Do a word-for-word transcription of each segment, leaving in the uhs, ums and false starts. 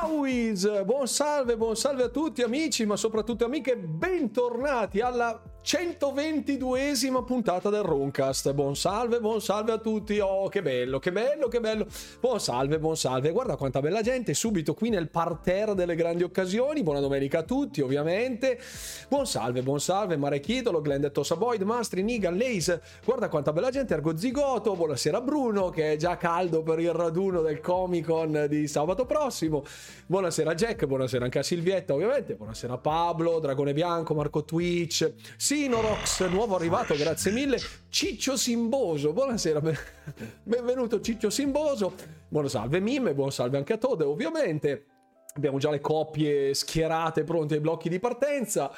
Ciao Wiz, buon salve, buon salve a tutti amici, ma soprattutto amiche, bentornati alla centoventiduesima puntata del Runcast. Buon salve, buon salve a tutti. Oh, che bello, che bello, che bello. Buon salve, buon salve. Guarda quanta bella gente subito qui nel parterre delle grandi occasioni. Buona domenica a tutti, ovviamente. Buon salve, buon salve. Marek Idolo, Glendetto Saboid, Mastri, Nigan, Lace. Guarda quanta bella gente. Ergo Zigoto. Buonasera Bruno, che è già caldo per il raduno del Comic Con di sabato prossimo. Buonasera Jack, buonasera anche a Silvietta, ovviamente. Buonasera Pablo, Dragone Bianco, Marco Twitch, Sinorox, nuovo arrivato, grazie mille. Ciccio Simboso, buonasera, benvenuto Ciccio Simboso. Buon salve Mime, buon salve anche a Todd, ovviamente. Abbiamo già le coppie schierate, pronte ai blocchi di partenza.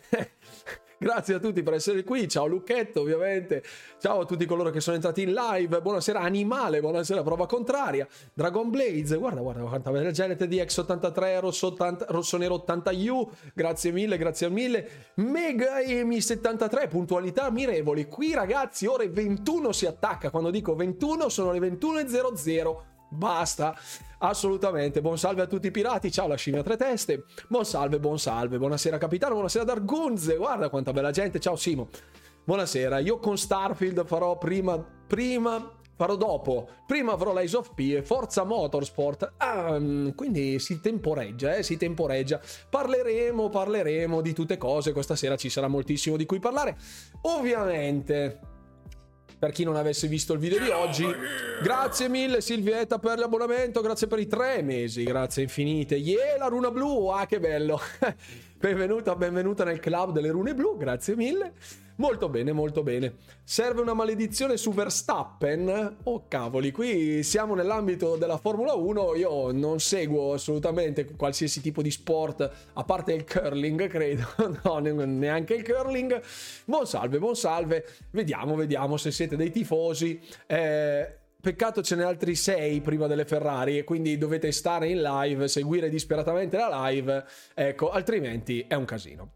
Grazie a tutti per essere qui, ciao Lucchetto ovviamente, ciao a tutti coloro che sono entrati in live, buonasera Animale, buonasera Prova Contraria, Dragon Blades, guarda guarda quanta bella gente, D X ottantatré, Rosso, ottanta, Rosso Nero ottanta U, grazie mille, grazie mille, Mega Emi settantatré, puntualità mirevoli, qui ragazzi ore ventuno si attacca, quando dico ventuno sono le ventuno e zero zero. Basta, assolutamente. Buon salve a tutti i pirati, ciao la scimmia a tre teste, buon salve, buon salve, buonasera capitano, buonasera Dargunze, guarda quanta bella gente, ciao Simo, buonasera. Io con Starfield farò prima, prima, farò dopo, prima avrò l'Eyes of P e Forza Motorsport, ah, quindi si temporeggia, eh, si temporeggia, parleremo, parleremo di tutte cose, questa sera ci sarà moltissimo di cui parlare, ovviamente. Per chi non avesse visto il video di oggi, grazie mille Silvietta per l'abbonamento, grazie per i tre mesi, grazie infinite. Yeah, la runa blu, ah che bello. Benvenuta, benvenuta nel club delle rune blu, grazie mille. Molto bene, molto bene. Serve una maledizione su Verstappen? Oh cavoli, qui siamo nell'ambito della Formula uno, io non seguo assolutamente qualsiasi tipo di sport, a parte il curling, credo, no, neanche il curling. Buon salve, buon salve, vediamo, vediamo se siete dei tifosi. Eh... Peccato ce n'è altri sei prima delle Ferrari e quindi dovete stare in live, seguire disperatamente la live, ecco, altrimenti è un casino.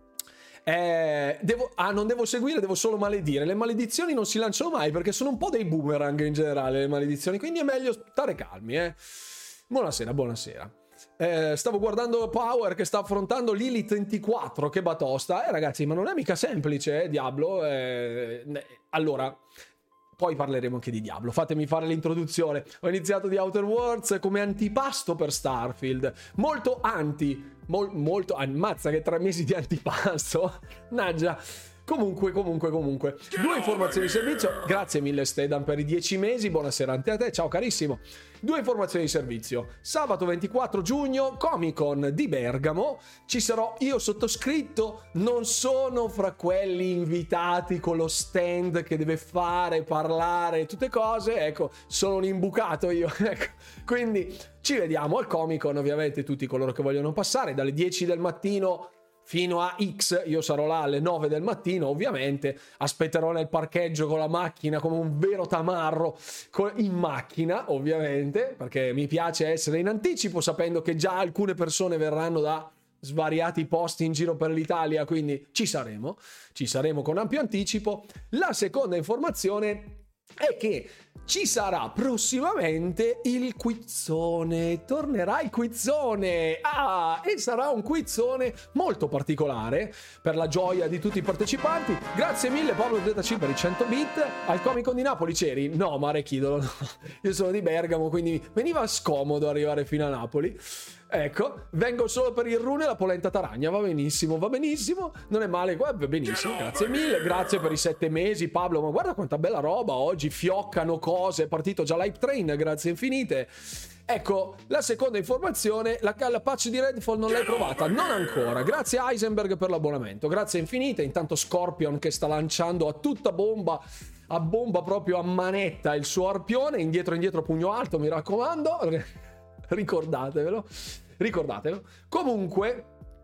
Eh, devo, ah, non devo seguire, devo solo maledire. Le maledizioni non si lanciano mai perché sono un po' dei boomerang in generale, le maledizioni, quindi è meglio stare calmi, eh. Buonasera, buonasera. Eh, stavo guardando Power che sta affrontando Lilith ventiquattro, che batosta. Eh ragazzi, ma non è mica semplice, eh, Diablo. Eh, allora... Poi parleremo anche di Diablo, fatemi fare l'introduzione. Ho iniziato di Outer Worlds come antipasto per Starfield. Molto anti, mol, molto, ammazza che tre mesi di antipasto. Naggia. Comunque, comunque, comunque. Due informazioni di servizio. Grazie mille Stedan per i dieci mesi. Buonasera anche a te. Ciao carissimo. Due informazioni di servizio. Sabato ventiquattro giugno, Comic Con di Bergamo. Ci sarò io sottoscritto. Non sono fra quelli invitati con lo stand che deve fare, parlare, tutte cose. Ecco, sono un imbucato io. Ecco. Quindi ci vediamo al Comic Con, ovviamente tutti coloro che vogliono passare dalle dieci del mattino fino a X, io sarò là alle nove del mattino, ovviamente, aspetterò nel parcheggio con la macchina come un vero tamarro, in macchina, ovviamente, perché mi piace essere in anticipo, sapendo che già alcune persone verranno da svariati posti in giro per l'Italia, quindi ci saremo, ci saremo con ampio anticipo. La seconda informazione è che ci sarà prossimamente il quizzone, tornerà il quizzone, ah, e sarà un quizzone molto particolare per la gioia di tutti i partecipanti. Grazie mille Pablo Z C per i cento bit. Al Comic Con di Napoli c'eri? No, Marek Idolo, no. Io sono di Bergamo, quindi veniva scomodo arrivare fino a Napoli. Ecco, vengo solo per il rune e la polenta taragna, va benissimo, va benissimo, non è male, va benissimo, grazie mille, grazie per i sette mesi Pablo, ma guarda quanta bella roba oggi, fioccano cose, è partito già l'hype train, grazie infinite. Ecco, la seconda informazione, la, la patch di Redfall non l'hai provata? Non ancora, grazie a Heisenberg per l'abbonamento, grazie infinite, intanto Scorpion che sta lanciando a tutta bomba, a bomba proprio a manetta il suo arpione, indietro indietro pugno alto, mi raccomando. Ricordatevelo, ricordatevelo. Comunque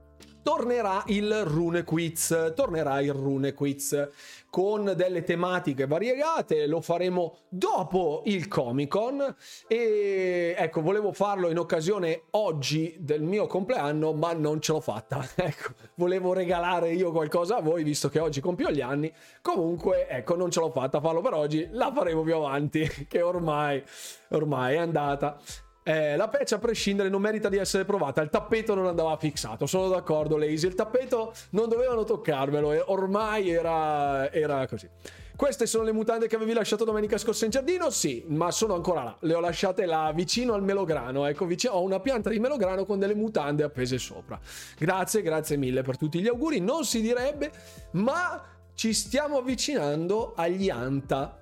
tornerà il Rune Quiz, tornerà il Rune Quiz con delle tematiche variegate, lo faremo dopo il Comic Con e ecco, volevo farlo in occasione oggi del mio compleanno, ma non ce l'ho fatta. Ecco, volevo regalare io qualcosa a voi visto che oggi compio gli anni. Comunque, ecco, non ce l'ho fatta a farlo per oggi, la faremo più avanti, che ormai ormai è andata. Eh, la patch a prescindere non merita di essere provata, il tappeto non andava fissato, sono d'accordo Lazy, il tappeto non dovevano toccarmelo e ormai era, era così. Queste sono le mutande che avevi lasciato domenica scorsa in giardino? Sì, ma sono ancora là, le ho lasciate là vicino al melograno, ecco, vicino, ho una pianta di melograno con delle mutande appese sopra. Grazie, grazie mille per tutti gli auguri, non si direbbe, ma ci stiamo avvicinando agli Anta.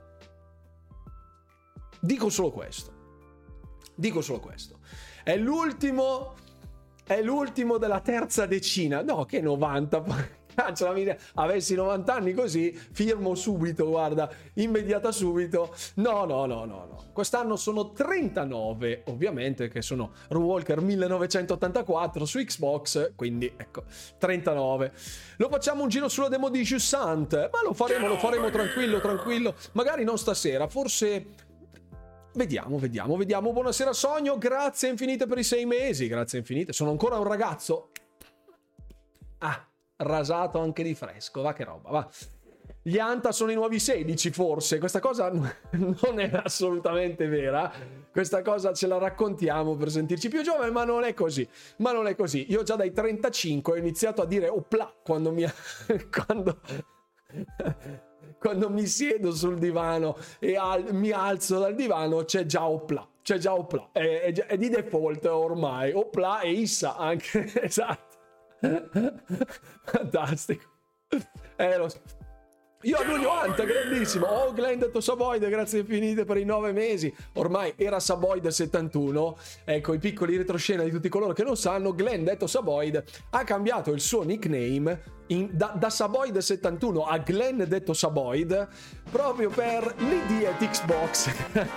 Dico solo questo. Dico solo questo. È l'ultimo. È l'ultimo della terza decina. No, che novanta. Avessi novanta anni così, firmo subito, guarda, immediata subito. No, no, no, no, no. Quest'anno sono trentanove, ovviamente, che sono Runewalker millenovecentottantaquattro su Xbox, quindi ecco, trentanove. Lo facciamo un giro sulla demo di Jusant, ma lo faremo, lo faremo tranquillo, tranquillo. Magari non stasera, forse. Vediamo, vediamo, vediamo. Buonasera Sogno, grazie infinite per i sei mesi, grazie infinite. Sono ancora un ragazzo. Ah, rasato anche di fresco, va che roba, va. Gli Anta sono i nuovi sedici, forse. Questa cosa non è assolutamente vera. Questa cosa ce la raccontiamo per sentirci più giovani, ma non è così. Ma non è così. Io già dai trentacinque ho iniziato a dire opla quando mi... quando... quando mi siedo sul divano e al, mi alzo dal divano c'è già opla, c'è già opla, è, è, è di default ormai, opla e issa anche, esatto, fantastico, eh, lo so. Io annuncio Anta, grandissimo. Oh, Glenn detto Saboid, grazie infinite per i nove mesi. Ormai era Saboid settantuno. Ecco, i piccoli retroscena di tutti coloro che non sanno, Glenn detto Saboid ha cambiato il suo nickname in, da, da Saboid settantuno a Glenn detto Saboid proprio per l'I D at Xbox.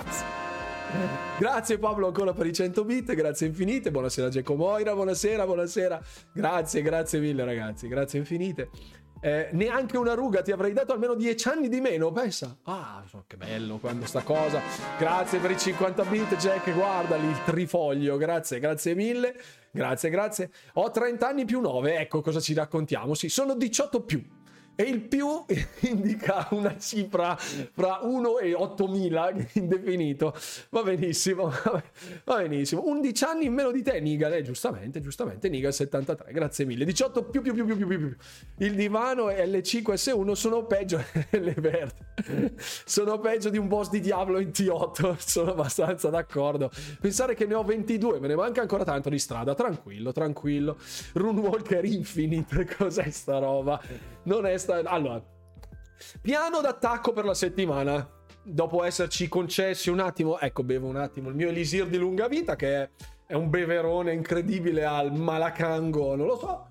Grazie Pablo ancora per i cento bit, grazie infinite. Buonasera Geco Moira, buonasera, buonasera. Grazie, grazie mille ragazzi, grazie infinite. Eh, neanche una ruga, ti avrei dato almeno dieci anni di meno, pensa. Ah, che bello quando sta cosa. Grazie per i cinquanta bit Jack, guarda lì il trifoglio, grazie, grazie mille. Grazie, grazie. Ho trenta anni più nove, ecco cosa ci raccontiamo. Sì, sono diciotto più. E il più indica una cifra fra uno e ottomila, indefinito. Va benissimo, va benissimo. undici anni in meno di te, Nigal, eh, giustamente, giustamente, Nigal settantatré, grazie mille. diciotto più più più più più più più. Il divano e L C Q S uno sono peggio, le verde. Sono peggio di un boss di Diablo in T otto, sono abbastanza d'accordo. Pensare che ne ho ventidue, me ne manca ancora tanto di strada, tranquillo, tranquillo. Runewalker Infinite, cos'è sta roba? Non è sta... Allora, piano d'attacco per la settimana. Dopo esserci concessi un attimo, ecco, bevo un attimo il mio elisir di lunga vita, che è, è un beverone incredibile al malacango, non lo so.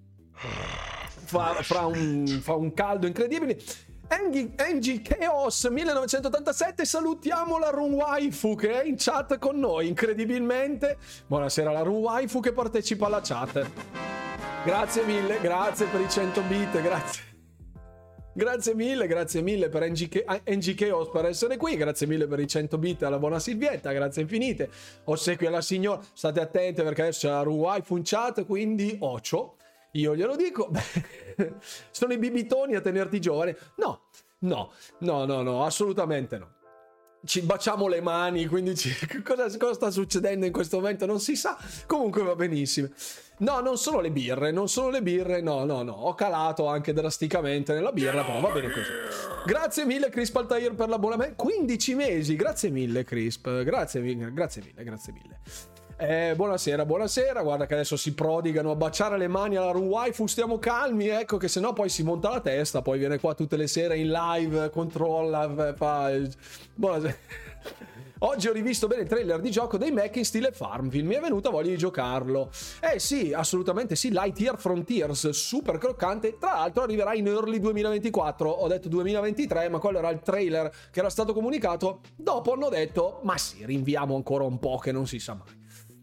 Fa, fa, un, fa un caldo incredibile. N G Chaos millenovecentottantasette, salutiamo la Run Waifu che è in chat con noi, incredibilmente. Buonasera la Run Waifu che partecipa alla chat. Grazie mille, grazie per i cento bit, grazie. Grazie mille, grazie mille per N G Chaos per essere qui, grazie mille per i cento bit alla buona Silvietta, grazie infinite. Ossequio alla signora, state attente perché adesso c'è la Run Waifu in chat, quindi ocio. Io glielo dico, beh, sono i bibitoni a tenerti giovane? No, no, no, no, no, assolutamente no. Ci baciamo le mani, quindi ci... cosa, cosa sta succedendo in questo momento non si sa, comunque va benissimo. No, non sono le birre, non sono le birre, no, no, no, ho calato anche drasticamente nella birra, però va bene così. Grazie mille Crisp Altair per l'abbonamento, quindici mesi, grazie mille Crisp, grazie mille, grazie mille, grazie mille. Eh, buonasera, buonasera, guarda che adesso si prodigano a baciare le mani alla Run Waifu, stiamo calmi, ecco che sennò poi si monta la testa, poi viene qua tutte le sere in live, controlla, fa... Buonasera. Oggi ho rivisto bene il trailer di gioco dei mech in stile Farmville, mi è venuta voglia di giocarlo. Eh sì, assolutamente sì, Lightyear Frontiers, super croccante, tra l'altro arriverà in early duemilaventiquattro, ho detto duemilaventitré, ma quello era il trailer che era stato comunicato, dopo hanno detto, ma sì, rinviamo ancora un po' che non si sa mai.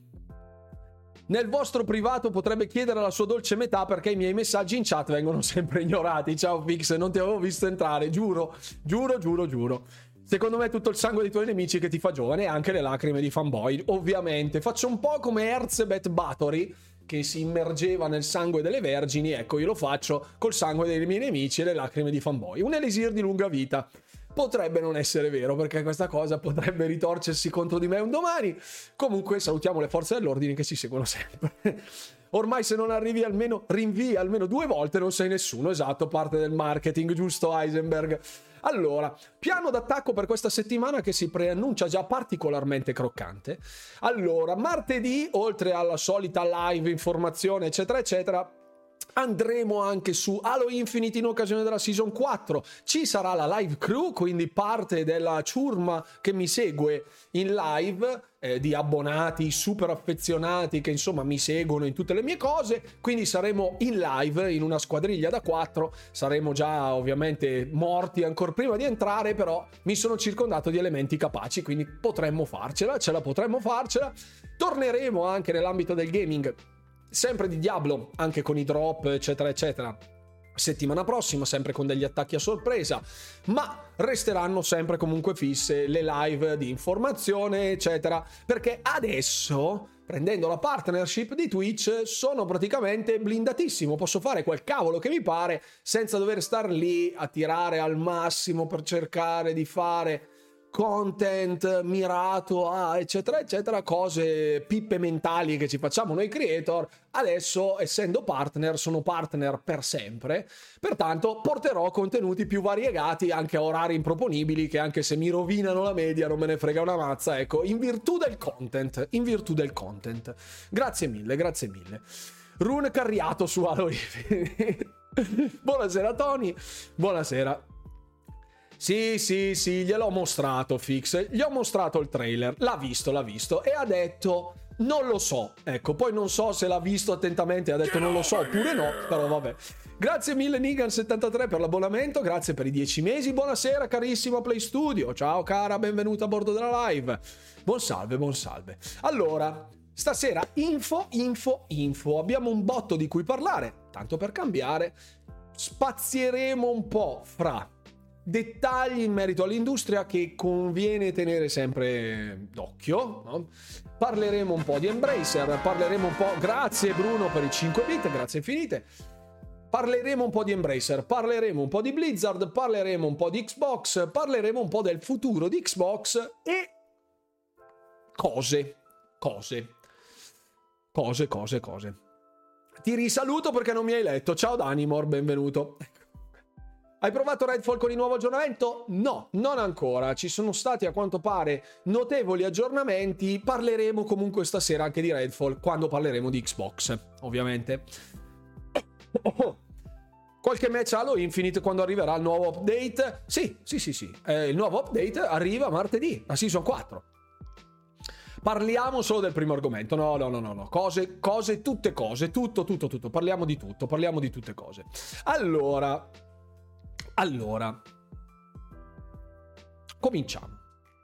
Nel vostro privato potrebbe chiedere la sua dolce metà perché i miei messaggi in chat vengono sempre ignorati. Ciao Fix, non ti avevo visto entrare, giuro, giuro, giuro, giuro. Secondo me è tutto il sangue dei tuoi nemici che ti fa giovane e anche le lacrime di fanboy, ovviamente. Faccio un po' come Erzsébet Báthory, che si immergeva nel sangue delle vergini, ecco io lo faccio col sangue dei miei nemici e le lacrime di fanboy. Un elisir di lunga vita. potrebbe non essere vero, perché questa cosa potrebbe ritorcersi contro di me un domani. Comunque salutiamo le forze dell'ordine che ci seguono sempre. Ormai se non arrivi almeno, rinvii almeno due volte, non sei nessuno. Esatto, parte del marketing, giusto Heisenberg? Allora, piano d'attacco per questa settimana che si preannuncia già particolarmente croccante. Allora, martedì, oltre alla solita live, informazione, eccetera, eccetera, andremo anche su Halo Infinite in occasione della Season quattro. Ci sarà la live crew, quindi parte della ciurma che mi segue in live, eh, di abbonati super affezionati che insomma mi seguono in tutte le mie cose, quindi saremo in live in una squadriglia da quattro. Saremo già ovviamente morti ancora prima di entrare, però mi sono circondato di elementi capaci, quindi potremmo farcela, ce la potremmo farcela. Torneremo anche nell'ambito del gaming, sempre di Diablo, anche con i drop eccetera eccetera, settimana prossima, sempre con degli attacchi a sorpresa, ma resteranno sempre comunque fisse le live di informazione eccetera, perché adesso, prendendo la partnership di Twitch, sono praticamente blindatissimo, posso fare quel cavolo che mi pare senza dover star lì a tirare al massimo per cercare di fare content mirato a eccetera eccetera, cose pippe mentali che ci facciamo noi creator. Adesso, essendo partner, sono partner per sempre, pertanto porterò contenuti più variegati anche a orari improponibili, che anche se mi rovinano la media non me ne frega una mazza, ecco, in virtù del content, in virtù del content. Grazie mille, grazie mille. Rune carriato su Halo. Buonasera Tony, buonasera. Sì, sì, sì, gliel'ho mostrato, Fix, gli ho mostrato il trailer, l'ha visto, l'ha visto, e ha detto, non lo so, ecco, poi non so se l'ha visto attentamente e ha detto non lo so oppure no, però vabbè. Grazie mille Nigan settantatré per l'abbonamento, grazie per i dieci mesi, buonasera carissimo Play Studio, ciao cara, benvenuta a bordo della live, buon salve, buon salve. Allora, stasera info, info, info, abbiamo un botto di cui parlare, tanto per cambiare, spazieremo un po' fra dettagli in merito all'industria che conviene tenere sempre d'occhio, no? Parleremo un po' di Embracer, parleremo un po', grazie Bruno per i cinque bit, grazie infinite, parleremo un po' di Embracer, parleremo un po' di Blizzard, parleremo un po' di Xbox, parleremo un po' del futuro di Xbox e cose, cose, cose, cose, cose. Ti risaluto perché non mi hai letto, ciao Danimor, benvenuto. Hai provato Redfall con il nuovo aggiornamento? No, non ancora. Ci sono stati a quanto pare notevoli aggiornamenti. Parleremo comunque stasera anche di Redfall quando parleremo di Xbox, ovviamente. Qualche match Halo Infinite quando arriverà il nuovo update? Sì, sì, sì, sì. Eh, il nuovo update arriva martedì, la Season quattro. Parliamo solo del primo argomento. No, no, no, no, no. Cose, cose, tutte cose. Tutto, tutto, tutto. Parliamo di tutto. Parliamo di tutte cose. Allora... Allora, cominciamo.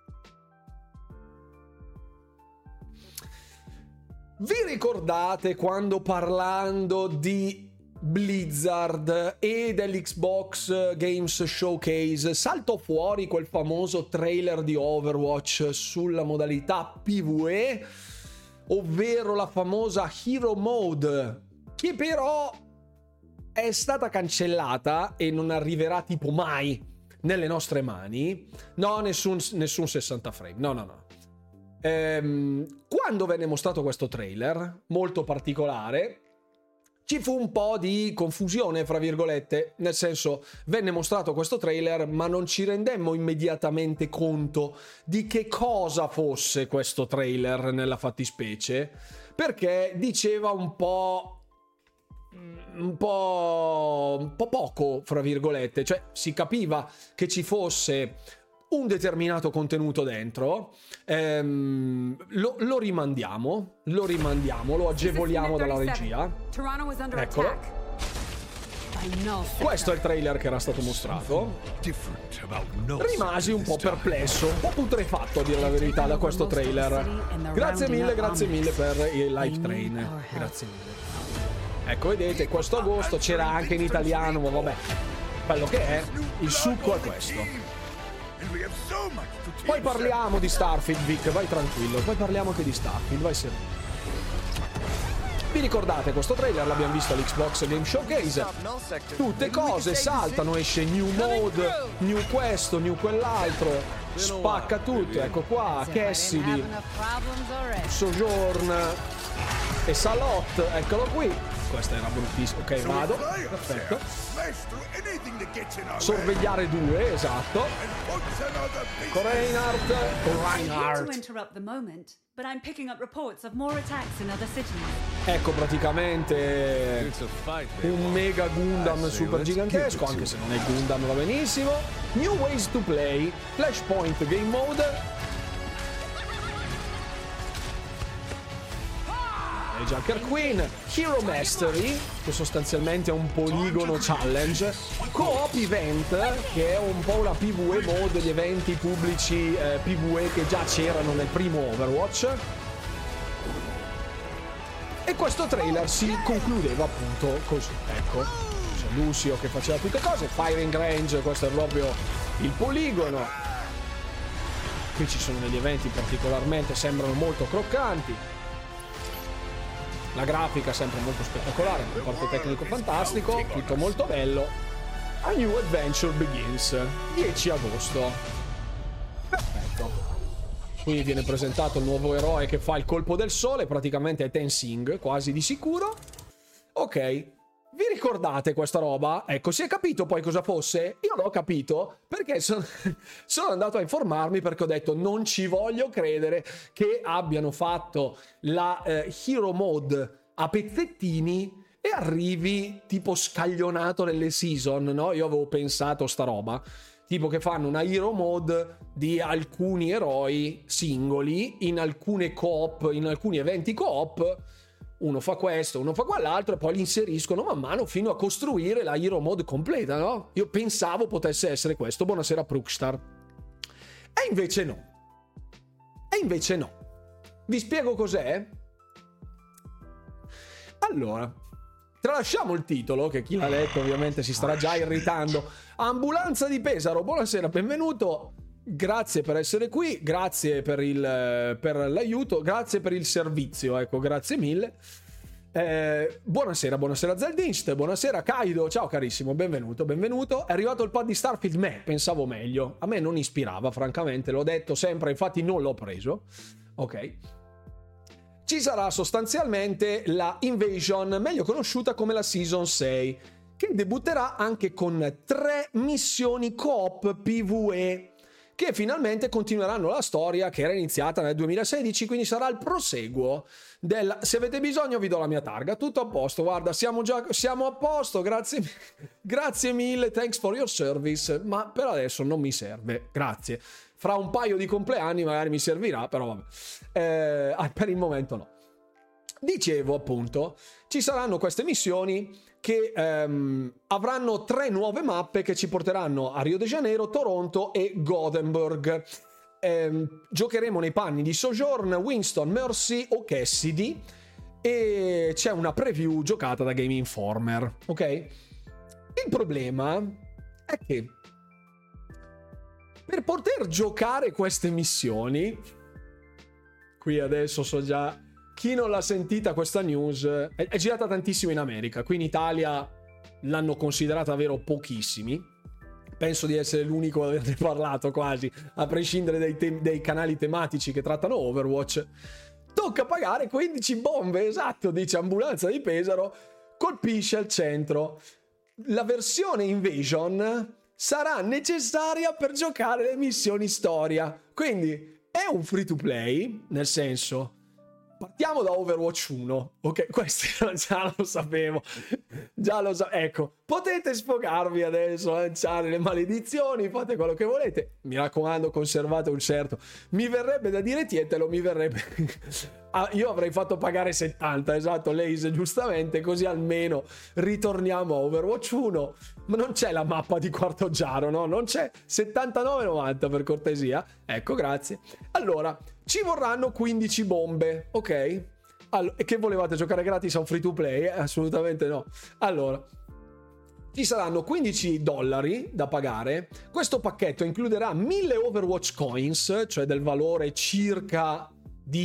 Vi ricordate quando, parlando di Blizzard e dell'Xbox Games Showcase, saltò fuori quel famoso trailer di Overwatch sulla modalità P V E, ovvero la famosa Hero Mode, che però è stata cancellata e non arriverà tipo mai nelle nostre mani. No, nessun, nessun sessanta frame, no no no. Ehm, quando venne mostrato questo trailer molto particolare, ci fu un po' di confusione, fra virgolette, nel senso, venne mostrato questo trailer ma non ci rendemmo immediatamente conto di che cosa fosse questo trailer nella fattispecie, perché diceva un po' un po', un po' poco, fra virgolette, cioè si capiva che ci fosse un determinato contenuto dentro, ehm, lo, lo rimandiamo, lo rimandiamo, lo agevoliamo dalla regia. Eccolo. Questo è il trailer che era stato mostrato. Rimasi un po' perplesso, un po' putrefatto a dire la verità da questo trailer. Grazie mille, grazie mille per il live train. Grazie mille. Ecco, vedete, questo agosto c'era anche in italiano, ma vabbè, quello che è, il succo è questo. Poi parliamo di Starfield, Vic, vai tranquillo, poi parliamo anche di Starfield, vai sereno. Vi ricordate questo trailer? L'abbiamo visto all'Xbox Game Showcase. Tutte cose, saltano, esce new mode, new questo, new quell'altro, spacca tutto. Ecco qua, Cassidy, Sojourn e Salot, eccolo qui. Questa era bruttissima. Ok, vado. Perfetto. Sorvegliare due, esatto. Con Reinhardt. Con Reinhardt. Ecco praticamente un mega Gundam super gigantesco, anche se non è Gundam va benissimo. New ways to play, Flashpoint Game Mode. Junker Queen, Hero Mastery, che sostanzialmente è un poligono challenge, Co-op Event, che è un po' una P V E mode, gli eventi pubblici eh, P V E che già c'erano nel primo Overwatch. E questo trailer si concludeva appunto così, ecco, c'è Lucio che faceva tutte cose, Firing Range, questo è proprio il poligono. Qui ci sono degli eventi particolarmente, sembrano molto croccanti. La grafica sempre molto spettacolare, un parte tecnico fantastico, tutto molto bello. A New Adventure Begins, dieci agosto. Perfetto. Qui viene presentato il nuovo eroe che fa il colpo del sole, praticamente è Tenzing, quasi di sicuro. Ok, vi ricordate questa roba? Ecco, si è capito poi cosa fosse? Io l'ho capito perché sono, sono andato a informarmi, perché ho detto non ci voglio credere che abbiano fatto la eh, Hero Mode a pezzettini e arrivi tipo scaglionato nelle season, no? Io avevo pensato sta roba, tipo che fanno una Hero Mode di alcuni eroi singoli in alcune coop, in alcuni eventi coop. Uno fa questo, uno fa quell'altro e poi li inseriscono man mano fino a costruire la Hero Mode completa, no? Io pensavo potesse essere questo. Buonasera Prookstar. E invece no. E invece no. Vi spiego cos'è. Allora, tralasciamo il titolo, che chi l'ha letto ovviamente si starà già irritando. Ambulanza di Pesaro, buonasera, benvenuto. Grazie per essere qui, grazie per, il, per l'aiuto, grazie per il servizio, ecco, grazie mille. Eh, buonasera, buonasera Zeldinst, buonasera Kaido, ciao carissimo, benvenuto, benvenuto. È arrivato il pad di Starfield, me, pensavo meglio, a me non ispirava francamente, l'ho detto sempre, infatti non l'ho preso. Ok. Ci sarà sostanzialmente la Invasion, meglio conosciuta come la Season sei, che debutterà anche con tre missioni co-op P V E, che finalmente continueranno la storia che era iniziata nel duemilasedici, quindi sarà il proseguo del... Se avete bisogno vi do la mia targa, tutto a posto, guarda, siamo già siamo a posto, grazie, grazie mille, thanks for your service, ma per adesso non mi serve, grazie. Fra un paio di compleanni magari mi servirà, però vabbè, eh, per il momento no. Dicevo appunto, ci saranno queste missioni che ehm, avranno tre nuove mappe che ci porteranno a Rio de Janeiro, Toronto e Gothenburg. Ehm, giocheremo nei panni di Sojourn, Winston, Mercy o Cassidy e c'è una preview giocata da Game Informer, ok? Il problema è che per poter giocare queste missioni, qui adesso so già... Chi non l'ha sentita questa news, è, è girata tantissimo in America, qui in Italia l'hanno considerata davvero pochissimi, penso di essere l'unico ad averne parlato quasi, a prescindere dai, te- dai canali tematici che trattano Overwatch. Tocca pagare quindici bombe, esatto, dice Ambulanza di Pesaro, colpisce al centro. La versione Invasion sarà necessaria per giocare le missioni storia, quindi è un free to play, nel senso... Partiamo da Overwatch uno, ok? Questo già lo sapevo, già lo so. Ecco, potete sfogarvi adesso, lanciare le maledizioni, fate quello che volete. Mi raccomando, conservate un certo. Mi verrebbe da dire tietelo, mi verrebbe... ah, io avrei fatto pagare settanta, esatto, Lace, giustamente, così almeno ritorniamo a Overwatch uno. Ma non c'è la mappa di Quarto Giaro, no? Non c'è settantanove novanta per cortesia. Ecco, grazie. Allora... Ci vorranno quindici bombe, ok? Allora, e che volevate giocare gratis a un free to play? Eh, assolutamente no. Allora, ci saranno quindici dollari da pagare. Questo pacchetto includerà mille Overwatch Coins, cioè del valore circa di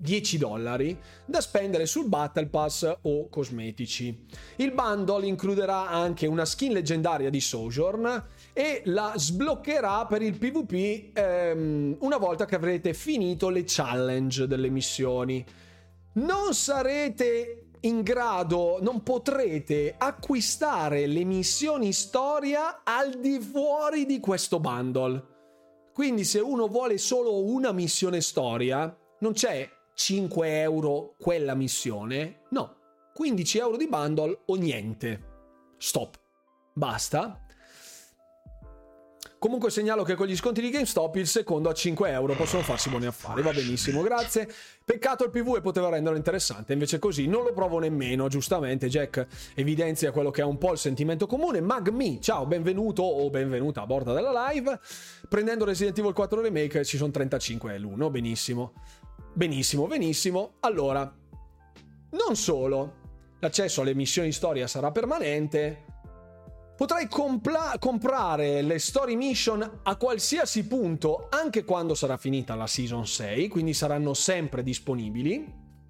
dieci dollari da spendere sul Battle Pass o cosmetici. Il bundle includerà anche una skin leggendaria di Sojourn e la sbloccherà per il PvP ehm, una volta che avrete finito le challenge delle missioni. Non sarete in grado, non potrete acquistare le missioni storia al di fuori di questo bundle. Quindi se uno vuole solo una missione storia, non c'è cinque euro quella missione, no, quindici euro di bundle o niente. Stop. Basta. Comunque segnalo che con gli sconti di GameStop il secondo a cinque euro possono farsi buoni affari, va benissimo, grazie. Peccato il PvE poteva renderlo interessante, invece così non lo provo nemmeno, giustamente Jack evidenzia quello che è un po' il sentimento comune. Magmi, ciao, benvenuto o benvenuta a bordo della live. Prendendo Resident Evil quattro Remake ci sono trentacinque l'uno, benissimo, benissimo, benissimo. Allora, non solo, l'accesso alle missioni storia sarà permanente. Potrai compla- comprare le story mission a qualsiasi punto, anche quando sarà finita la season sei, quindi saranno sempre disponibili.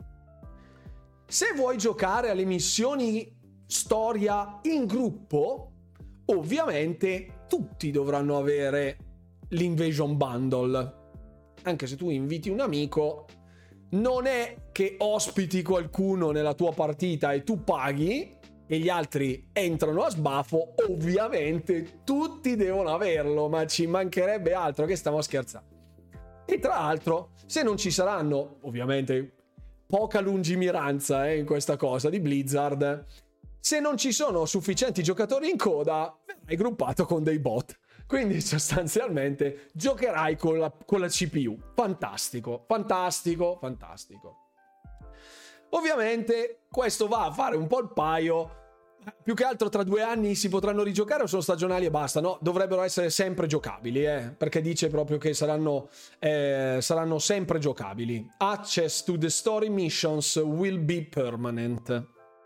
Se vuoi giocare alle missioni storia in gruppo, ovviamente tutti dovranno avere l'Invasion Bundle. Anche se tu inviti un amico, non è che ospiti qualcuno nella tua partita e tu paghi e gli altri entrano a sbafo, ovviamente tutti devono averlo, ma ci mancherebbe altro, che stiamo scherzando. E tra l'altro, se non ci saranno, ovviamente poca lungimiranza eh, in questa cosa di Blizzard, se non ci sono sufficienti giocatori in coda, verrai gruppato con dei bot. Quindi sostanzialmente giocherai con la, con la C P U. Fantastico, fantastico, fantastico. Ovviamente questo va a fare un po' il paio. Più che altro tra due anni si potranno rigiocare o sono stagionali e basta? No, dovrebbero essere sempre giocabili, eh, perché dice proprio che saranno, eh, saranno sempre giocabili. Access to the story missions will be permanent.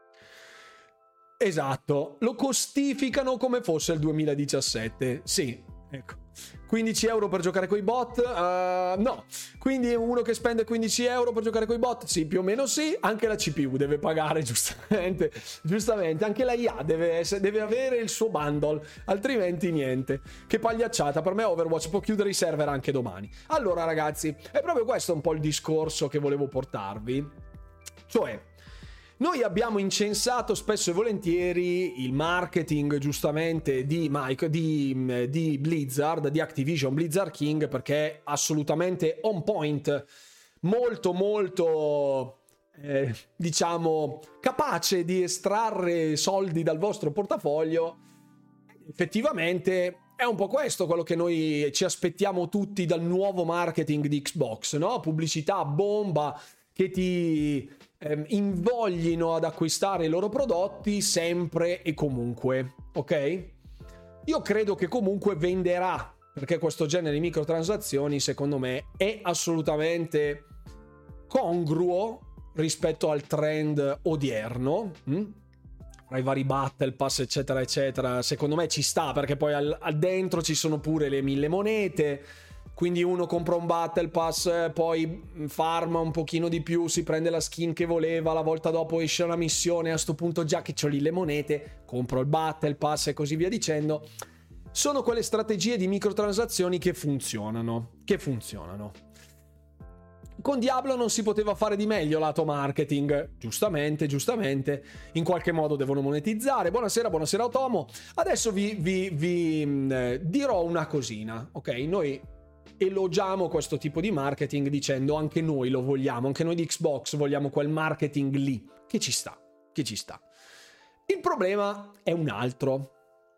Esatto, lo costificano come fosse il duemiladiciassette. Sì, ecco. quindici euro per giocare coi bot? Uh, no. Quindi uno che spende quindici euro per giocare coi bot? Sì, più o meno sì. Anche la C P U deve pagare, giustamente. Giustamente. Anche la I A deve, essere, deve avere il suo bundle, altrimenti niente. Che pagliacciata. Per me Overwatch può chiudere i server anche domani. Allora ragazzi, è proprio questo un po' il discorso che volevo portarvi. Cioè, noi abbiamo incensato spesso e volentieri il marketing, giustamente, di, Mike, di, di Blizzard, di Activision Blizzard King, perché è assolutamente on point, molto molto, eh, diciamo, capace di estrarre soldi dal vostro portafoglio. Effettivamente è un po' questo quello che noi ci aspettiamo tutti dal nuovo marketing di Xbox, no? Pubblicità bomba che ti ehm, invoglino ad acquistare i loro prodotti sempre e comunque, ok? Io credo che comunque venderà, perché questo genere di microtransazioni secondo me è assolutamente congruo rispetto al trend odierno, hm? Tra i vari battle pass eccetera eccetera. Secondo me ci sta, perché poi al, al dentro ci sono pure le mille monete. Quindi uno compra un battle pass, poi farma un pochino di più, si prende la skin che voleva, la volta dopo esce una missione, a sto punto già che c'ho lì le monete, compro il battle pass e così via dicendo. Sono quelle strategie di microtransazioni che funzionano, che funzionano. Con Diablo non si poteva fare di meglio lato marketing, giustamente, giustamente, in qualche modo devono monetizzare. Buonasera, buonasera Otomo. Adesso vi, vi, vi eh, dirò una cosina, ok? Noi elogiamo questo tipo di marketing dicendo anche noi lo vogliamo, anche noi di Xbox vogliamo quel marketing lì, che ci sta, che ci sta. Il problema è un altro.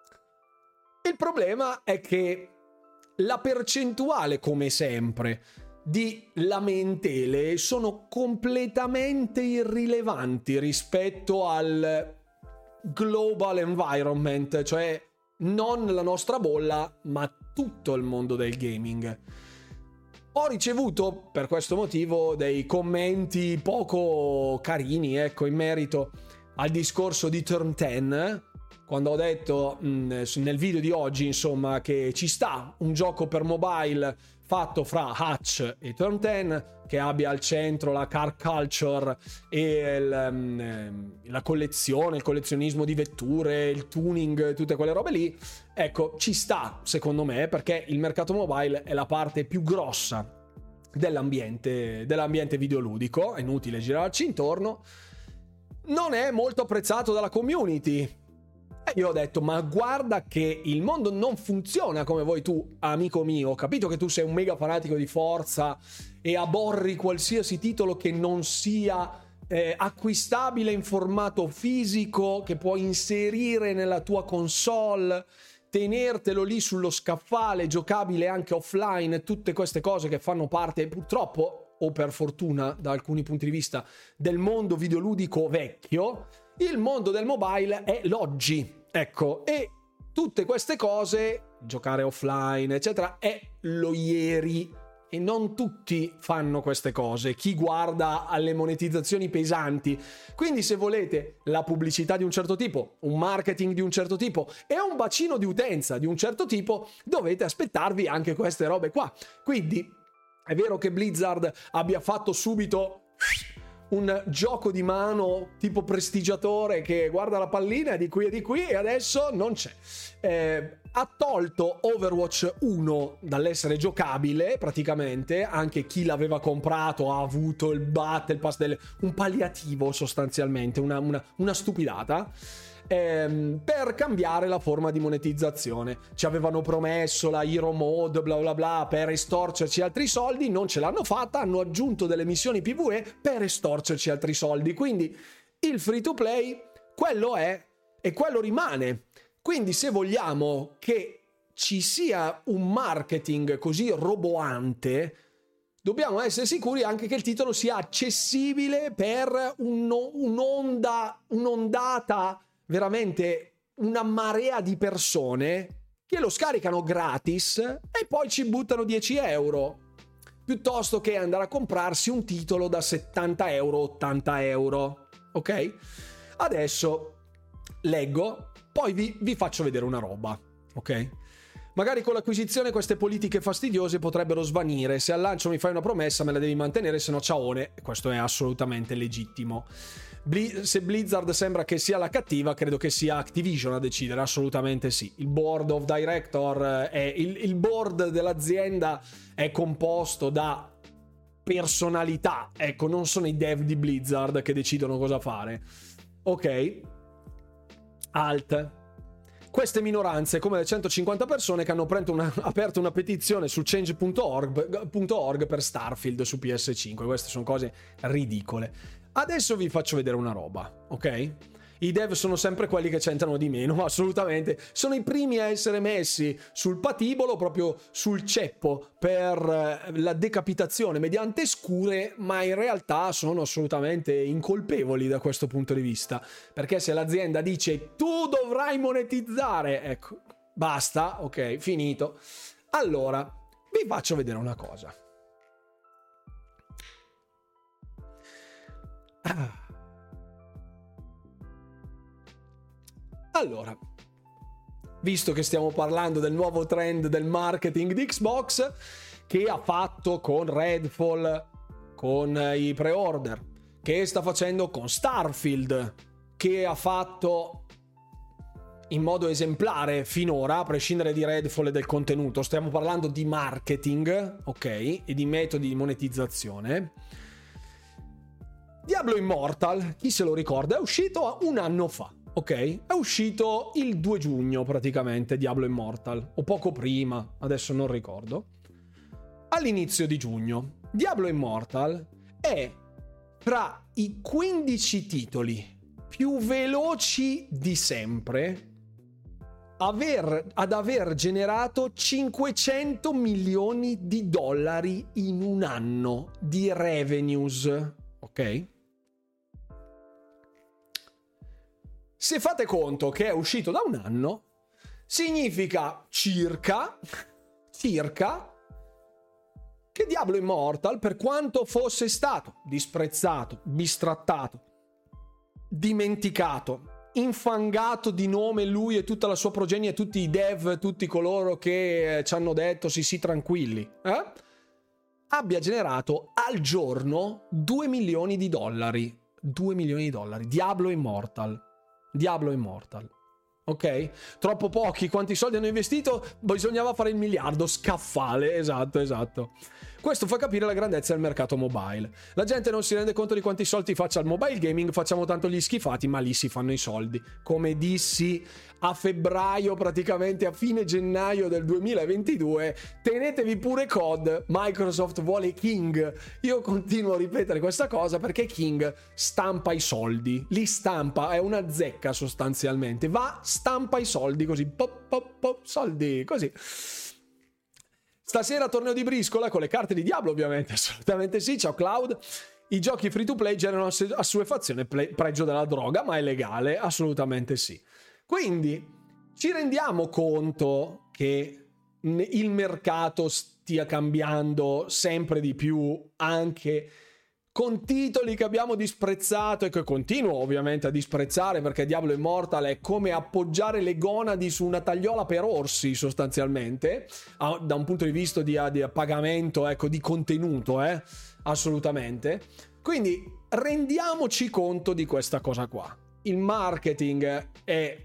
Il problema è che la percentuale, come sempre, di lamentele sono completamente irrilevanti rispetto al global environment, cioè non la nostra bolla, ma tutto il mondo del gaming. Ho ricevuto per questo motivo dei commenti poco carini, ecco, in merito al discorso di Turn dieci, quando ho detto mh, nel video di oggi, insomma, che ci sta un gioco per mobile fatto fra Hutch e Turn dieci, che abbia al centro la car culture e il, um, la collezione, il collezionismo di vetture, il tuning, tutte quelle robe lì. Ecco, ci sta, secondo me, perché il mercato mobile è la parte più grossa dell'ambiente, dell'ambiente videoludico, è inutile girarci intorno. Non è molto apprezzato dalla community. E io ho detto, ma guarda che il mondo non funziona come vuoi tu, amico mio. Ho capito che tu sei un mega fanatico di Forza e aborri qualsiasi titolo che non sia eh, acquistabile in formato fisico, che puoi inserire nella tua console, tenertelo lì sullo scaffale, giocabile anche offline, tutte queste cose che fanno parte, purtroppo, o per fortuna da alcuni punti di vista, del mondo videoludico vecchio. Il mondo del mobile è l'oggi, ecco, e tutte queste cose, giocare offline eccetera, è lo ieri, e non tutti fanno queste cose. Chi guarda alle monetizzazioni pesanti, quindi se volete la pubblicità di un certo tipo, un marketing di un certo tipo e un bacino di utenza di un certo tipo, dovete aspettarvi anche queste robe qua. Quindi è vero che Blizzard abbia fatto subito un gioco di mano tipo prestigiatore che guarda la pallina di qui e di qui, e adesso non c'è. Eh, ha tolto Overwatch uno dall'essere giocabile praticamente. Anche chi l'aveva comprato ha avuto il Battle Pass, del, un palliativo sostanzialmente, una, una, una stupidata. Ehm, per cambiare la forma di monetizzazione. Ci avevano promesso la Hero Mode bla bla bla per estorcerci altri soldi, non ce l'hanno fatta, hanno aggiunto delle missioni PvE per estorcerci altri soldi. Quindi il free to play quello è e quello rimane. Quindi se vogliamo che ci sia un marketing così roboante, dobbiamo essere sicuri anche che il titolo sia accessibile per un, un'onda, un'ondata, veramente una marea di persone che lo scaricano gratis e poi ci buttano dieci euro, piuttosto che andare a comprarsi un titolo da settanta euro, ottanta euro. Ok? Adesso leggo, poi vi, vi faccio vedere una roba. Ok? Magari con l'acquisizione queste politiche fastidiose potrebbero svanire. Se al lancio mi fai una promessa me la devi mantenere, se no ciaone. Questo è assolutamente legittimo. Bli- se Blizzard sembra che sia la cattiva, credo che sia Activision a decidere, assolutamente sì. Il board of director è il, il board dell'azienda è composto da personalità, ecco, non sono i dev di Blizzard che decidono cosa fare. Ok, alt. Queste minoranze, come le centocinquanta persone che hanno una, aperto una petizione su change punto org per Starfield su P S cinque. Queste sono cose ridicole. Adesso vi faccio vedere una roba, ok? I dev sono sempre quelli che c'entrano di meno, assolutamente. Sono i primi a essere messi sul patibolo, proprio sul ceppo, per la decapitazione mediante scure, ma in realtà sono assolutamente incolpevoli da questo punto di vista. Perché se l'azienda dice tu dovrai monetizzare, ecco, basta, ok, finito. Allora, vi faccio vedere una cosa. Ah. Allora, visto che stiamo parlando del nuovo trend del marketing di Xbox, che ha fatto con Redfall, con i pre-order, che sta facendo con Starfield, che ha fatto in modo esemplare finora, a prescindere di Redfall e del contenuto, stiamo parlando di marketing, ok, e di metodi di monetizzazione. Diablo Immortal, chi se lo ricorda, è uscito un anno fa, ok? È uscito il due giugno praticamente Diablo Immortal, o poco prima, adesso non ricordo. All'inizio di giugno. Diablo Immortal è tra i quindici titoli più veloci di sempre aver, ad aver generato cinquecento milioni di dollari in un anno di revenues, ok? Se fate conto che è uscito da un anno, significa circa, circa, che Diablo Immortal, per quanto fosse stato disprezzato, bistrattato, dimenticato infangato di nome lui e tutta la sua progenie, tutti i dev, tutti coloro che ci hanno detto sì sì tranquilli, eh? abbia generato al giorno due milioni di dollari. due milioni di dollari. Diablo Immortal. Diablo Immortal. Ok? Troppo pochi. Quanti soldi hanno investito? Bisognava fare il miliardo. Scaffale. Esatto, esatto. Questo fa capire la grandezza del mercato mobile. La gente non si rende conto di quanti soldi faccia il mobile gaming, facciamo tanto gli schifati, ma lì si fanno i soldi. Come dissi a febbraio, praticamente a fine gennaio del duemilaventidue, tenetevi pure C O D, Microsoft vuole King. Io continuo a ripetere questa cosa perché King stampa i soldi, li stampa, è una zecca sostanzialmente, va, stampa i soldi così, pop, pop, pop, soldi, così. Stasera torneo di briscola con le carte di Diablo, ovviamente, assolutamente sì. Ciao Cloud. I giochi free to play generano assuefazione pregio della droga, ma è legale, assolutamente sì. Quindi ci rendiamo conto che il mercato stia cambiando sempre di più, anche con titoli che abbiamo disprezzato e che continuo ovviamente a disprezzare, perché Diablo Immortal è come appoggiare le gonadi su una tagliola per orsi sostanzialmente, da un punto di vista di, di pagamento, ecco, di contenuto, eh? Assolutamente. Quindi rendiamoci conto di questa cosa qua. Il marketing è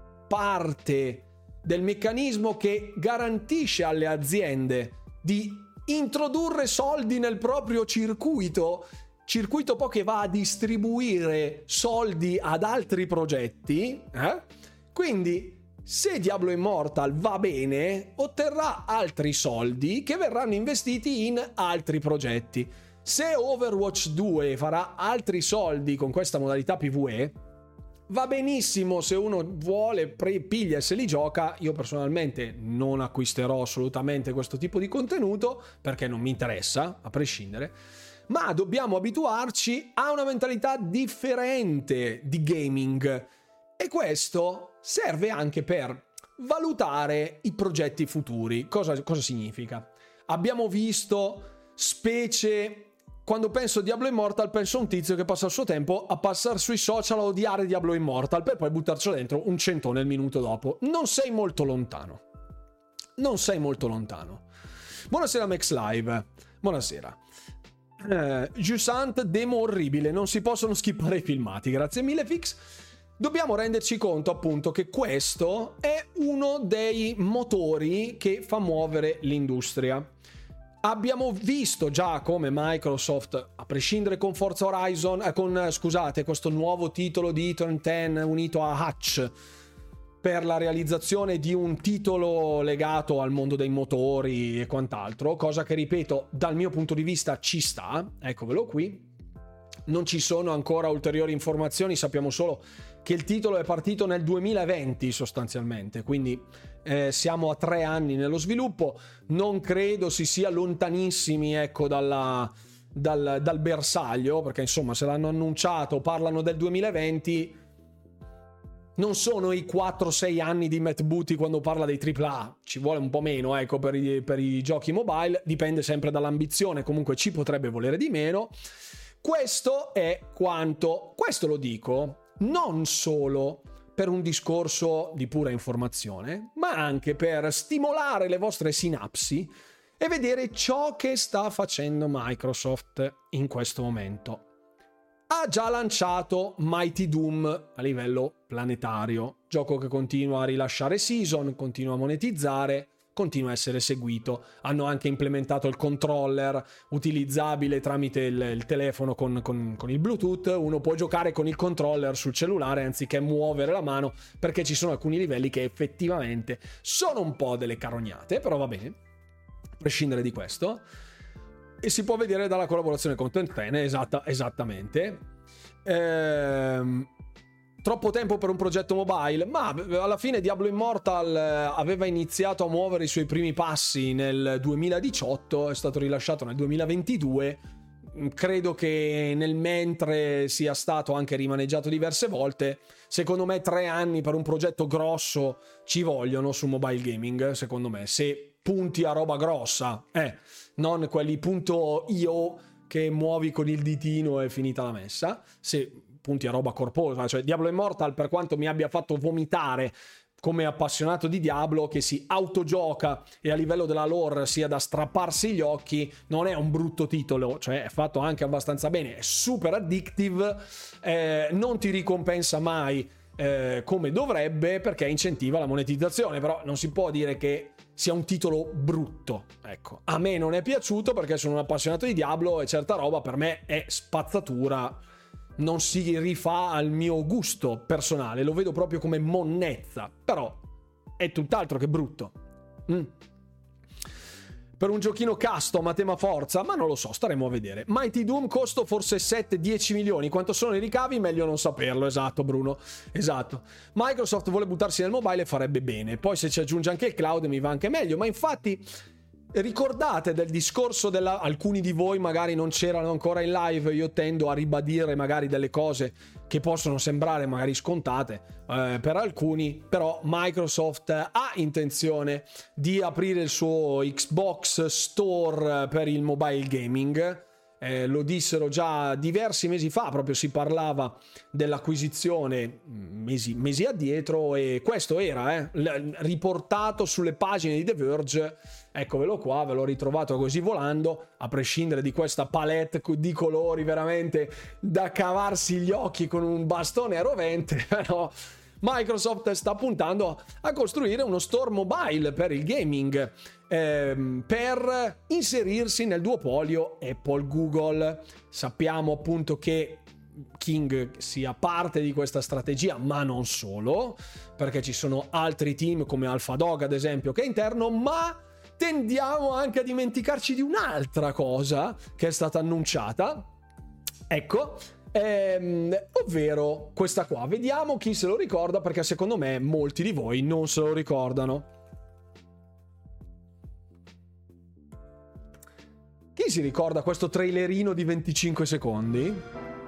parte del meccanismo che garantisce alle aziende di introdurre soldi nel proprio circuito, circuito poi che va a distribuire soldi ad altri progetti, eh? Quindi se Diablo Immortal va bene, otterrà altri soldi che verranno investiti in altri progetti. Se Overwatch due farà altri soldi con questa modalità PvE, va benissimo, se uno vuole piglia e se li gioca. Io personalmente non acquisterò assolutamente questo tipo di contenuto perché non mi interessa, a prescindere, ma dobbiamo abituarci a una mentalità differente di gaming e questo serve anche per valutare i progetti futuri. Cosa, cosa significa? Abbiamo visto, specie quando penso a Diablo Immortal, penso a un tizio che passa il suo tempo a passare sui social a odiare Diablo Immortal per poi buttarci dentro un centone il minuto dopo. Non sei molto lontano. Non sei molto lontano. Buonasera Max Live. Buonasera. Eh, Jusant, demo orribile. Non si possono skippare i filmati. Grazie mille Fix. Dobbiamo renderci conto appunto che questo è uno dei motori che fa muovere l'industria. Abbiamo visto già come Microsoft, a prescindere con Forza Horizon, eh, con, scusate, questo nuovo titolo di Turn dieci unito a Hutch per la realizzazione di un titolo legato al mondo dei motori e quant'altro, cosa che, ripeto, dal mio punto di vista ci sta, eccovelo qui. Non ci sono ancora ulteriori informazioni, sappiamo solo che il titolo è partito nel duemilaventi sostanzialmente, quindi eh, siamo a tre anni nello sviluppo. Non credo si sia lontanissimi, ecco, dalla, dal, dal bersaglio, perché insomma se l'hanno annunciato, parlano del duemilaventi, non sono i quattro sei anni di Matt Booty quando parla dei tripla A, ci vuole un po' meno, ecco, per i, per i giochi mobile, dipende sempre dall'ambizione, comunque ci potrebbe volere di meno. Questo è quanto, questo lo dico non solo per un discorso di pura informazione, ma anche per stimolare le vostre sinapsi e vedere ciò che sta facendo Microsoft in questo momento. Ha già lanciato Mighty Doom a livello planetario, gioco che continua a rilasciare season, continua a monetizzare, continua a essere seguito. Hanno anche implementato il controller utilizzabile tramite il, il telefono con, con, con il Bluetooth. Uno può giocare con il controller sul cellulare anziché muovere la mano, perché ci sono alcuni livelli che effettivamente sono un po' delle carognate, però va bene, a prescindere di questo. E si può vedere dalla collaborazione con Turn dieci, esatta, esattamente. Ehm... Troppo tempo per un progetto mobile, ma alla fine Diablo Immortal aveva iniziato a muovere i suoi primi passi nel duemiladiciotto, è stato rilasciato nel duemilaventidue, credo che nel mentre sia stato anche rimaneggiato diverse volte. Secondo me tre anni per un progetto grosso ci vogliono su mobile gaming, secondo me, se punti a roba grossa, eh, non quelli punto io che muovi con il ditino e finita la messa. Se punti a roba corposa. Cioè Diablo Immortal, per quanto mi abbia fatto vomitare come appassionato di Diablo, che si autogioca e a livello della lore sia da strapparsi gli occhi, non è un brutto titolo, cioè è fatto anche abbastanza bene, è super addictive, eh, non ti ricompensa mai eh, come dovrebbe, perché incentiva la monetizzazione, però non si può dire che sia un titolo brutto. Ecco, a me non è piaciuto perché sono un appassionato di Diablo e certa roba per me è spazzatura, non si rifà al mio gusto personale, lo vedo proprio come monnezza, però è tutt'altro che brutto. Mm. Per un giochino custom a tema forza, ma non lo so, staremo a vedere. Mighty Doom costo forse sette dieci milioni, quanto sono i ricavi? Meglio non saperlo, esatto Bruno, esatto. Microsoft vuole buttarsi nel mobile e farebbe bene, poi se ci aggiunge anche il cloud mi va anche meglio, ma infatti ricordate del discorso della... alcuni di voi magari non c'erano ancora in live, io tendo a ribadire magari delle cose che possono sembrare magari scontate eh, per alcuni, però Microsoft ha intenzione di aprire il suo Xbox Store per il mobile gaming. Eh, lo dissero già diversi mesi fa, proprio si parlava dell'acquisizione mesi, mesi addietro, e questo era eh, l- riportato sulle pagine di The Verge. Eccovelo qua, ve l'ho ritrovato così volando, a prescindere di questa palette di colori veramente da cavarsi gli occhi con un bastone a rovente, però Microsoft sta puntando a costruire uno store mobile per il gaming, ehm, per inserirsi nel duopolio Apple-Google. Sappiamo appunto che King sia parte di questa strategia, ma non solo, perché ci sono altri team come AlphaDog ad esempio che è interno, ma tendiamo anche a dimenticarci di un'altra cosa che è stata annunciata, ecco, ehm, ovvero questa qua. Vediamo chi se lo ricorda, perché secondo me molti di voi non se lo ricordano. Chi si ricorda questo trailerino di venticinque secondi?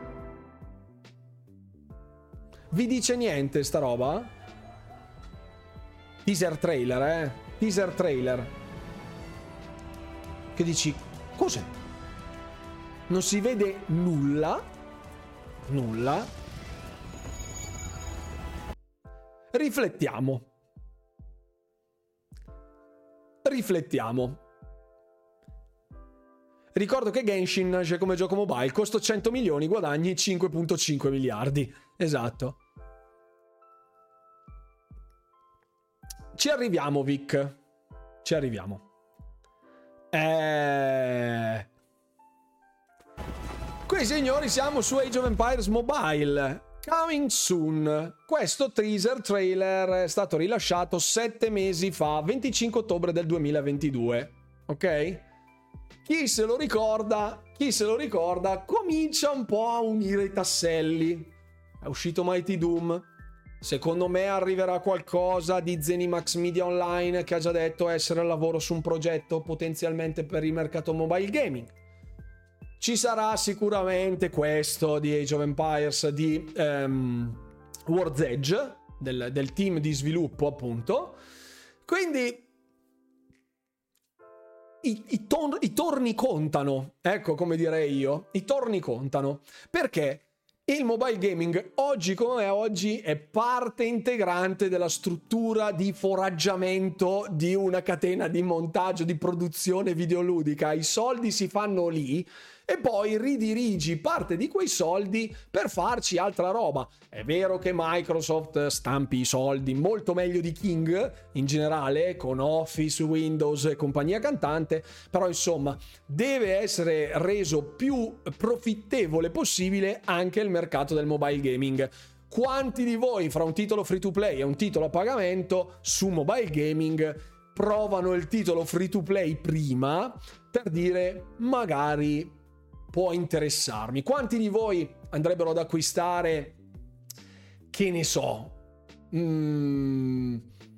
Vi dice niente sta roba? Teaser trailer, eh? Teaser trailer. Che dici, cos'è? Non si vede nulla. Nulla. Riflettiamo. Riflettiamo. Ricordo che Genshin nasce come gioco mobile, costo cento milioni, guadagni cinque virgola cinque miliardi. Esatto. Ci arriviamo, Vic. Ci arriviamo. Eh... Qui signori siamo su Age of Empires Mobile. Coming soon. Questo teaser trailer è stato rilasciato sette mesi fa, venticinque ottobre del duemilaventidue. Ok? Chi se lo ricorda, chi se lo ricorda, comincia un po' a unire i tasselli. È uscito Mighty Doom. Secondo me arriverà qualcosa di Zenimax Media Online, che ha già detto essere al lavoro su un progetto potenzialmente per il mercato mobile gaming. Ci sarà sicuramente questo di Age of Empires, di um, World's Edge, del, del team di sviluppo appunto. Quindi i, i, ton, i torni contano, ecco come direi io, i torni contano, perché il mobile gaming oggi come oggi è parte integrante della struttura di foraggiamento di una catena di montaggio, di produzione videoludica. I soldi si fanno lì e poi ridirigi parte di quei soldi per farci altra roba. È vero che Microsoft stampi i soldi molto meglio di King in generale, con Office, Windows e compagnia cantante, però insomma deve essere reso più profittevole possibile anche il mercato del mobile gaming. Quanti di voi fra un titolo free to play e un titolo a pagamento su mobile gaming provano il titolo free to play prima per dire magari può interessarmi? Quanti di voi andrebbero ad acquistare, che ne so, mm,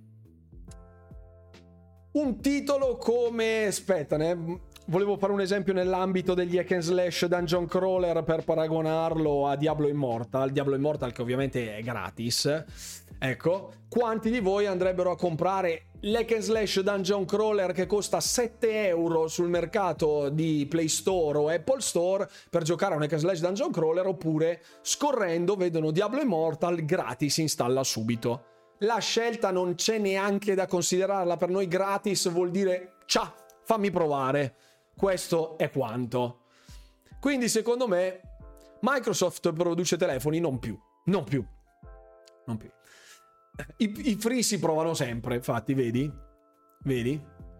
un titolo come, aspetta, ne volevo fare un esempio nell'ambito degli hack and slash dungeon crawler per paragonarlo a Diablo Immortal, Diablo Immortal che ovviamente è gratis. Ecco, quanti di voi andrebbero a comprare l'hack and slash dungeon crawler che costa sette euro sul mercato di Play Store o Apple Store per giocare a un hack and slash dungeon crawler, oppure scorrendo vedono Diablo Immortal gratis, installa subito. La scelta non c'è neanche da considerarla, per noi gratis vuol dire ciao, fammi provare. Questo è quanto. Quindi secondo me Microsoft produce telefoni, non più, non più, non più. I, i free si provano sempre, infatti, vedi? Vedi?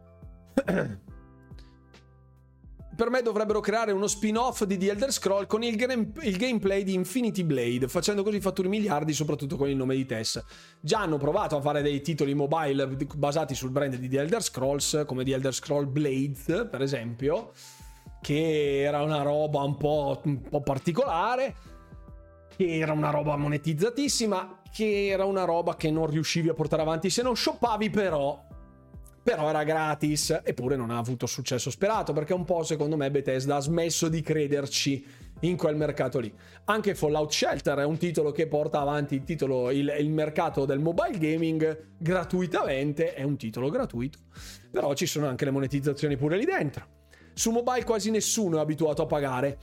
Per me dovrebbero creare uno spin-off di The Elder Scrolls con il, game, il gameplay di Infinity Blade, facendo così fatturi miliardi, soprattutto con il nome di Tess. Già hanno provato a fare dei titoli mobile basati sul brand di The Elder Scrolls, come The Elder Scrolls Blades, per esempio, che era una roba un po', un po' particolare, che era una roba monetizzatissima, che era una roba che non riuscivi a portare avanti se non shoppavi, però... però era gratis, eppure non ha avuto il successo sperato, perché un po', secondo me, Bethesda ha smesso di crederci in quel mercato lì. Anche Fallout Shelter è un titolo che porta avanti il, titolo, il, il mercato del mobile gaming gratuitamente, è un titolo gratuito, però ci sono anche le monetizzazioni pure lì dentro. Su mobile quasi nessuno è abituato a pagare.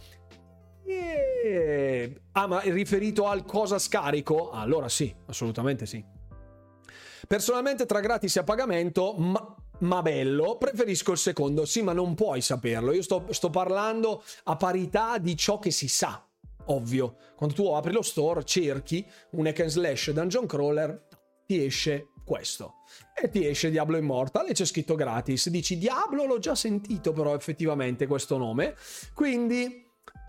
E... ah, ma riferito al cosa scarico? Allora sì, assolutamente sì. Personalmente tra gratis e a pagamento, ma, ma bello, preferisco il secondo. Sì, ma non puoi saperlo. Io sto, sto parlando a parità di ciò che si sa, ovvio. Quando tu apri lo store, cerchi un hack and slash dungeon crawler, ti esce questo. E ti esce Diablo Immortal e c'è scritto gratis. Dici, Diablo l'ho già sentito però effettivamente questo nome. Quindi...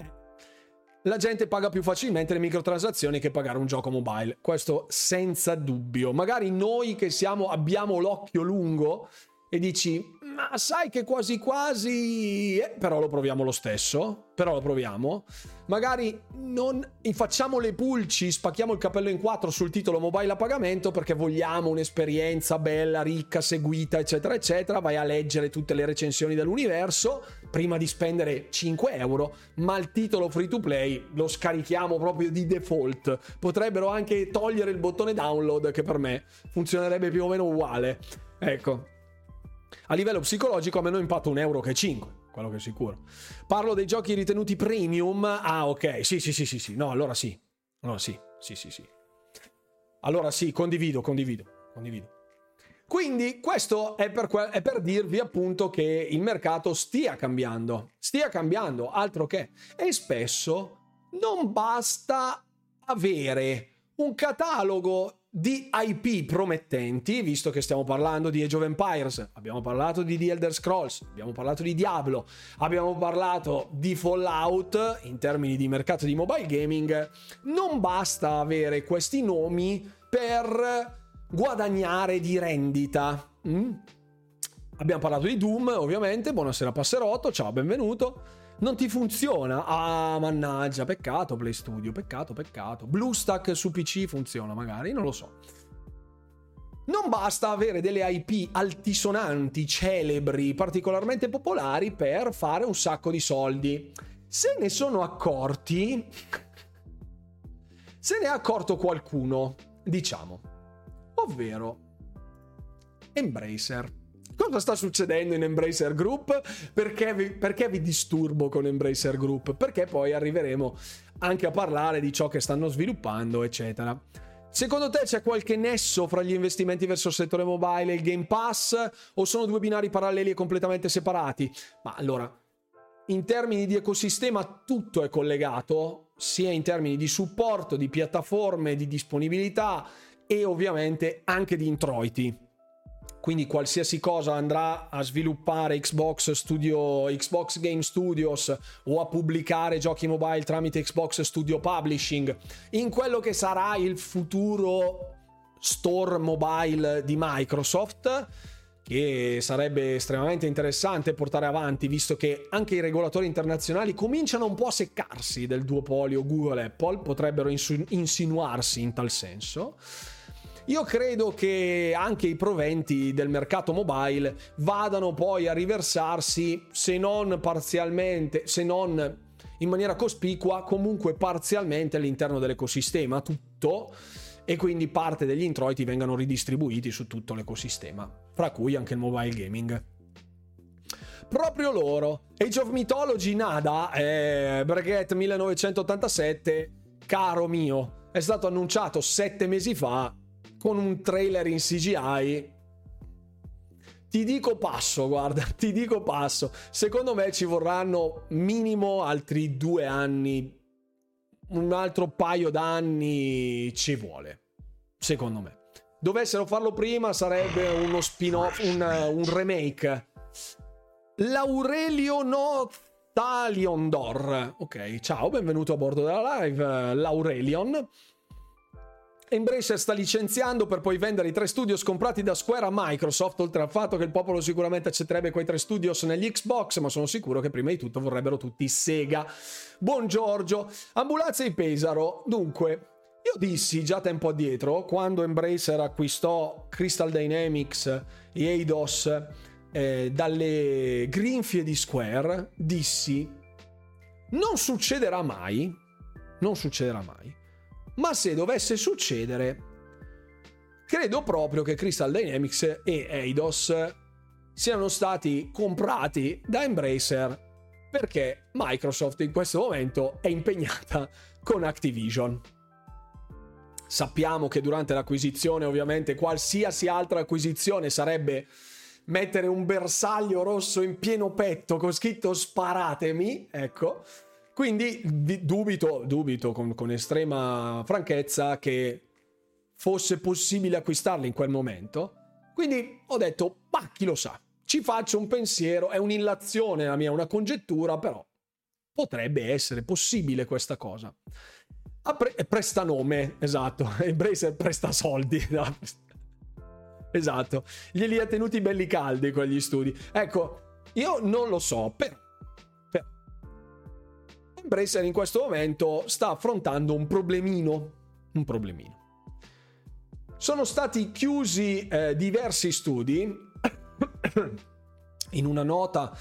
la gente paga più facilmente le microtransazioni che pagare un gioco mobile, questo senza dubbio. Magari noi che siamo, abbiamo l'occhio lungo e dici, ma sai che quasi quasi, eh, però lo proviamo lo stesso, però lo proviamo. Magari non facciamo le pulci, spacchiamo il capello in quattro sul titolo mobile a pagamento perché vogliamo un'esperienza bella, ricca, seguita, eccetera, eccetera. Vai a leggere tutte le recensioni dell'universo prima di spendere cinque euro, ma il titolo free to play lo scarichiamo proprio di default. Potrebbero anche togliere il bottone download, che per me funzionerebbe più o meno uguale. Ecco. A livello psicologico a me non impatto un euro che cinque, quello che è sicuro. Parlo dei giochi ritenuti premium. Ah, ok, sì, sì, sì, sì, sì. No, allora sì. Allora sì, sì, sì, sì. Allora sì, condivido, condivido, condivido. Quindi questo è per, que- è per dirvi appunto che il mercato stia cambiando. Stia cambiando, altro che. E spesso non basta avere un catalogo di I P promettenti, visto che stiamo parlando di Age of Empires, abbiamo parlato di The Elder Scrolls, abbiamo parlato di Diablo, abbiamo parlato di Fallout in termini di mercato di mobile gaming. Non basta avere questi nomi per guadagnare di rendita. Mm? Abbiamo parlato di Doom, ovviamente. Buonasera Passerotto, ciao, benvenuto. Non ti funziona? Ah, mannaggia, peccato Play Studio, peccato, peccato. BlueStack su P C funziona magari, non lo so. Non basta avere delle I P altisonanti, celebri, particolarmente popolari per fare un sacco di soldi. Se ne sono accorti, se ne è accorto qualcuno, diciamo, ovvero Embracer. Cosa sta succedendo in Embracer Group? Perché vi, perché vi disturbo con Embracer Group? Perché poi arriveremo anche a parlare di ciò che stanno sviluppando, eccetera. Secondo te c'è qualche nesso fra gli investimenti verso il settore mobile e il Game Pass? O sono due binari paralleli e completamente separati? Ma allora, in termini di ecosistema tutto è collegato, sia in termini di supporto, di piattaforme, di disponibilità e ovviamente anche di introiti. Quindi qualsiasi cosa andrà a sviluppare Xbox Studio, Xbox Game Studios o a pubblicare giochi mobile tramite Xbox Studio Publishing in quello che sarà il futuro store mobile di Microsoft, che sarebbe estremamente interessante portare avanti, visto che anche i regolatori internazionali cominciano un po' a seccarsi del duopolio Google-Apple, potrebbero insinuarsi in tal senso. Io credo che anche i proventi del mercato mobile vadano poi a riversarsi, se non parzialmente, se non in maniera cospicua, comunque parzialmente all'interno dell'ecosistema tutto, e quindi parte degli introiti vengano ridistribuiti su tutto l'ecosistema. fra cui anche il mobile gaming. Proprio loro, Age of Mythology nada, eh, Breguet millenovecentottantasette, caro mio, è stato annunciato sette mesi fa con un trailer in C G I. Ti dico passo, guarda, ti dico passo. Secondo me ci vorranno minimo altri due anni, un altro paio d'anni ci vuole, secondo me. Dovessero farlo prima sarebbe uno spin-off, un, un remake. L'Aurelio Nothalion Dor. Ok, ciao, benvenuto a bordo della live, l'Aurelion. Embracer sta licenziando per poi vendere i tre studios comprati da Square a Microsoft, oltre al fatto che il popolo sicuramente accetterebbe quei tre studios negli Xbox, ma sono sicuro che prima di tutto vorrebbero tutti Sega. Buon Giorgio, Ambulazia di Pesaro. Dunque, io dissi già tempo addietro, quando Embracer acquistò Crystal Dynamics e Eidos eh, dalle grinfie di Square, dissi non succederà mai, non succederà mai, ma se dovesse succedere, credo proprio che Crystal Dynamics e Eidos siano stati comprati da Embracer perché Microsoft in questo momento è impegnata con Activision. Sappiamo che durante l'acquisizione, ovviamente, qualsiasi altra acquisizione sarebbe mettere un bersaglio rosso in pieno petto con scritto sparatemi, ecco. Quindi dubito, dubito con, con estrema franchezza che fosse possibile acquistarli in quel momento. Quindi ho detto, ma chi lo sa, ci faccio un pensiero, è un'illazione la mia, una congettura, però potrebbe essere possibile questa cosa. Ah, pre- presta nome, esatto, Embracer presta soldi, no? Esatto, glieli ha tenuti belli caldi quegli studi. Ecco, io non lo so, però Embracer in questo momento sta affrontando un problemino, un problemino. Sono stati chiusi eh, diversi studi in una nota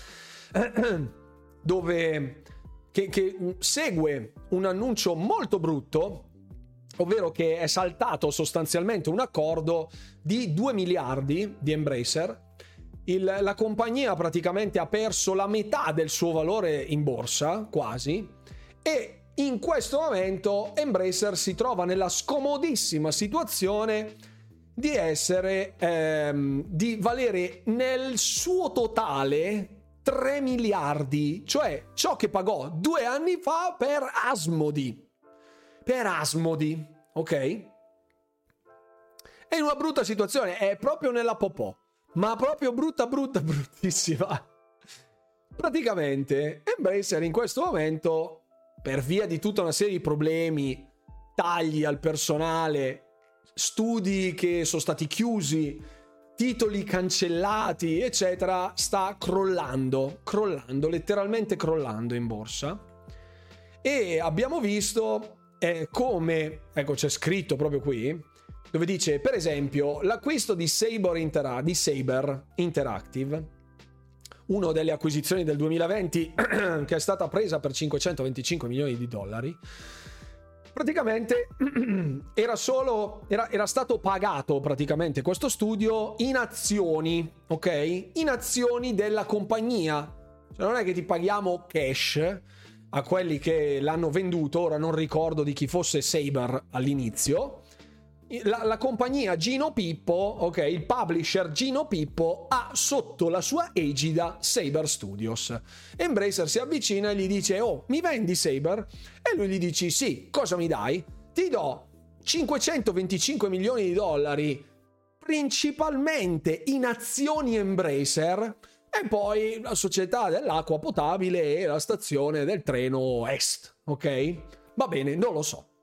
dove che, che segue un annuncio molto brutto, ovvero che è saltato sostanzialmente un accordo di due miliardi di Embracer. Il, la compagnia praticamente ha perso la metà del suo valore in borsa, quasi, e in questo momento Embracer si trova nella scomodissima situazione di essere ehm, di valere nel suo totale tre miliardi, cioè ciò che pagò due anni fa per Asmodee. Per Asmodee, ok? È in una brutta situazione, è proprio nella popò. Ma proprio brutta, brutta, bruttissima. Praticamente Embracer in questo momento, per via di tutta una serie di problemi, tagli al personale, studi che sono stati chiusi, titoli cancellati, eccetera, sta crollando, crollando, letteralmente crollando in borsa. E abbiamo visto eh, come, ecco, c'è scritto proprio qui, dove dice, per esempio, l'acquisto di Saber, Intera- di Saber Interactive, una delle acquisizioni del duemilaventi che è stata presa per cinquecentoventicinque milioni di dollari, praticamente era solo era, era stato pagato praticamente questo studio in azioni, ok? In azioni della compagnia. Cioè non è che ti paghiamo cash a quelli che l'hanno venduto, ora non ricordo di chi fosse Saber all'inizio. La, la compagnia Gino Pippo, ok, il publisher Gino Pippo ha sotto la sua egida Saber Studios. Embracer si avvicina e gli dice: oh, mi vendi Saber? E lui gli dice: sì, cosa mi dai? Ti do cinquecentoventicinque milioni di dollari principalmente in azioni Embracer e poi la società dell'acqua potabile e la stazione del treno Est, ok? Va bene, non lo so.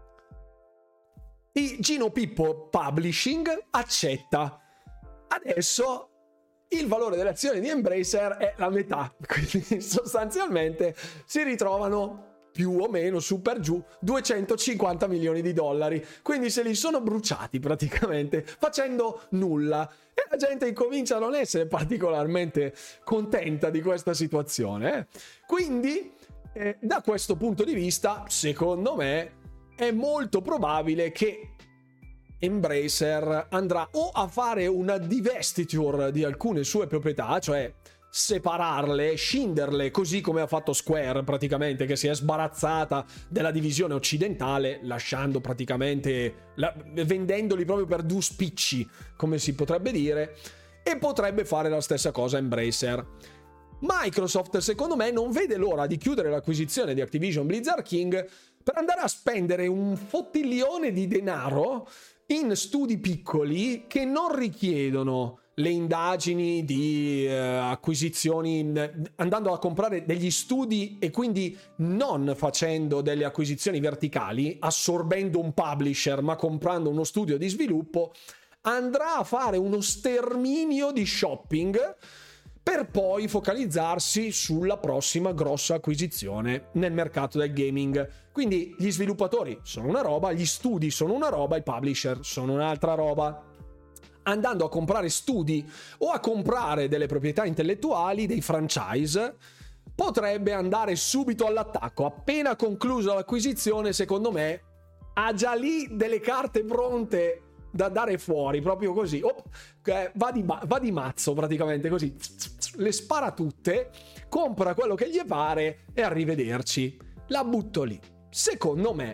Il Gino Pippo Publishing accetta. Adesso il valore delle azioni di Embracer è la metà, quindi sostanzialmente si ritrovano più o meno su per giù duecentocinquanta milioni di dollari, quindi se li sono bruciati praticamente facendo nulla, e la gente incomincia a non essere particolarmente contenta di questa situazione, eh? Quindi eh, da questo punto di vista, secondo me, è molto probabile che Embracer andrà o a fare una divestiture di alcune sue proprietà, cioè separarle, scinderle, così come ha fatto Square praticamente, che si è sbarazzata della divisione occidentale, lasciando praticamente la, vendendoli proprio per due spicci, come si potrebbe dire, e potrebbe fare la stessa cosa Embracer. Microsoft, secondo me, non vede l'ora di chiudere l'acquisizione di Activision Blizzard King per andare a spendere un fottiglione di denaro in studi piccoli che non richiedono le indagini di eh, acquisizioni, andando a comprare degli studi e quindi non facendo delle acquisizioni verticali, assorbendo un publisher ma comprando uno studio di sviluppo, andrà a fare uno sterminio di shopping per poi focalizzarsi sulla prossima grossa acquisizione nel mercato del gaming. Quindi gli sviluppatori sono una roba, gli studi sono una roba, i publisher sono un'altra roba. Andando a comprare studi o a comprare delle proprietà intellettuali, dei franchise, potrebbe andare subito all'attacco. Appena conclusa l'acquisizione, secondo me, ha già lì delle carte pronte da dare fuori, proprio così. Oh, va, di, va di mazzo praticamente, così. Le spara tutte, compra quello che gli pare e arrivederci. La butto lì. Secondo me,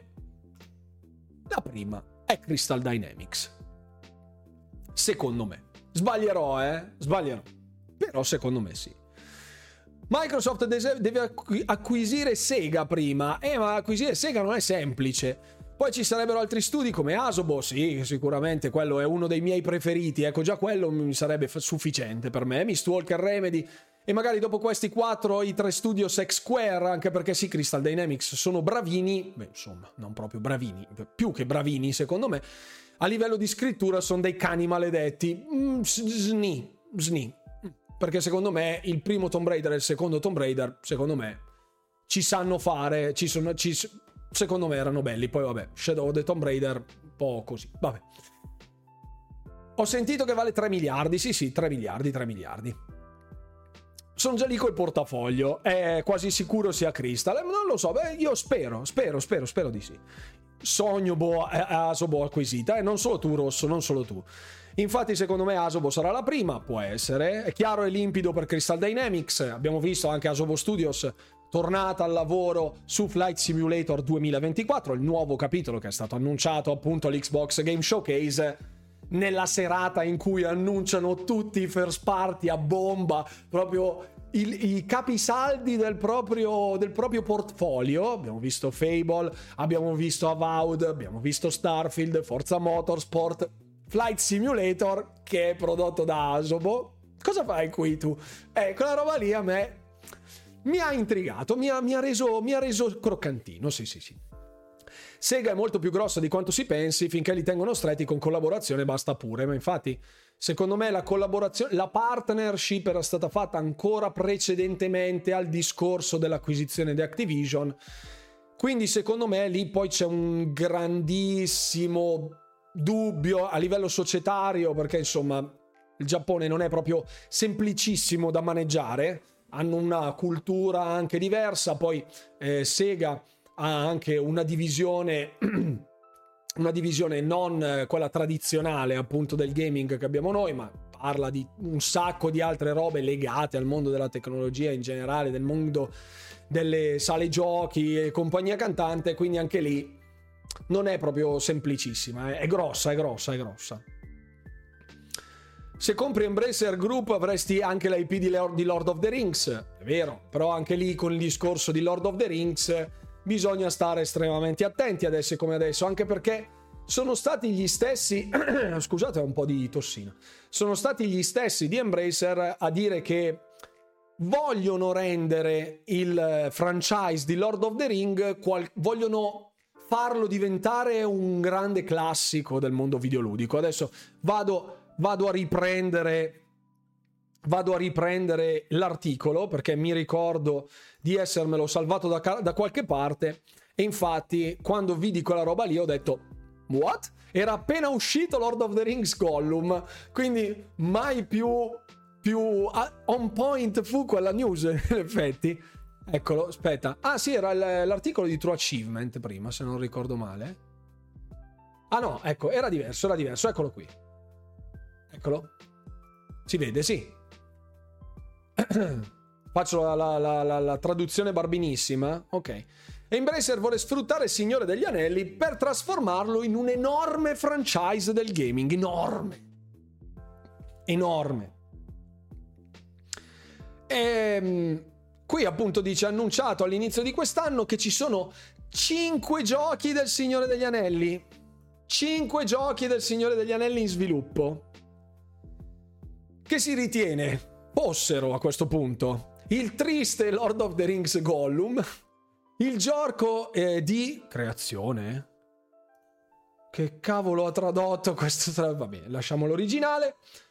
la prima è Crystal Dynamics. Secondo me. Sbaglierò, eh? Sbaglierò. Però secondo me sì. Microsoft deve acquisire Sega prima. Eh, ma acquisire Sega non è semplice. Poi ci sarebbero altri studi come Asobo, sì, sicuramente quello è uno dei miei preferiti, ecco, già quello mi sarebbe sufficiente per me. Mistwalker, Remedy, e magari dopo questi quattro i tre studios ex Square, anche perché sì, Crystal Dynamics sono bravini, beh insomma, non proprio bravini, più che bravini secondo me, a livello di scrittura sono dei cani maledetti, mm, sni, sni, perché secondo me il primo Tomb Raider e il secondo Tomb Raider, secondo me, ci sanno fare, ci sono... Ci, secondo me erano belli. Poi vabbè, Shadow of the Tomb Raider un po' così, vabbè. Ho sentito che vale tre miliardi. Sì sì, tre miliardi, tre miliardi. Sono già lì col portafoglio. È quasi sicuro sia Crystal. Non lo so, beh, io spero, spero, spero, spero di sì. Sogno boh, Asobo acquisita. E eh, non solo tu, Rosso, non solo tu. Infatti secondo me Asobo sarà la prima, può essere. È chiaro e limpido per Crystal Dynamics. Abbiamo visto anche Asobo Studios tornata al lavoro su Flight Simulator duemilaventiquattro, il nuovo capitolo che è stato annunciato appunto all'Xbox Game Showcase, nella serata in cui annunciano tutti i first party a bomba, proprio il, i capisaldi del proprio, del proprio portfolio. Abbiamo visto Fable, abbiamo visto Avowed, abbiamo visto Starfield, Forza Motorsport, Flight Simulator, che è prodotto da Asobo. Cosa fai qui tu? Eh, quella roba lì a me mi ha intrigato, mi ha, mi ha reso mi ha reso croccantino, sì sì sì. Sega è molto più grossa di quanto si pensi, finché li tengono stretti con collaborazione basta pure, ma infatti secondo me la collaborazione, la partnership era stata fatta ancora precedentemente al discorso dell'acquisizione di Activision, quindi secondo me lì poi c'è un grandissimo dubbio a livello societario, perché insomma il Giappone non è proprio semplicissimo da maneggiare, hanno una cultura anche diversa, poi eh, Sega ha anche una divisione una divisione non eh, quella tradizionale appunto del gaming che abbiamo noi, ma parla di un sacco di altre robe legate al mondo della tecnologia in generale, del mondo delle sale giochi e compagnia cantante, quindi anche lì non è proprio semplicissima, è, è grossa, è grossa, è grossa. Se compri Embracer Group avresti anche l'I P di Lord of the Rings, è vero, però anche lì con il discorso di Lord of the Rings bisogna stare estremamente attenti adesso come adesso, anche perché sono stati gli stessi, scusate ho un po' di tossina, sono stati gli stessi di Embracer a dire che vogliono rendere il franchise di Lord of the Ring, qual- vogliono farlo diventare un grande classico del mondo videoludico. Adesso vado... Vado a riprendere vado a riprendere l'articolo perché mi ricordo di essermelo salvato da, da qualche parte, e infatti quando vidi quella roba lì ho detto what? Era appena uscito Lord of the Rings Gollum, quindi mai più più on point fu quella news in effetti. Eccolo, aspetta. Ah sì, era l'articolo di True Achievement prima, se non ricordo male. Ah no, ecco, era diverso, era diverso, eccolo qui. Eccolo. Si vede, sì. Faccio la, la, la, la, la traduzione barbinissima. Ok. Embracer vuole sfruttare il Signore degli Anelli per trasformarlo in un enorme franchise del gaming. Enorme. Enorme. E qui appunto dice, annunciato all'inizio di quest'anno che ci sono cinque giochi del Signore degli Anelli. cinque giochi del Signore degli Anelli in sviluppo. Che si ritiene fossero a questo punto il triste Lord of the Rings Gollum, il gioco eh, di creazione. Che cavolo ha tradotto questo? Tra... Vabbè, lasciamo l'originale.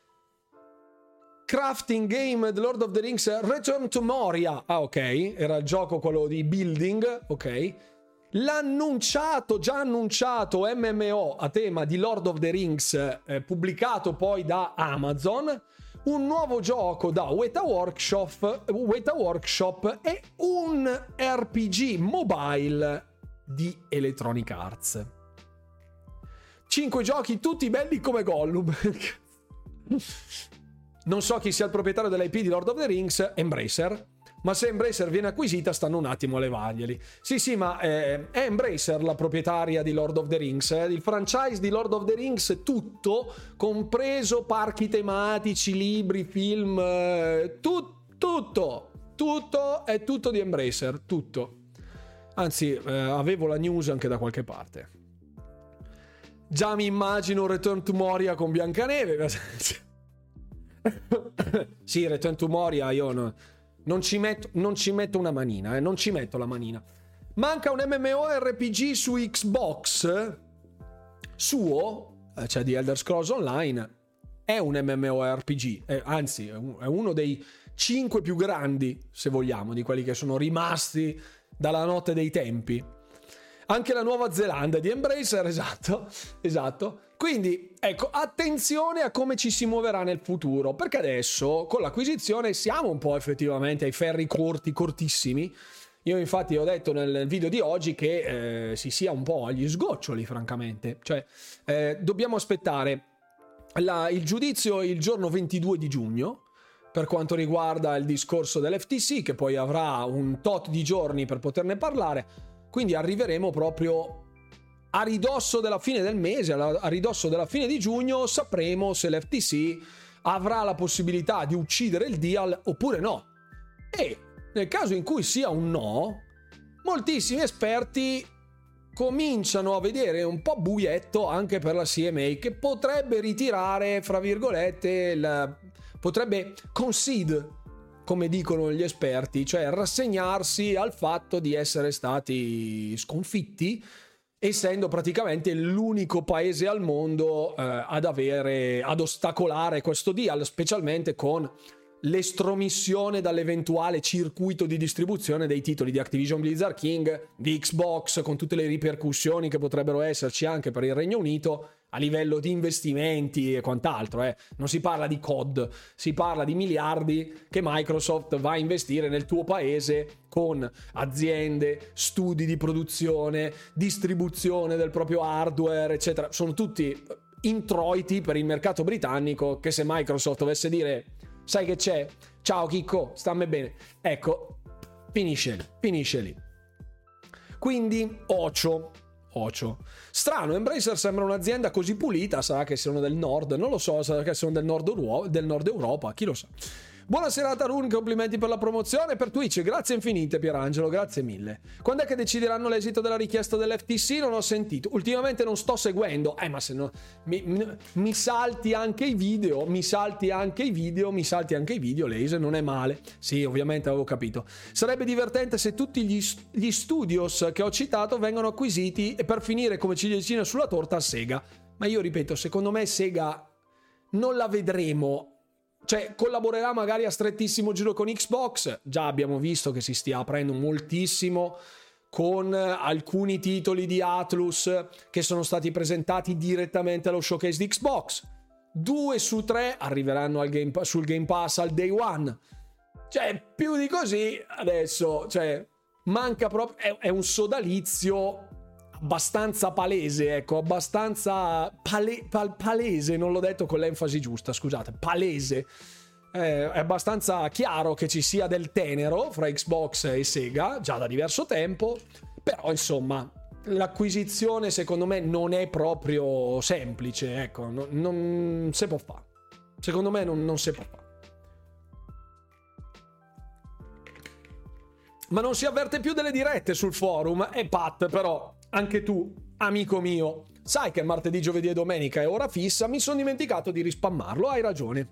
Crafting game The Lord of the Rings Return to Moria. Ah, ok, era il gioco quello di building, ok. L'annunciato, già annunciato M M O a tema di Lord of the Rings, eh, pubblicato poi da Amazon. Un nuovo gioco da Weta Workshop, Weta Workshop e un R P G mobile di Electronic Arts. Cinque giochi tutti belli come Gollum. Non so chi sia il proprietario dell'I P di Lord of the Rings, Embracer, ma se Embracer viene acquisita stanno un attimo a levarglieli. Sì sì, ma eh, è Embracer la proprietaria di Lord of the Rings, eh? Il franchise di Lord of the Rings tutto, compreso parchi tematici, libri, film, eh, tu, tutto, tutto è tutto di Embracer, tutto. Anzi, eh, avevo la news anche da qualche parte. Già mi immagino Return to Moria con Biancaneve. Sì, Return to Moria io no, non ci metto non ci metto una manina, eh, non ci metto la manina. Manca un M M O R P G su Xbox suo, cioè di Elder Scrolls Online. È un M M O R P G, eh, anzi è, un, è uno dei cinque più grandi, se vogliamo, di quelli che sono rimasti dalla notte dei tempi. Anche la Nuova Zelanda di Embracer, esatto, esatto. Quindi, ecco, attenzione a come ci si muoverà nel futuro, perché adesso, con l'acquisizione, siamo un po' effettivamente ai ferri corti, cortissimi. Io infatti ho detto nel video di oggi che eh, si sia un po' agli sgoccioli, francamente. Cioè, eh, dobbiamo aspettare la, il giudizio il giorno ventidue di giugno, per quanto riguarda il discorso dell'F T C, che poi avrà un tot di giorni per poterne parlare. Quindi arriveremo proprio a ridosso della fine del mese, a ridosso della fine di giugno, sapremo se l'F T C avrà la possibilità di uccidere il deal oppure no. E nel caso in cui sia un no, moltissimi esperti cominciano a vedere un po' buietto anche per la C M A, che potrebbe ritirare, fra virgolette, la, potrebbe concede, come dicono gli esperti, cioè rassegnarsi al fatto di essere stati sconfitti, essendo praticamente l'unico paese al mondo eh, ad avere, ad ostacolare questo deal, specialmente con l'estromissione dall'eventuale circuito di distribuzione dei titoli di Activision Blizzard King, di Xbox, con tutte le ripercussioni che potrebbero esserci anche per il Regno Unito a livello di investimenti e quant'altro. Eh. Non si parla di C O D, si parla di miliardi che Microsoft va a investire nel tuo paese con aziende, studi di produzione, distribuzione del proprio hardware, eccetera. Sono tutti introiti per il mercato britannico che, se Microsoft dovesse dire sai che c'è, ciao Chicco, stammi bene, ecco, finisce lì, finisce lì. Quindi ocio, ocio. Strano, Embracer sembra un'azienda così pulita, sarà che sono del nord, non lo so, sarà che sono del nord, del nord Europa, chi lo sa. Buona serata Rune, complimenti per la promozione per Twitch, grazie infinite Pierangelo, grazie mille. Quando è che decideranno l'esito della richiesta dell'F T C? Non ho sentito, ultimamente non sto seguendo, eh ma se no mi, mi, mi salti anche i video, mi salti anche i video, mi salti anche i video, Laser, non è male. Sì, ovviamente avevo capito. Sarebbe divertente se tutti gli, gli studios che ho citato vengono acquisiti e per finire come ciliegina sulla torta a Sega. Ma io ripeto, secondo me Sega non la vedremo. Cioè, collaborerà magari a strettissimo giro con Xbox. Già abbiamo visto che si stia aprendo moltissimo con alcuni titoli di Atlus che sono stati presentati direttamente allo showcase di Xbox. Due su tre arriveranno al game, sul Game Pass al day one. Cioè, più di così adesso, cioè, manca proprio, è, è un sodalizio abbastanza palese, ecco, abbastanza pale, pal, palese, non l'ho detto con l'enfasi giusta, scusate, palese. Eh, è abbastanza chiaro che ci sia del tenero fra Xbox e Sega, già da diverso tempo, però insomma, l'acquisizione secondo me non è proprio semplice, ecco, non, non si può fare. Secondo me non, non si può fare. Ma non si avverte più delle dirette sul forum. E Pat, però, anche tu, amico mio, sai che martedì, giovedì e domenica è ora fissa. Mi sono dimenticato di rispammarlo, hai ragione.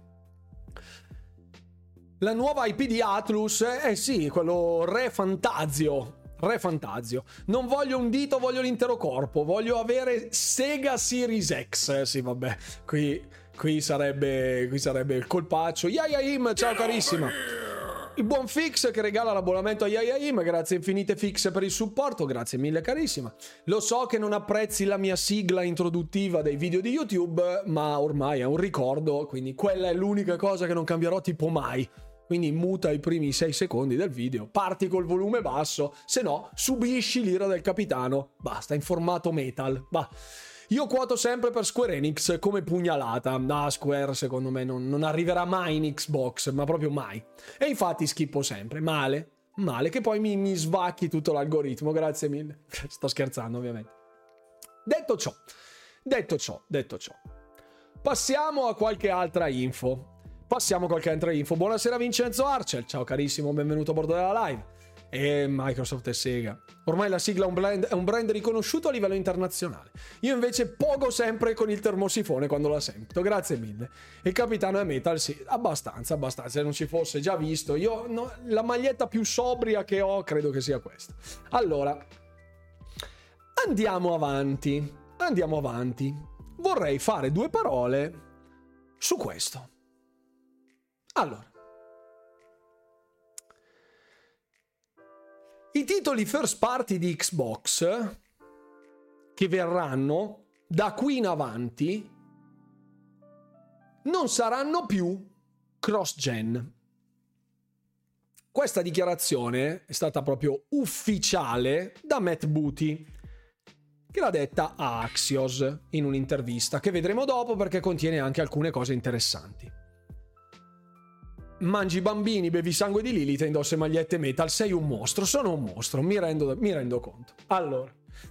La nuova I P di Atlus, eh sì, quello Re Fantazio. Re Fantazio. Non voglio un dito, voglio l'intero corpo. Voglio avere Sega Series X. Eh sì, vabbè, qui, qui sarebbe, qui sarebbe il colpaccio. Yayaim, ciao carissima. Il buon Fix che regala l'abbonamento a Yayaim, grazie infinite Fix per il supporto, grazie mille carissima. Lo so che non apprezzi la mia sigla introduttiva dei video di YouTube, ma ormai è un ricordo, quindi quella è l'unica cosa che non cambierò tipo mai. Quindi muta i primi sei secondi del video, parti col volume basso, se no subisci l'ira del capitano, basta, in formato metal, va. Io quoto sempre per Square Enix come pugnalata. Ah, Square secondo me non, non arriverà mai in Xbox, ma proprio mai. E infatti schippo sempre. Male, male, che poi mi, mi svacchi tutto l'algoritmo. Grazie mille. Sto scherzando, ovviamente. Detto ciò, detto ciò, detto ciò. Passiamo a qualche altra info. Passiamo a qualche altra info. Buonasera Vincenzo Arcel. Ciao carissimo, benvenuto a bordo della live. E Microsoft e Sega. Ormai la sigla è un, brand, è un brand riconosciuto a livello internazionale. Io invece pogo sempre con il termosifone quando la sento. Grazie mille. Il capitano è metal, sì, abbastanza, abbastanza. Se non ci fosse già visto, io no, la maglietta più sobria che ho credo che sia questa. Allora, andiamo avanti. Andiamo avanti. Vorrei fare due parole su questo. Allora, i titoli first party di Xbox che verranno da qui in avanti non saranno più cross-gen. Questa dichiarazione è stata proprio ufficiale da Matt Booty, che l'ha detta a Axios in un'intervista che vedremo dopo perché contiene anche alcune cose interessanti. Mangi bambini, bevi sangue di Lilith e indossi magliette metal, sei un mostro, sono un mostro, mi rendo, mi rendo conto. Allora,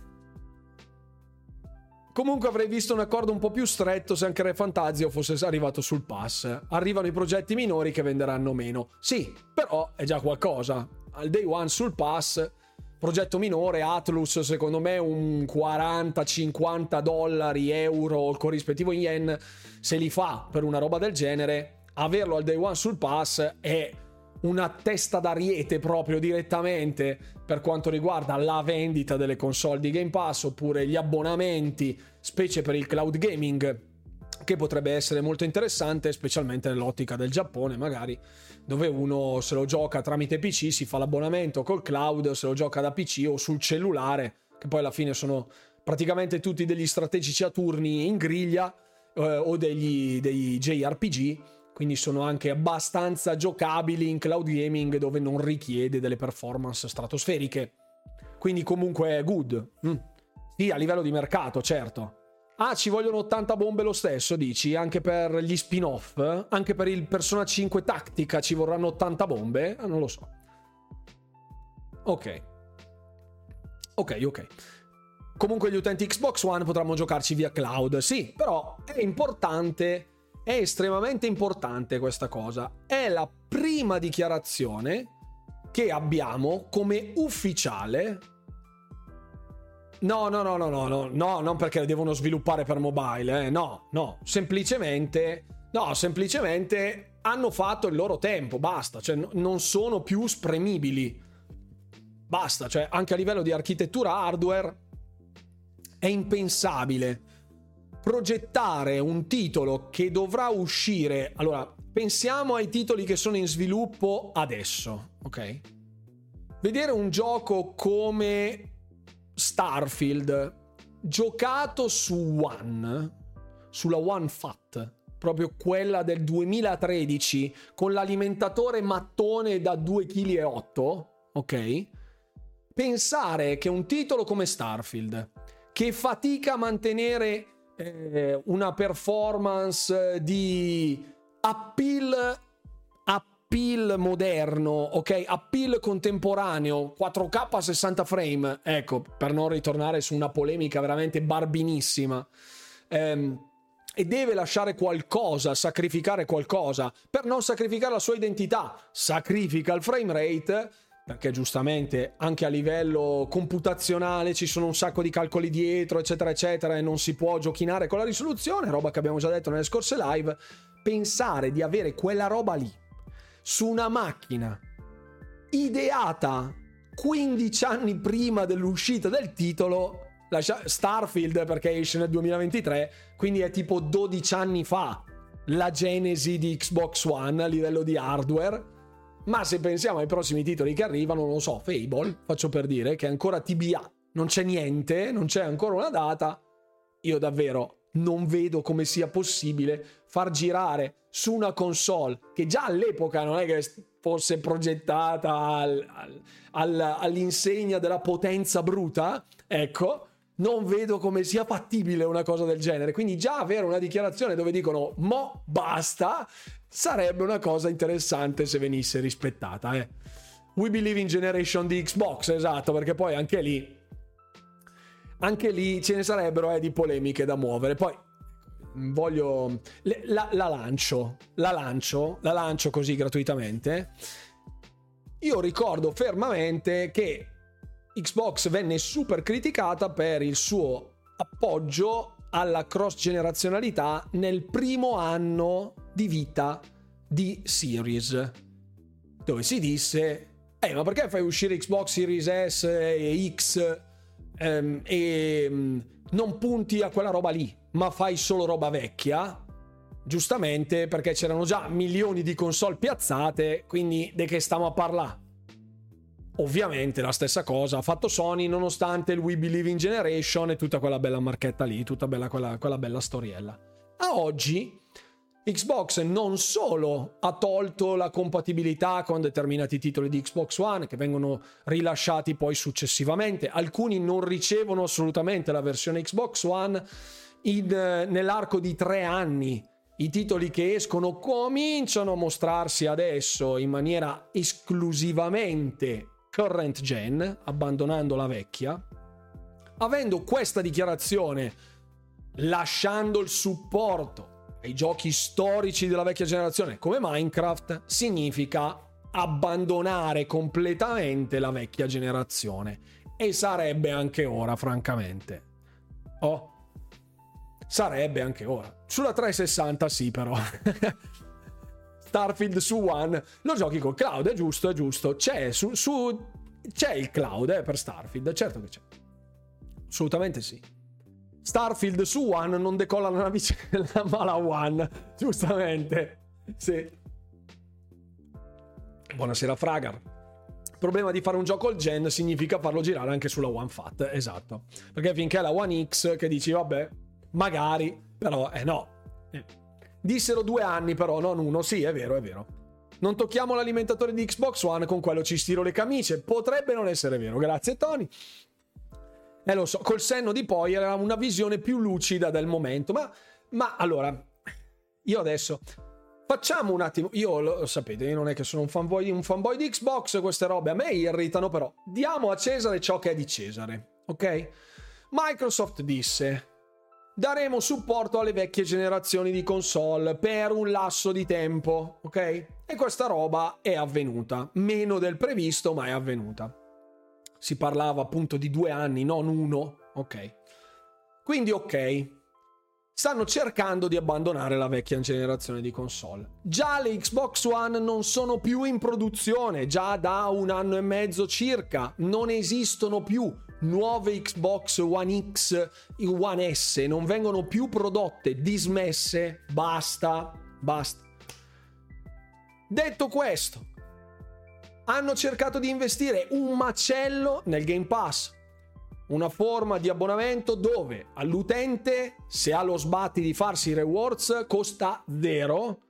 comunque avrei visto un accordo un po' più stretto se anche Re Fantazio fosse arrivato sul pass. Arrivano i progetti minori che venderanno meno. Sì, però è già qualcosa. Al day one sul pass, progetto minore, Atlus secondo me un quaranta cinquanta dollari, euro, il corrispettivo in yen, se li fa per una roba del genere. Averlo al day one sul pass è una testa d'ariete proprio direttamente per quanto riguarda la vendita delle console di Game Pass oppure gli abbonamenti, specie per il cloud gaming, che potrebbe essere molto interessante, specialmente nell'ottica del Giappone magari, dove uno se lo gioca tramite P C, si fa l'abbonamento col cloud, se lo gioca da P C o sul cellulare, che poi alla fine sono praticamente tutti degli strategici a turni in griglia eh, o degli, dei J R P G. Quindi sono anche abbastanza giocabili in cloud gaming dove non richiede delle performance stratosferiche. Quindi comunque è good. Mm. Sì, a livello di mercato, certo. Ah, ci vogliono ottanta bombe lo stesso, dici? Anche per gli spin-off? Anche per il Persona cinque Tactica ci vorranno ottanta bombe? Ah, non lo so. Ok. Ok, ok. Comunque gli utenti Xbox One potranno giocarci via cloud. Sì, però è importante... È estremamente importante questa cosa. È la prima dichiarazione che abbiamo come ufficiale. No, no, no, no, no, no, no, non perché devono sviluppare per mobile, eh. No, no, semplicemente, no, semplicemente hanno fatto il loro tempo, basta, cioè n- non sono più spremibili. Basta, cioè anche a livello di architettura hardware è impensabile progettare un titolo che dovrà uscire. Allora, pensiamo ai titoli che sono in sviluppo adesso, ok? Vedere un gioco come Starfield giocato su One, sulla One Fat, proprio quella del duemilatredici, con l'alimentatore mattone da due virgola otto chili, ok? pensare che un titolo come Starfield, che fatica a mantenere eh, una performance di appeal appeal moderno, ok, appeal contemporaneo, quattro K a sessanta frame, ecco, per non ritornare su una polemica veramente barbinissima, ehm, e deve lasciare qualcosa, sacrificare qualcosa, per non sacrificare la sua identità, sacrifica il frame rate, perché giustamente anche a livello computazionale ci sono un sacco di calcoli dietro, eccetera eccetera, e non si può giochinare con la risoluzione, roba che abbiamo già detto nelle scorse live. Pensare di avere quella roba lì su una macchina ideata quindici anni prima dell'uscita del titolo, Starfield perché esce nel duemilaventitré, quindi è tipo dodici anni fa la genesi di Xbox One a livello di hardware. Ma se pensiamo ai prossimi titoli che arrivano, non lo so, Fable, faccio per dire, che è ancora T B A, non c'è niente, non c'è ancora una data, io davvero non vedo come sia possibile far girare su una console che già all'epoca non è che fosse progettata al, al, al, all'insegna della potenza bruta, ecco, non vedo come sia fattibile una cosa del genere. Quindi già avere una dichiarazione dove dicono mo basta sarebbe una cosa interessante se venisse rispettata, eh. We believe in generation di Xbox, esatto, perché poi anche lì anche lì ce ne sarebbero eh, di polemiche da muovere. Poi voglio la, la lancio la lancio la lancio così gratuitamente. Io ricordo fermamente che Xbox venne super criticata per il suo appoggio alla cross generazionalità nel primo anno di vita di Series, dove si disse eh ma perché fai uscire Xbox Series S e X ehm, e um, non punti a quella roba lì, ma fai solo roba vecchia? Giustamente, perché c'erano già milioni di console piazzate, quindi di che stiamo a parlare? Ovviamente la stessa cosa ha fatto Sony, nonostante il We Believe in Generation e tutta quella bella marchetta lì, tutta bella quella, quella bella storiella. A oggi Xbox non solo ha tolto la compatibilità con determinati titoli di Xbox One che vengono rilasciati poi successivamente, alcuni non ricevono assolutamente la versione Xbox One in, nell'arco di tre anni. I titoli che escono cominciano a mostrarsi adesso in maniera esclusivamente current gen, abbandonando la vecchia. Avendo questa dichiarazione, lasciando il supporto ai giochi storici della vecchia generazione come Minecraft, significa abbandonare completamente la vecchia generazione, e sarebbe anche ora, francamente. Oh, sarebbe anche ora. Sulla trecentosessanta sì, però. Starfield su One lo giochi col cloud, è giusto, è giusto. C'è su, su c'è il cloud eh, per Starfield, certo che c'è. Assolutamente sì. Starfield su One non decolla la navicella, ma la One, giustamente. Sì. Buonasera Fragar. Il problema di fare un gioco al gen significa farlo girare anche sulla One Fat, esatto. Perché finché è la One X che dici vabbè, magari, però eh no. Eh. Dissero due anni però, non uno. Sì, è vero, è vero. Non tocchiamo l'alimentatore di Xbox One, con quello ci stiro le camicie. Potrebbe non essere vero, grazie Tony. Eh lo so, col senno di poi era una visione più lucida del momento. Ma, ma allora, io adesso facciamo un attimo. Io lo sapete, io non è che sono un fanboy, un fanboy di Xbox, queste robe a me irritano, però diamo a Cesare ciò che è di Cesare, ok? Microsoft disse: daremo supporto alle vecchie generazioni di console per un lasso di tempo, ok? E questa roba è avvenuta, meno del previsto, ma è avvenuta. Si parlava appunto di due anni, non uno, ok? Quindi ok, stanno cercando di abbandonare la vecchia generazione di console. Già le Xbox One non sono più in produzione, già da un anno e mezzo circa, non esistono più nuove Xbox One X e One S, non vengono più prodotte, dismesse, basta, basta. Detto questo, hanno cercato di investire un macello nel Game Pass, una forma di abbonamento dove all'utente, se ha lo sbatti di farsi i rewards, costa zero,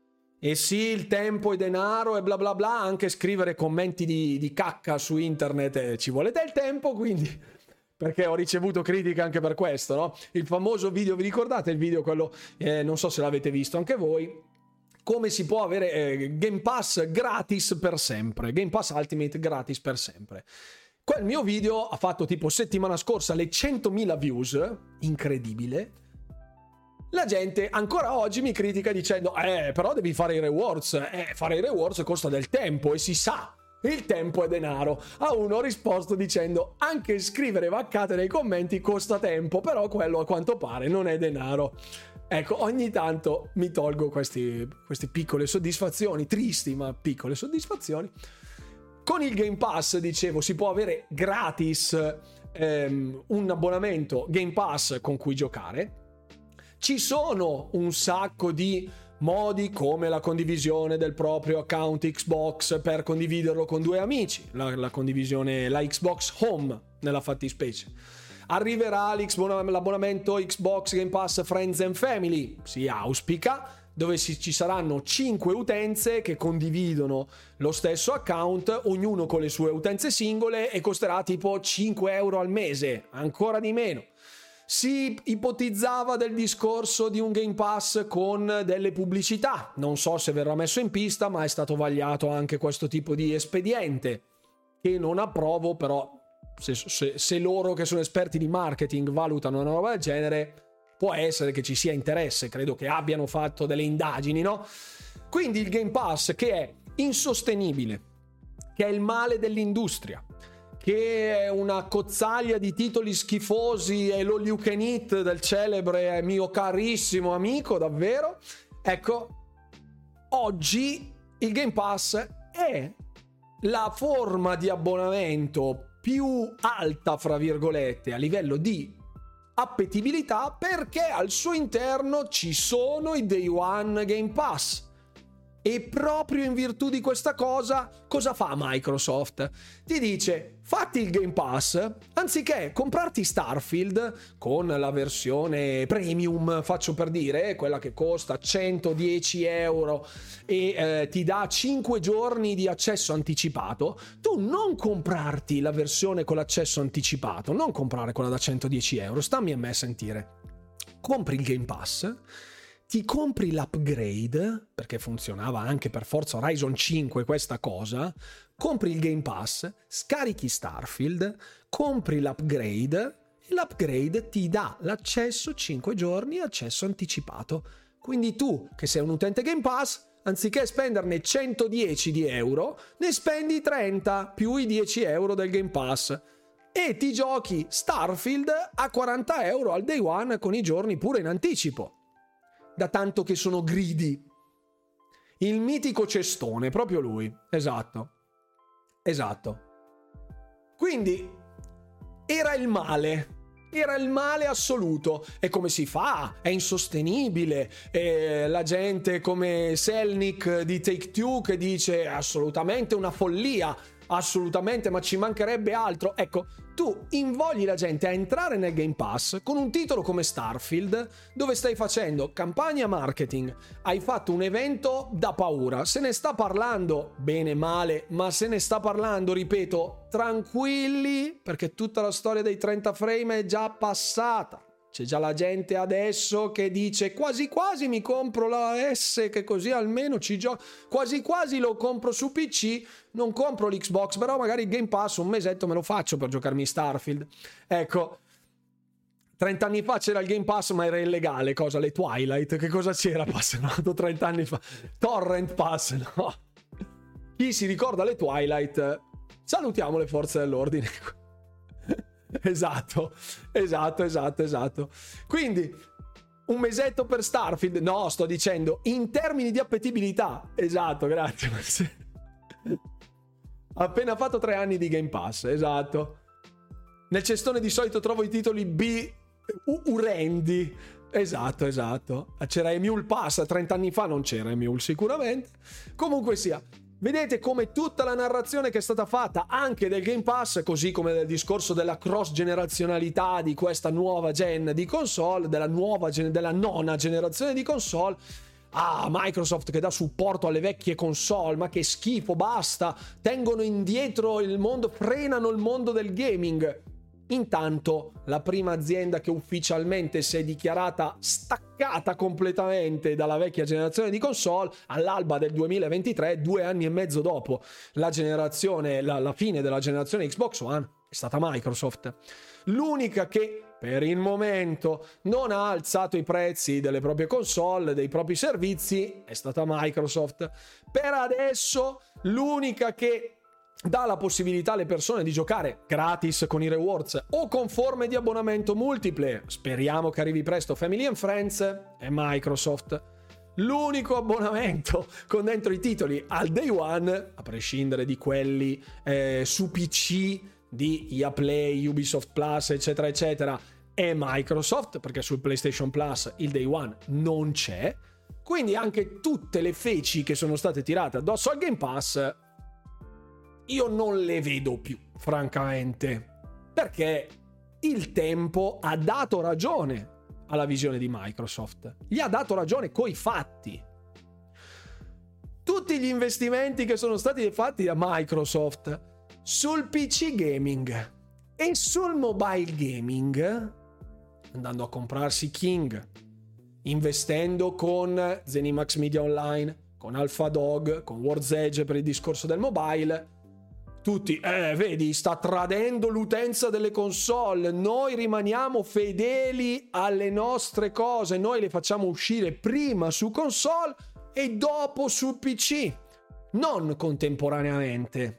E sì, il tempo è denaro e bla bla bla, anche scrivere commenti di, di cacca su internet eh, ci vuole del tempo, quindi... perché ho ricevuto critiche anche per questo, no? Il famoso video, vi ricordate il video quello, eh, non so se l'avete visto anche voi, come si può avere eh, Game Pass gratis per sempre, Game Pass Ultimate gratis per sempre. Quel mio video ha fatto tipo settimana scorsa le centomila views, incredibile. La gente ancora oggi mi critica dicendo eh però devi fare i rewards, eh fare i rewards costa del tempo e si sa, il tempo è denaro. A uno ho risposto dicendo anche scrivere vaccate nei commenti costa tempo, però quello a quanto pare non è denaro. Ecco, ogni tanto mi tolgo questi, queste piccole soddisfazioni, tristi ma piccole soddisfazioni. Con il Game Pass, dicevo, si può avere gratis ehm, un abbonamento Game Pass con cui giocare. Ci sono un sacco di modi come la condivisione del proprio account Xbox per condividerlo con due amici, la, la condivisione, la Xbox Home nella fattispecie. Arriverà l'abbonamento Xbox Game Pass Friends and Family, si auspica, dove si, ci saranno cinque utenze che condividono lo stesso account, ognuno con le sue utenze singole, e costerà tipo cinque euro al mese, ancora di meno. Si ipotizzava del discorso di un Game Pass con delle pubblicità, non so se verrà messo in pista, ma è stato vagliato anche questo tipo di espediente, che non approvo, però se, se, se loro che sono esperti di marketing valutano una roba del genere, può essere che ci sia interesse, credo che abbiano fatto delle indagini, no? Quindi il Game Pass, che è insostenibile, che è il male dell'industria, che è una cozzaglia di titoli schifosi e l'all you can eat del celebre mio carissimo amico, davvero, ecco, oggi il Game Pass è la forma di abbonamento più alta, fra virgolette, a livello di appetibilità, perché al suo interno ci sono i Day One Game Pass. E proprio in virtù di questa cosa, cosa fa Microsoft? Ti dice, fatti il Game Pass, anziché comprarti Starfield con la versione premium, faccio per dire, quella che costa centodieci euro e eh, ti dà cinque giorni di accesso anticipato, tu non comprarti la versione con l'accesso anticipato, non comprare quella da centodieci euro, stammi a me a sentire. Compri il Game Pass, ti compri l'upgrade, perché funzionava anche per Forza Horizon cinque questa cosa, compri il Game Pass, scarichi Starfield, compri l'upgrade e l'upgrade ti dà l'accesso cinque giorni, accesso anticipato. Quindi tu, che sei un utente Game Pass, anziché spenderne centodieci di euro, ne spendi trenta più i dieci euro del Game Pass. E ti giochi Starfield a quaranta euro al day one con i giorni pure in anticipo. Da tanto che sono greedy. Il mitico cestone, proprio lui. Esatto. Esatto. Quindi era il male. Era il male assoluto. E come si fa? È insostenibile. E la gente come Selnick di Take-Two che dice assolutamente una follia. Assolutamente, ma ci mancherebbe altro. Ecco, tu invogli la gente a entrare nel Game Pass con un titolo come Starfield, dove stai facendo campagna marketing, hai fatto un evento da paura, se ne sta parlando bene male, ma se ne sta parlando, ripeto, tranquilli, perché tutta la storia dei trenta frame è già passata. C'è già la gente adesso che dice quasi quasi mi compro la S, che così almeno ci gioco, quasi quasi lo compro su P C, non compro l'Xbox, però magari il Game Pass un mesetto me lo faccio per giocarmi Starfield. Ecco, trenta anni fa c'era il Game Pass ma era illegale, cosa? Le Twilight, che cosa c'era passato trenta anni fa? Torrent Pass, no? Chi si ricorda le Twilight? Salutiamo le forze dell'ordine. Esatto, esatto, esatto, esatto. Quindi un mesetto per Starfield? No, sto dicendo in termini di appetibilità. Esatto, grazie. Appena fatto tre anni di Game Pass, esatto. Nel cestone di solito trovo i titoli B urendi. Esatto, esatto. C'era Emule Pass, trenta anni fa non c'era Emule sicuramente. Comunque sia, vedete come tutta la narrazione che è stata fatta anche del Game Pass, così come del discorso della cross generazionalità di questa nuova gen di console, della nuova gen- della nona generazione di console, ah, Microsoft che dà supporto alle vecchie console, ma che schifo, basta, tengono indietro il mondo, frenano il mondo del gaming. Intanto la prima azienda che ufficialmente si è dichiarata staccata completamente dalla vecchia generazione di console all'alba del duemilaventitré, due anni e mezzo dopo la generazione, la, la fine della generazione Xbox One, è stata Microsoft. L'unica che per il momento non ha alzato i prezzi delle proprie console, dei propri servizi, è stata Microsoft. Per adesso l'unica che dà la possibilità alle persone di giocare gratis con i rewards o con forme di abbonamento multiplayer, speriamo che arrivi presto Family and Friends, è Microsoft. L'unico abbonamento con dentro i titoli al day one, a prescindere di quelli eh, su P C di E A Play, Ubisoft Plus, eccetera eccetera, è Microsoft, perché sul PlayStation Plus il day one non c'è. Quindi anche tutte le feci che sono state tirate addosso al Game Pass io non le vedo più, francamente, perché il tempo ha dato ragione alla visione di Microsoft, gli ha dato ragione coi fatti. Tutti gli investimenti che sono stati fatti da Microsoft sul P C gaming e sul mobile gaming, andando a comprarsi King, investendo con Zenimax Media Online, con AlphaDog, con World's Edge per il discorso del mobile, tutti, eh, vedi, sta tradendo l'utenza delle console, noi rimaniamo fedeli alle nostre cose, noi le facciamo uscire prima su console e dopo su P C, non contemporaneamente.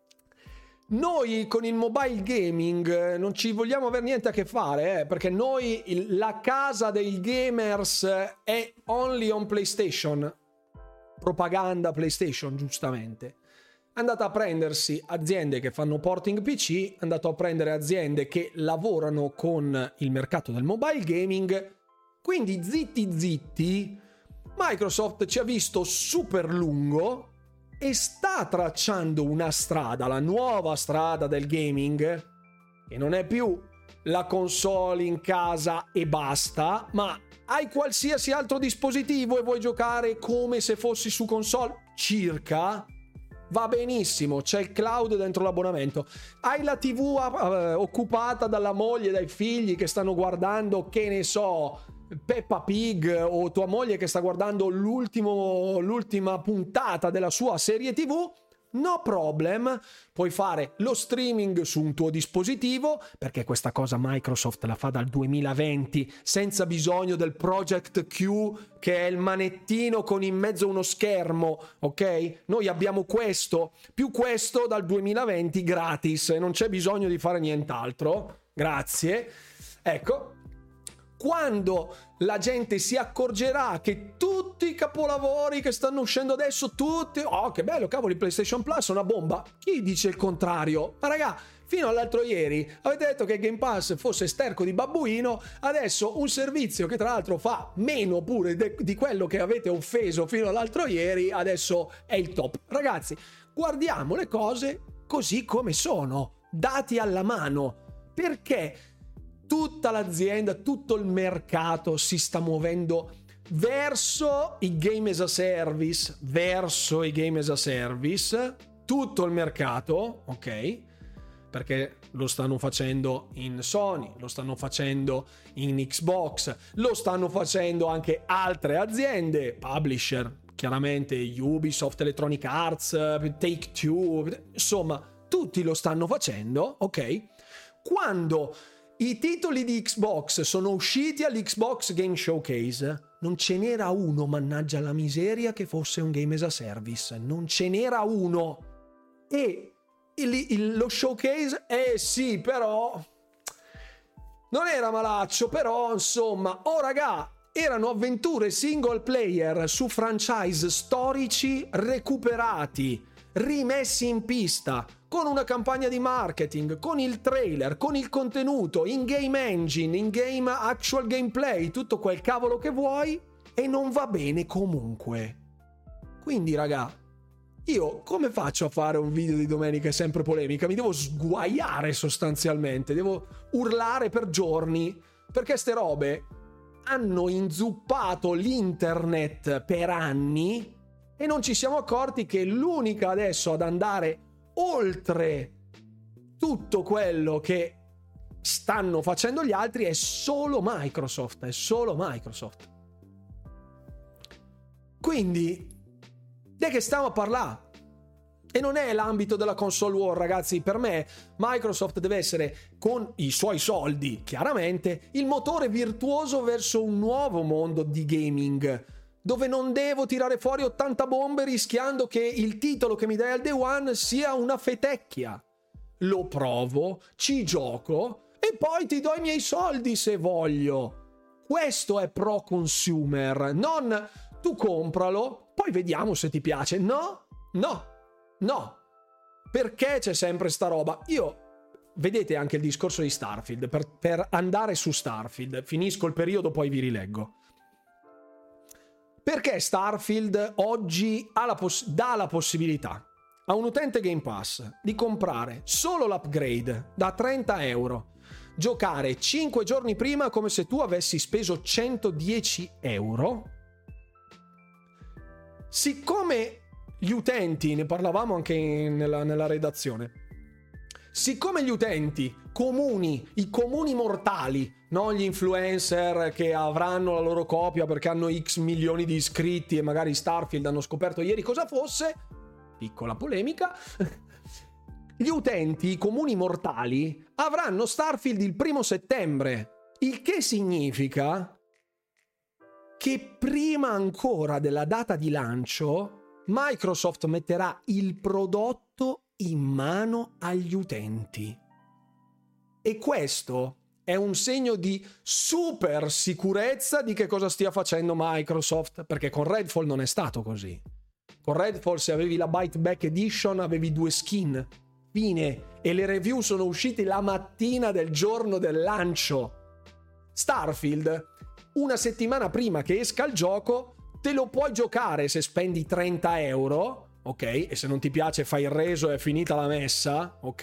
Noi con il mobile gaming non ci vogliamo avere niente a che fare, eh, perché noi, il, la casa dei gamers è only on PlayStation, propaganda PlayStation, giustamente. È andata a prendersi aziende che fanno porting P C, è andato a prendere aziende che lavorano con il mercato del mobile gaming, quindi zitti zitti Microsoft ci ha visto super lungo e sta tracciando una strada, la nuova strada del gaming, che non è più la console in casa e basta, ma hai qualsiasi altro dispositivo e vuoi giocare come se fossi su console, circa, va benissimo, c'è il cloud dentro l'abbonamento, hai la tivù uh, occupata dalla moglie, dai figli che stanno guardando, che ne so, Peppa Pig, o tua moglie che sta guardando l'ultimo, l'ultima puntata della sua serie tivù, no problem, puoi fare lo streaming su un tuo dispositivo, perché questa cosa Microsoft la fa dal duemilaventi senza bisogno del Project Q, che è il manettino con in mezzo uno schermo, ok? Noi abbiamo questo, più questo dal duemilaventi gratis, e non c'è bisogno di fare nient'altro, grazie. Ecco, quando la gente si accorgerà che tutti i capolavori che stanno uscendo adesso, tutti, oh che bello, cavolo, il PlayStation Plus è una bomba, chi dice il contrario? Ma raga, fino all'altro ieri avete detto che Game Pass fosse sterco di babbuino, adesso un servizio che tra l'altro fa meno pure de- di quello che avete offeso fino all'altro ieri, adesso è il top. Ragazzi, guardiamo le cose così come sono, dati alla mano, perché tutta l'azienda, tutto il mercato si sta muovendo verso i game as a service, verso i game as a service, tutto il mercato, ok? Perché lo stanno facendo in Sony, lo stanno facendo in Xbox, lo stanno facendo anche altre aziende, publisher, chiaramente Ubisoft, Electronic Arts, Take-Two, insomma, tutti lo stanno facendo, ok? Quando i titoli di Xbox sono usciti all'Xbox Game Showcase, non ce n'era uno, mannaggia la miseria, che fosse un game as a service, non ce n'era uno. E il, il, lo showcase, eh sì, però non era malaccio, però insomma, oh raga, erano avventure single player su franchise storici recuperati, rimessi in pista, con una campagna di marketing, con il trailer, con il contenuto, in game engine, in game actual gameplay, tutto quel cavolo che vuoi, e non va bene comunque. Quindi raga, io come faccio a fare un video di domenica sempre polemica? Mi devo sguaiare sostanzialmente, devo urlare per giorni, perché ste robe hanno inzuppato l'internet per anni e non ci siamo accorti che l'unica adesso ad andare oltre tutto quello che stanno facendo gli altri è solo Microsoft, è solo Microsoft. Quindi, di che stiamo a parlare? E non è l'ambito della console war, ragazzi. Per me Microsoft deve essere, con i suoi soldi, chiaramente, il motore virtuoso verso un nuovo mondo di gaming, dove non devo tirare fuori ottanta bombe rischiando che il titolo che mi dai al day one sia una fetecchia. Lo provo, ci gioco e poi ti do i miei soldi se voglio. Questo è pro consumer, non tu compralo, poi vediamo se ti piace. No, no. No, perché c'è sempre sta roba? Io, vedete anche il discorso di Starfield, per, per andare su Starfield, finisco il periodo poi vi rileggo. Perché Starfield oggi ha la poss- dà la possibilità a un utente Game Pass di comprare solo l'upgrade da trenta euro, giocare cinque giorni prima come se tu avessi speso centodieci euro. Siccome gli utenti, ne parlavamo anche nella, nella redazione, siccome gli utenti comuni, i comuni mortali, non gli influencer che avranno la loro copia perché hanno X milioni di iscritti e magari Starfield hanno scoperto ieri cosa fosse, piccola polemica, gli utenti, i comuni mortali, avranno Starfield il primo settembre, il che significa che prima ancora della data di lancio Microsoft metterà il prodotto in mano agli utenti. E questo è un segno di super sicurezza di che cosa stia facendo Microsoft, perché con Redfall non è stato così. Con Redfall, se avevi la Bite Back Edition, avevi due skin. Fine. E le review sono uscite la mattina del giorno del lancio. Starfield, una settimana prima che esca il gioco, te lo puoi giocare se spendi trenta euro, ok? E se non ti piace fai il reso e è finita la messa, ok?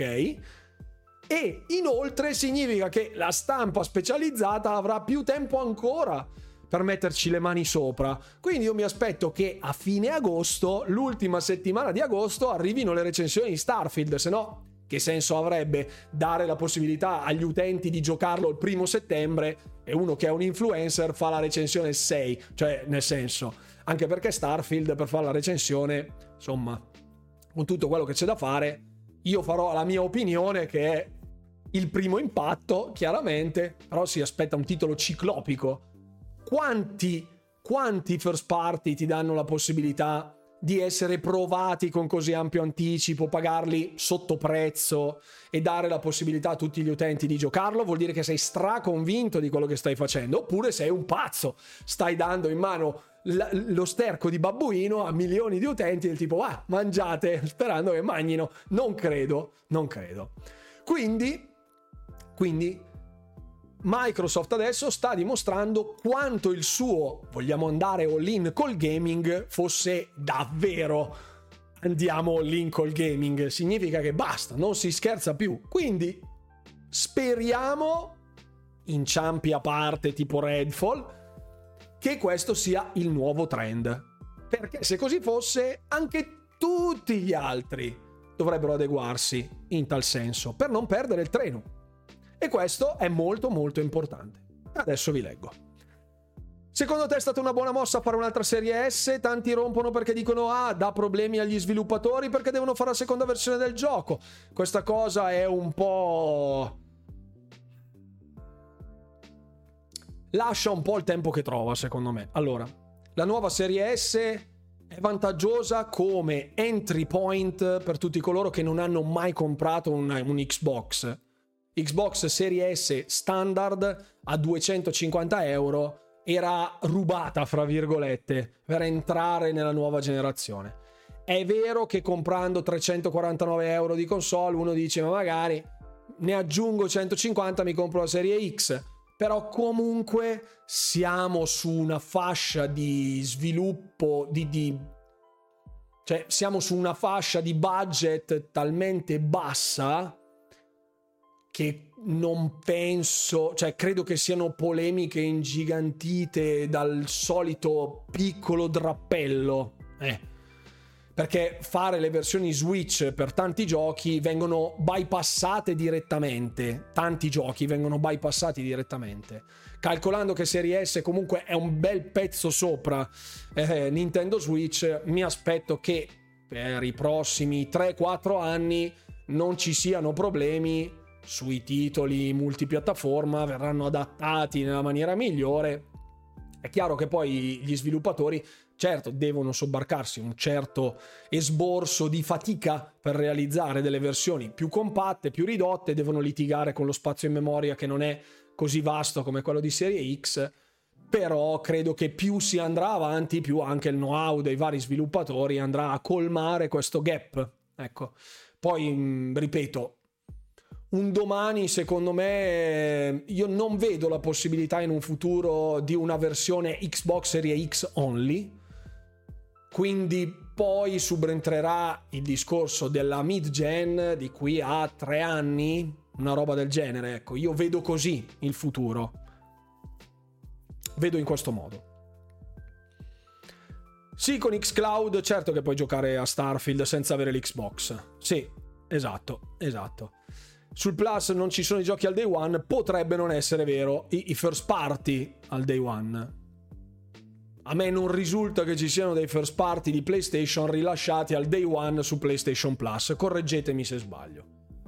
E inoltre significa che la stampa specializzata avrà più tempo ancora per metterci le mani sopra. Quindi io mi aspetto che a fine agosto, l'ultima settimana di agosto, arrivino le recensioni di Starfield, se no che senso avrebbe dare la possibilità agli utenti di giocarlo il primo settembre e uno che è un influencer fa la recensione il sei, cioè nel senso, anche perché Starfield per fare la recensione, insomma, con tutto quello che c'è da fare, io farò la mia opinione che è il primo impatto, chiaramente, però si aspetta un titolo ciclopico. Quanti, quanti first party ti danno la possibilità di essere provati con così ampio anticipo, pagarli sotto prezzo e dare la possibilità a tutti gli utenti di giocarlo? Vuol dire che sei straconvinto di quello che stai facendo, oppure sei un pazzo, stai dando in mano l- lo sterco di babbuino a milioni di utenti del tipo ah, mangiate, sperando che mangiino. Non credo, non credo. Quindi, quindi Microsoft adesso sta dimostrando quanto il suo vogliamo andare all in col gaming fosse davvero andiamo all in col gaming. Significa che basta, non si scherza più. Quindi speriamo, inciampi a parte tipo Redfall, che questo sia il nuovo trend, perché se così fosse anche tutti gli altri dovrebbero adeguarsi in tal senso per non perdere il treno. E questo è molto molto importante. Adesso vi leggo. Secondo te è stata una buona mossa fare un'altra serie S? Tanti rompono perché dicono ah, dà problemi agli sviluppatori perché devono fare la seconda versione del gioco. Questa cosa è un po'... lascia un po' il tempo che trova, secondo me. Allora, la nuova serie S è vantaggiosa come entry point per tutti coloro che non hanno mai comprato un, un Xbox. Xbox Serie S standard a duecentocinquanta euro era rubata, fra virgolette, per entrare nella nuova generazione. È vero che comprando trecentoquarantanove euro di console uno dice ma magari ne aggiungo centocinquanta, mi compro la Serie X, però comunque siamo su una fascia di sviluppo di, di cioè siamo su una fascia di budget talmente bassa che non penso, cioè credo che siano polemiche ingigantite dal solito piccolo drappello, eh. perché fare le versioni Switch per tanti giochi vengono bypassate direttamente, tanti giochi vengono bypassati direttamente, calcolando che Serie S comunque è un bel pezzo sopra eh, Nintendo Switch. Mi aspetto che per i prossimi tre quattro anni non ci siano problemi sui titoli multipiattaforma, verranno adattati nella maniera migliore. È chiaro che poi gli sviluppatori, certo, devono sobbarcarsi un certo esborso di fatica per realizzare delle versioni più compatte, più ridotte, devono litigare con lo spazio in memoria che non è così vasto come quello di Serie X, però credo che più si andrà avanti, più anche il know-how dei vari sviluppatori andrà a colmare questo gap. Ecco, poi ripeto, un domani, secondo me, io non vedo la possibilità in un futuro di una versione Xbox Series X only, quindi poi subentrerà il discorso della mid-gen di qui a tre anni, una roba del genere. Ecco, io vedo così il futuro, vedo in questo modo. Sì, con xCloud certo che puoi giocare a Starfield senza avere l'Xbox, sì, esatto, esatto. Sul Plus non ci sono i giochi al day one, potrebbe non essere vero, i, i first party al day one. A me non risulta che ci siano dei first party di PlayStation rilasciati al day one su PlayStation Plus, correggetemi se sbaglio.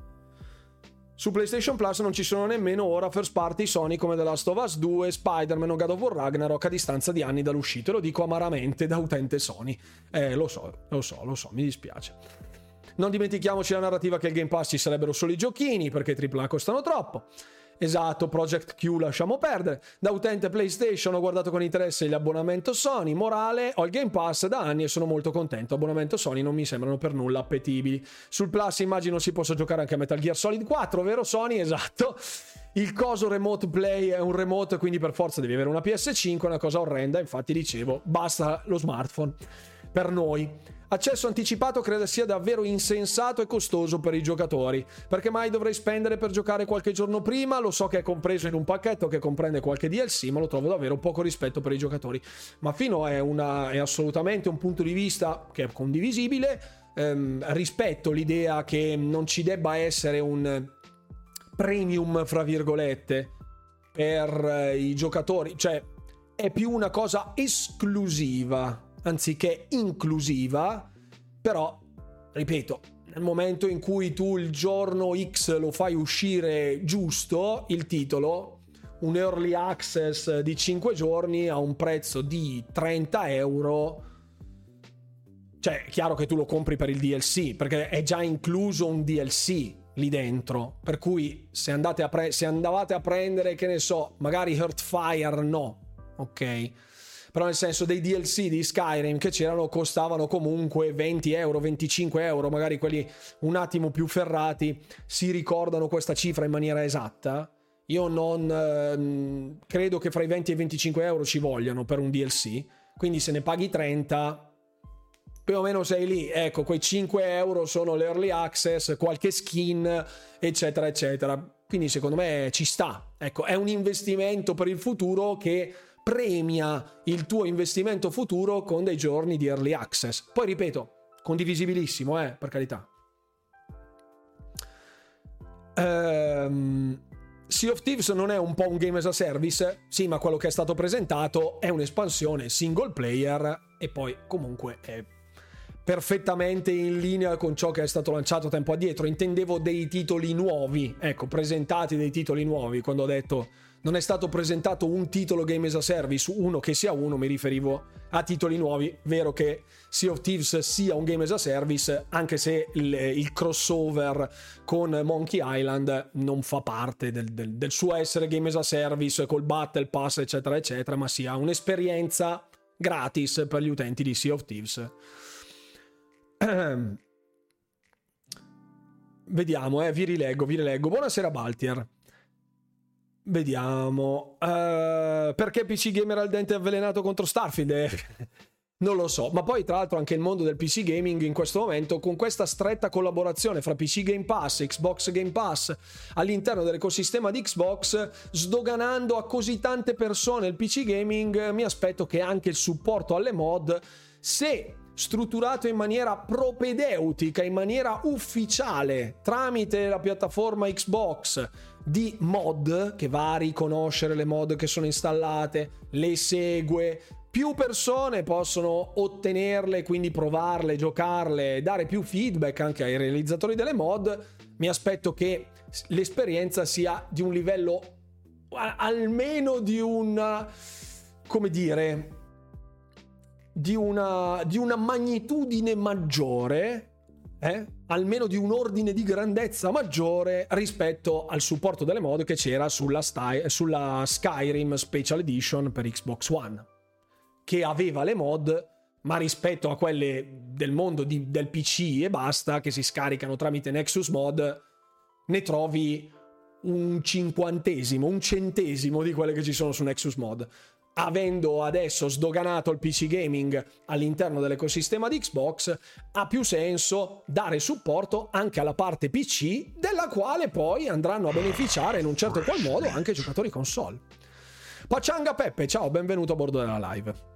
Su PlayStation Plus non ci sono nemmeno ora first party Sony come The Last of Us due, Spider-Man o God of War Ragnarok a distanza di anni dall'uscita, lo dico amaramente da utente Sony. Eh, lo so, lo so, lo so, mi dispiace. Non dimentichiamoci la narrativa che il Game Pass ci sarebbero solo i giochini perché i tripla A costano troppo. Esatto, Project Q lasciamo perdere. Da utente PlayStation ho guardato con interesse l'abbonamento Sony. Morale, ho il Game Pass da anni e sono molto contento. Abbonamento Sony non mi sembrano per nulla appetibili. Sul Plus immagino si possa giocare anche a Metal Gear Solid quattro, vero Sony? Esatto. Il coso remote play è un remote, quindi per forza devi avere una P S cinque, una cosa orrenda. Infatti dicevo, basta lo smartphone per noi. Accesso anticipato credo sia davvero insensato e costoso per i giocatori. Perché mai dovrei spendere per giocare qualche giorno prima? Lo so che è compreso in un pacchetto che comprende qualche D L C, ma lo trovo davvero poco rispetto per i giocatori. Ma fino è, una, è assolutamente un punto di vista che è condivisibile. Ehm, rispetto l'idea che non ci debba essere un premium, fra virgolette, per i giocatori. Cioè, è più una cosa esclusiva anziché inclusiva, però ripeto, nel momento in cui tu il giorno X lo fai uscire giusto il titolo, un early access di cinque giorni a un prezzo di trenta euro, cioè è chiaro che tu lo compri per il D L C perché è già incluso un D L C lì dentro, per cui se andate a pre- se andavate a prendere, che ne so, magari Heartfire no, ok, però nel senso dei D L C di Skyrim che c'erano costavano comunque venti euro, venticinque euro, magari quelli un attimo più ferrati si ricordano questa cifra in maniera esatta. Io non ehm, credo che fra i venti e i venticinque euro ci vogliano per un D L C, quindi se ne paghi trenta più o meno sei lì. Ecco, quei cinque euro sono l'early access, qualche skin eccetera eccetera, quindi secondo me ci sta. Ecco, è un investimento per il futuro che premia il tuo investimento futuro con dei giorni di early access. Poi ripeto, condivisibilissimo, eh, per carità. Ehm, Sea of Thieves non è un po' un game as a service? Sì, ma quello che è stato presentato è un'espansione single player e poi comunque è perfettamente in linea con ciò che è stato lanciato tempo addietro. Intendevo dei titoli nuovi, ecco, presentati dei titoli nuovi. Quando ho detto non è stato presentato un titolo game as a service, uno che sia uno, mi riferivo a titoli nuovi. Vero che Sea of Thieves sia un game as a service, anche se il, il crossover con Monkey Island non fa parte del, del, del suo essere game as a service col Battle Pass eccetera eccetera, ma sia un'esperienza gratis per gli utenti di Sea of Thieves. Vediamo, eh, vi rileggo, vi rileggo. Buonasera Baltier. Vediamo. Uh, perché P C Gamer al dente avvelenato contro Starfield? Eh, Non lo so, ma poi tra l'altro anche il mondo del P C gaming in questo momento, con questa stretta collaborazione fra P C Game Pass e Xbox Game Pass all'interno dell'ecosistema di Xbox, sdoganando a così tante persone il P C gaming, mi aspetto che anche il supporto alle mod, se strutturato in maniera propedeutica, in maniera ufficiale tramite la piattaforma Xbox di mod, che va a riconoscere le mod che sono installate, le segue, più persone possono ottenerle, quindi provarle, giocarle, dare più feedback anche ai realizzatori delle mod. Mi aspetto che l'esperienza sia di un livello almeno di una, come dire, di una, di una magnitudine maggiore, eh? almeno di un ordine di grandezza maggiore rispetto al supporto delle mod che c'era sulla, Sty- sulla Skyrim Special Edition per Xbox One, che aveva le mod, ma rispetto a quelle del mondo di, del P C e basta, che si scaricano tramite Nexus Mod, ne trovi un cinquantesimo, un centesimo di quelle che ci sono su Nexus Mod. Avendo adesso sdoganato il P C gaming all'interno dell'ecosistema di Xbox, ha più senso dare supporto anche alla parte P C, della quale poi andranno a beneficiare in un certo qual modo anche i giocatori console. Paccianga Peppe, ciao, benvenuto a bordo della live.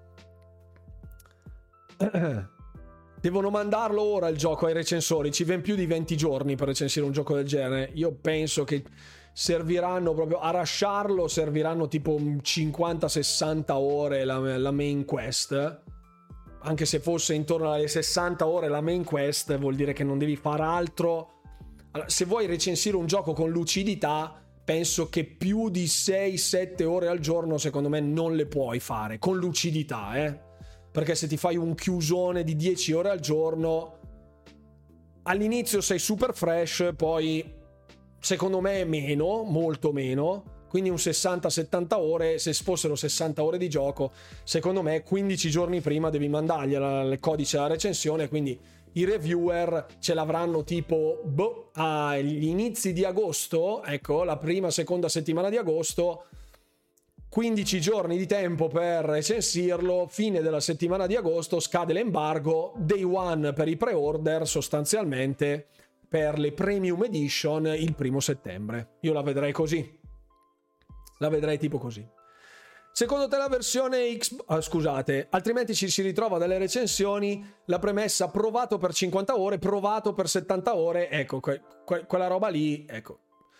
Devono mandarlo ora il gioco ai recensori, ci viene più di venti giorni per recensire un gioco del genere. Io penso che serviranno proprio a rasciarlo, serviranno tipo cinquanta sessanta ore la, la main quest. Anche se fosse intorno alle sessanta ore la main quest, vuol dire che non devi fare altro. Allora, se vuoi recensire un gioco con lucidità, penso che più di sei sette ore al giorno secondo me non le puoi fare con lucidità, eh perché se ti fai un chiusone di dieci ore al giorno, all'inizio sei super fresh, poi secondo me meno, molto meno, quindi un sessanta settanta ore. Se fossero sessanta ore di gioco, secondo me quindici giorni prima devi mandargli il codice alla recensione, quindi i reviewer ce l'avranno tipo boh, agli inizi di agosto, ecco, la prima seconda settimana di agosto, quindici giorni di tempo per recensirlo, fine della settimana di agosto scade l'embargo, day one per i pre-order, sostanzialmente per le premium edition il primo settembre. Io la vedrei così, la vedrei tipo così. Secondo te la versione X, ah, scusate, altrimenti ci si ritrova dalle recensioni la premessa provato per cinquanta ore, provato per settanta ore, ecco, que- que- quella roba lì, ecco.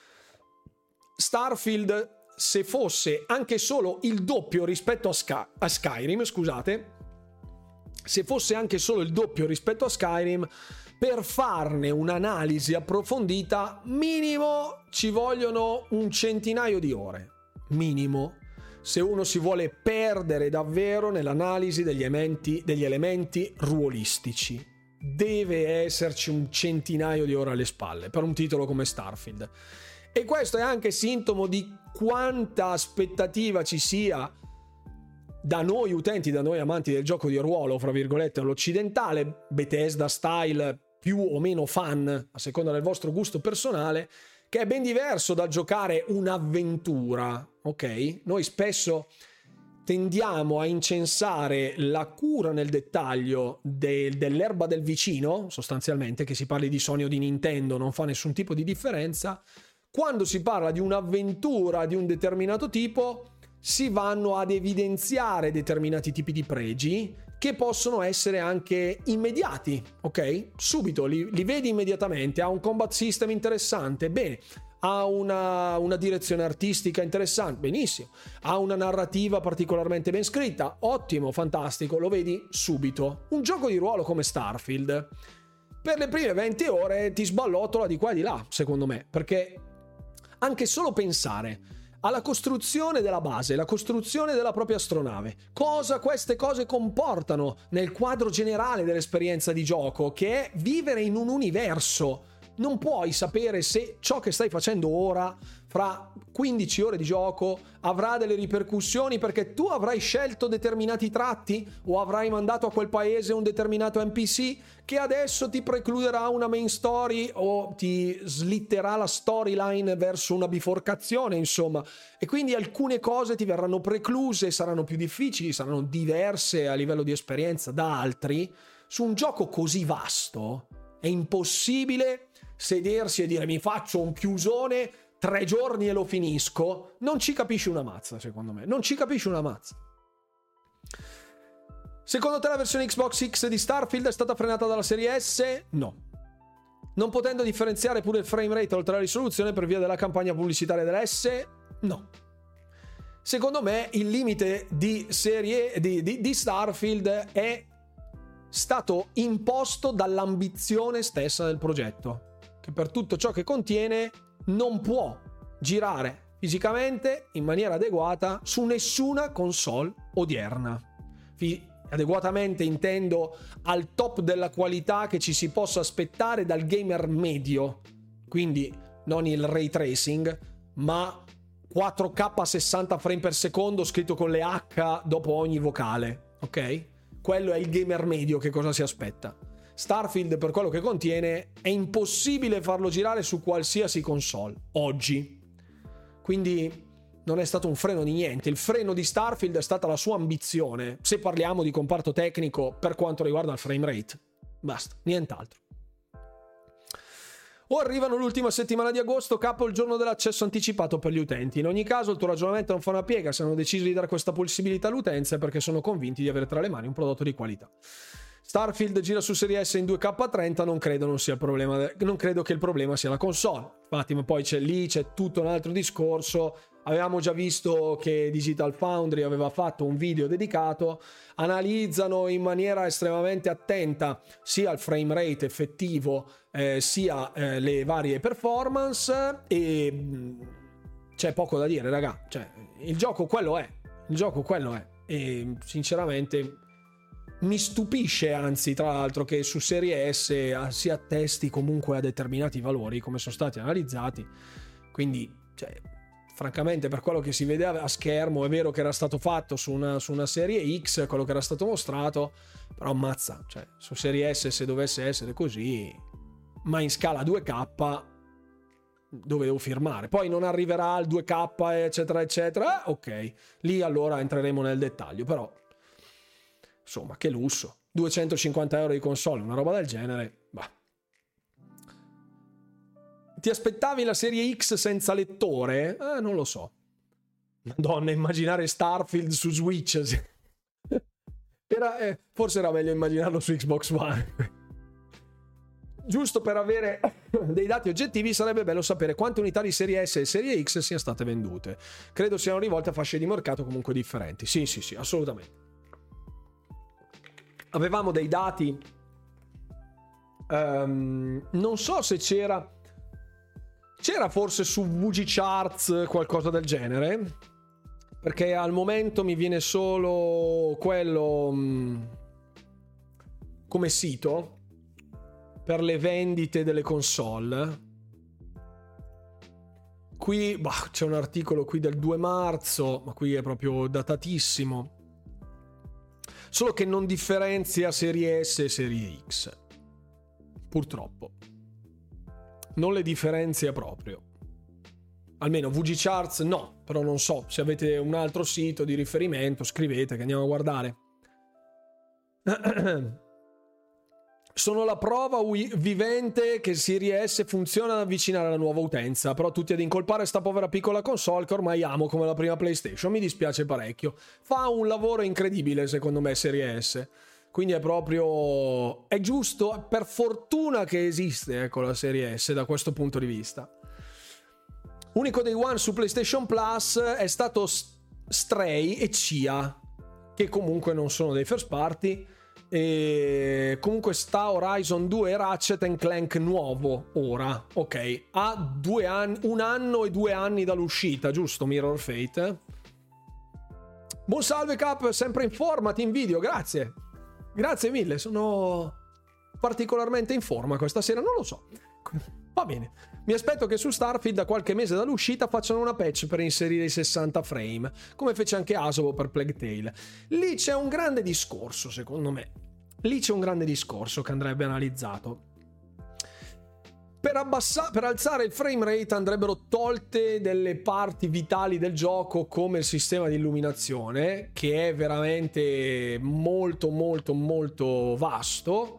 Starfield, se fosse anche solo il doppio rispetto a, Sky- a Skyrim, scusate, se fosse anche solo il doppio rispetto a Skyrim, per farne un'analisi approfondita, minimo ci vogliono un centinaio di ore, minimo, se uno si vuole perdere davvero nell'analisi degli elementi, degli elementi ruolistici. Deve esserci un centinaio di ore alle spalle per un titolo come Starfield. E questo è anche sintomo di quanta aspettativa ci sia da noi utenti, da noi amanti del gioco di ruolo, fra virgolette, all'occidentale, Bethesda style, più o meno fan, a seconda del vostro gusto personale, che è ben diverso dal giocare un'avventura, ok? Noi spesso tendiamo a incensare la cura nel dettaglio de- dell'erba del vicino, sostanzialmente, che si parli di Sony o di Nintendo, non fa nessun tipo di differenza. Quando si parla di un'avventura di un determinato tipo, si vanno ad evidenziare determinati tipi di pregi che possono essere anche immediati, ok? Subito, li, li vedi immediatamente. Ha un combat system interessante, bene. Ha una, una direzione artistica interessante, benissimo. Ha una narrativa particolarmente ben scritta, ottimo, fantastico, lo vedi subito. Un gioco di ruolo come Starfield, per le prime venti ore ti sballottola di qua e di là, secondo me, perché anche solo pensare alla costruzione della base, la costruzione della propria astronave, cosa queste cose comportano nel quadro generale dell'esperienza di gioco, che è vivere in un universo. Non puoi sapere se ciò che stai facendo ora fra quindici ore di gioco avrà delle ripercussioni perché tu avrai scelto determinati tratti o avrai mandato a quel paese un determinato N P C che adesso ti precluderà una main story o ti slitterà la storyline verso una biforcazione, insomma, e quindi alcune cose ti verranno precluse, saranno più difficili, saranno diverse a livello di esperienza da altri. Su un gioco così vasto è impossibile sedersi e dire mi faccio un chiusone tre giorni e lo finisco. Non ci capisci una mazza, secondo me. Non ci capisci una mazza. Secondo te la versione Xbox X di Starfield è stata frenata dalla serie S? No. Non potendo differenziare pure il frame rate oltre la risoluzione per via della campagna pubblicitaria della S? No. Secondo me il limite di serie di, di, di Starfield è stato imposto dall'ambizione stessa del progetto, che per tutto ciò che contiene non può girare fisicamente in maniera adeguata su nessuna console odierna. Fi- adeguatamente intendo al top della qualità che ci si possa aspettare dal gamer medio, quindi non il ray tracing, ma quattro K a sessanta frame per secondo scritto con le H dopo ogni vocale, ok? Quello è il gamer medio che cosa si aspetta. Starfield, per quello che contiene, è impossibile farlo girare su qualsiasi console oggi, quindi non è stato un freno di niente. Il freno di Starfield è stata la sua ambizione, se parliamo di comparto tecnico per quanto riguarda il frame rate. Basta, nient'altro. O arrivano l'ultima settimana di agosto, capo il giorno dell'accesso anticipato per gli utenti. In ogni caso il tuo ragionamento non fa una piega. Se hanno deciso di dare questa possibilità all'utenza è perché sono convinti di avere tra le mani un prodotto di qualità. Starfield gira su Serie S in due K trenta, non credo non sia il problema, non credo che il problema sia la console. Infatti, ma poi c'è lì c'è tutto un altro discorso. Avevamo già visto che Digital Foundry aveva fatto un video dedicato, analizzano in maniera estremamente attenta sia il frame rate effettivo eh, sia eh, le varie performance, e mh, c'è poco da dire, raga, cioè il gioco quello è, il gioco quello è, e sinceramente mi stupisce, anzi, tra l'altro, che su Serie S si attesti comunque a determinati valori come sono stati analizzati. Quindi, cioè, francamente, per quello che si vede a schermo, è vero che era stato fatto su una, su una Serie X, quello che era stato mostrato, però ammazza, cioè, su Serie S, se dovesse essere così, ma in scala due K, dove devo firmare? Poi non arriverà al due K, eccetera, eccetera. Ok, lì allora entreremo nel dettaglio, però insomma, che lusso. duecentocinquanta euro di console, una roba del genere. Bah. Ti aspettavi la serie X senza lettore? Eh, non lo so. Madonna, immaginare Starfield su Switch. Era, eh, forse era meglio immaginarlo su Xbox One. Giusto per avere dei dati oggettivi, sarebbe bello sapere quante unità di serie S e serie X siano state vendute. Credo siano rivolte a fasce di mercato comunque differenti. Sì, sì, sì, assolutamente. Avevamo dei dati, um, non so se c'era c'era forse su V G Charts qualcosa del genere, perché al momento mi viene solo quello um, come sito per le vendite delle console. Qui bah, c'è un articolo qui del due marzo, ma qui è proprio datatissimo. Solo che non differenzia serie S e serie X. Purtroppo. Non le differenzia proprio. Almeno V G Charts no, però non so. Se avete un altro sito di riferimento, scrivete che andiamo a guardare. Sono la prova vivente che Serie S funziona ad avvicinare la nuova utenza, però tutti ad incolpare sta povera piccola console che ormai amo come la prima PlayStation. Mi dispiace parecchio. Fa un lavoro incredibile secondo me Serie S, quindi è proprio, è giusto, per fortuna che esiste, ecco, la Serie S da questo punto di vista. Unico dei One su PlayStation Plus è stato Stray e Chia, che comunque non sono dei first party. E comunque sta Horizon due e Ratchet and Clank nuovo ora, ok, ha due anni, un anno e due anni dall'uscita, giusto Mirror Fate? Eh? Buon salve Cap, sempre in forma, Team Video, grazie, grazie mille, sono particolarmente in forma questa sera, non lo so. Va bene. Mi aspetto che su Starfield da qualche mese dall'uscita facciano una patch per inserire i sessanta frame, come fece anche Asobo per Plague Tale. Lì c'è un grande discorso, secondo me. Lì c'è un grande discorso che andrebbe analizzato. Per, abbassa- per alzare il frame rate andrebbero tolte delle parti vitali del gioco, come il sistema di illuminazione, che è veramente molto molto molto vasto,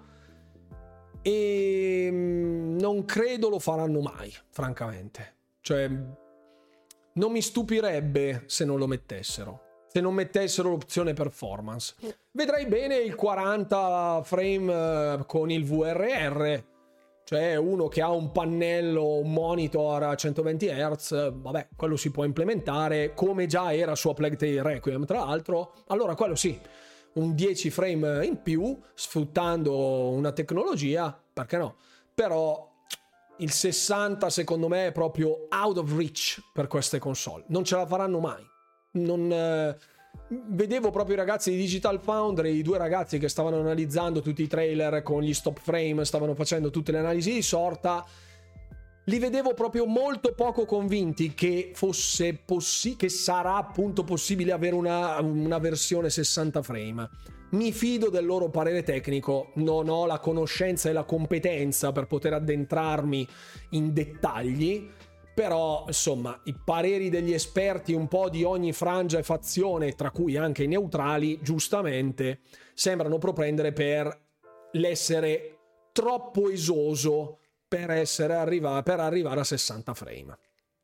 e non credo lo faranno mai, francamente. Cioè, non mi stupirebbe se non lo mettessero, se non mettessero l'opzione performance. Vedrei bene il quaranta frame con il V R R, cioè uno che ha un pannello, un monitor a centoventi hertz, vabbè, quello si può implementare, come già era su A Plague Tale Requiem, tra l'altro. Allora quello sì, un dieci frame in più, sfruttando una tecnologia, perché no? Però il sessanta secondo me è proprio out of reach per queste console, non ce la faranno mai. Non... Eh... Vedevo proprio i ragazzi di Digital Foundry, i due ragazzi che stavano analizzando tutti i trailer con gli stop frame, stavano facendo tutte le analisi di sorta, li vedevo proprio molto poco convinti che fosse possi- che sarà appunto possibile avere una, una versione sessanta frame. Mi fido del loro parere tecnico, non ho la conoscenza e la competenza per poter addentrarmi in dettagli, però insomma i pareri degli esperti un po' di ogni frangia e fazione, tra cui anche i neutrali, giustamente sembrano propendere per l'essere troppo esoso per essere arriva- per arrivare a sessanta frame.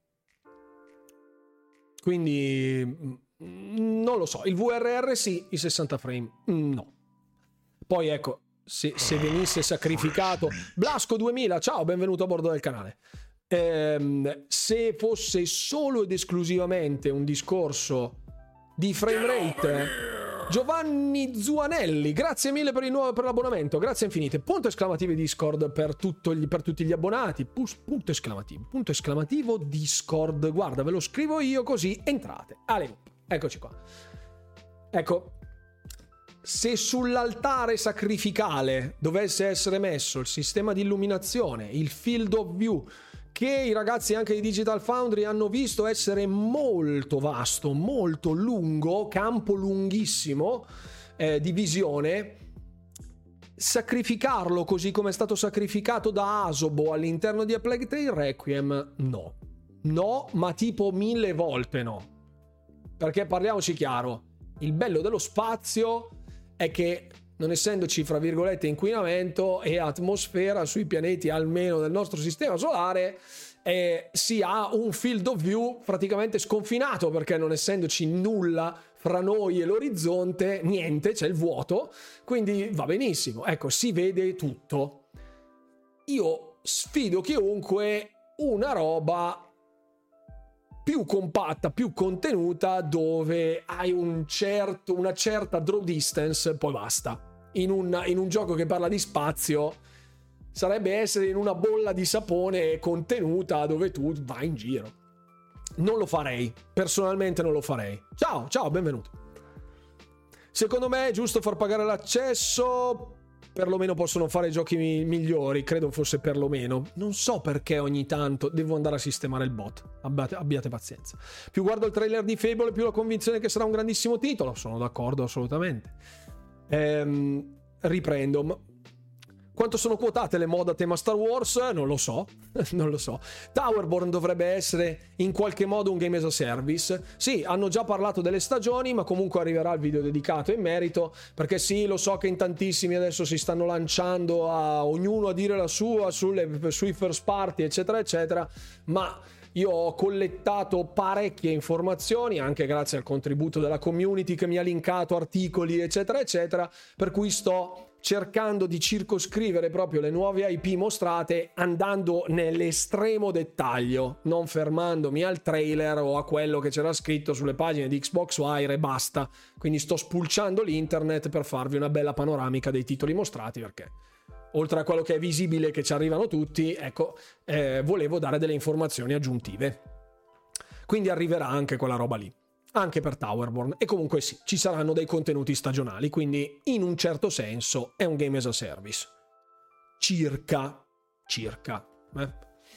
Quindi non lo so, il V R R sì, i sessanta frame no. Poi ecco, se, se venisse sacrificato Blasco duemila, ciao, benvenuto a bordo del canale. Ehm, se fosse solo ed esclusivamente un discorso di frame rate, Giovanni Zuanelli, grazie mille per il nuovo per l'abbonamento, grazie infinite, punto esclamativo Discord per, tutto gli, per tutti gli abbonati, Pus, punto esclamativo punto esclamativo Discord, guarda, ve lo scrivo io così entrate. Ale, eccoci qua. Ecco, se sull'altare sacrificale dovesse essere messo il sistema di illuminazione, il field of view, che i ragazzi anche di Digital Foundry hanno visto essere molto vasto, molto lungo, campo lunghissimo eh, di visione, sacrificarlo così come è stato sacrificato da Asobo all'interno di A Plague Tale Requiem, no. No, ma tipo mille volte no. Perché parliamoci chiaro, il bello dello spazio è che, non essendoci fra virgolette inquinamento e atmosfera sui pianeti almeno del nostro sistema solare, eh, si ha un field of view praticamente sconfinato, perché non essendoci nulla fra noi e l'orizzonte, niente, c'è il vuoto, quindi va benissimo, ecco, si vede tutto. Io sfido chiunque una roba più compatta, più contenuta, dove hai un certo, una certa draw distance, poi basta. In un, in un gioco che parla di spazio sarebbe essere in una bolla di sapone contenuta dove tu vai in giro. Non lo farei, personalmente non lo farei. Ciao, ciao, benvenuto. Secondo me è giusto far pagare l'accesso, perlomeno possono fare giochi mi- migliori, credo fosse perlomeno. Non so perché ogni tanto devo andare a sistemare il bot, abbiate, abbiate pazienza. Più guardo il trailer di Fable, più la convinzione che sarà un grandissimo titolo, sono d'accordo assolutamente. Ehm, riprendo. Quanto sono quotate le mod a tema Star Wars? Non lo so, non lo so. Towerborn dovrebbe essere in qualche modo un game as a service. Sì, hanno già parlato delle stagioni, ma comunque arriverà il video dedicato in merito, perché sì, lo so che in tantissimi adesso si stanno lanciando a ognuno a dire la sua sulle, sui first party, eccetera, eccetera, ma io ho collettato parecchie informazioni, anche grazie al contributo della community che mi ha linkato articoli, eccetera, eccetera, per cui sto cercando di circoscrivere proprio le nuove I P mostrate, andando nell'estremo dettaglio, non fermandomi al trailer o a quello che c'era scritto sulle pagine di Xbox Wire e basta. Quindi sto spulciando l'internet per farvi una bella panoramica dei titoli mostrati, perché oltre a quello che è visibile, che ci arrivano tutti, ecco, eh, volevo dare delle informazioni aggiuntive. Quindi arriverà anche quella roba lì, anche per Towerborn. E comunque sì, ci saranno dei contenuti stagionali, quindi in un certo senso è un game as a service. Circa, circa. Eh?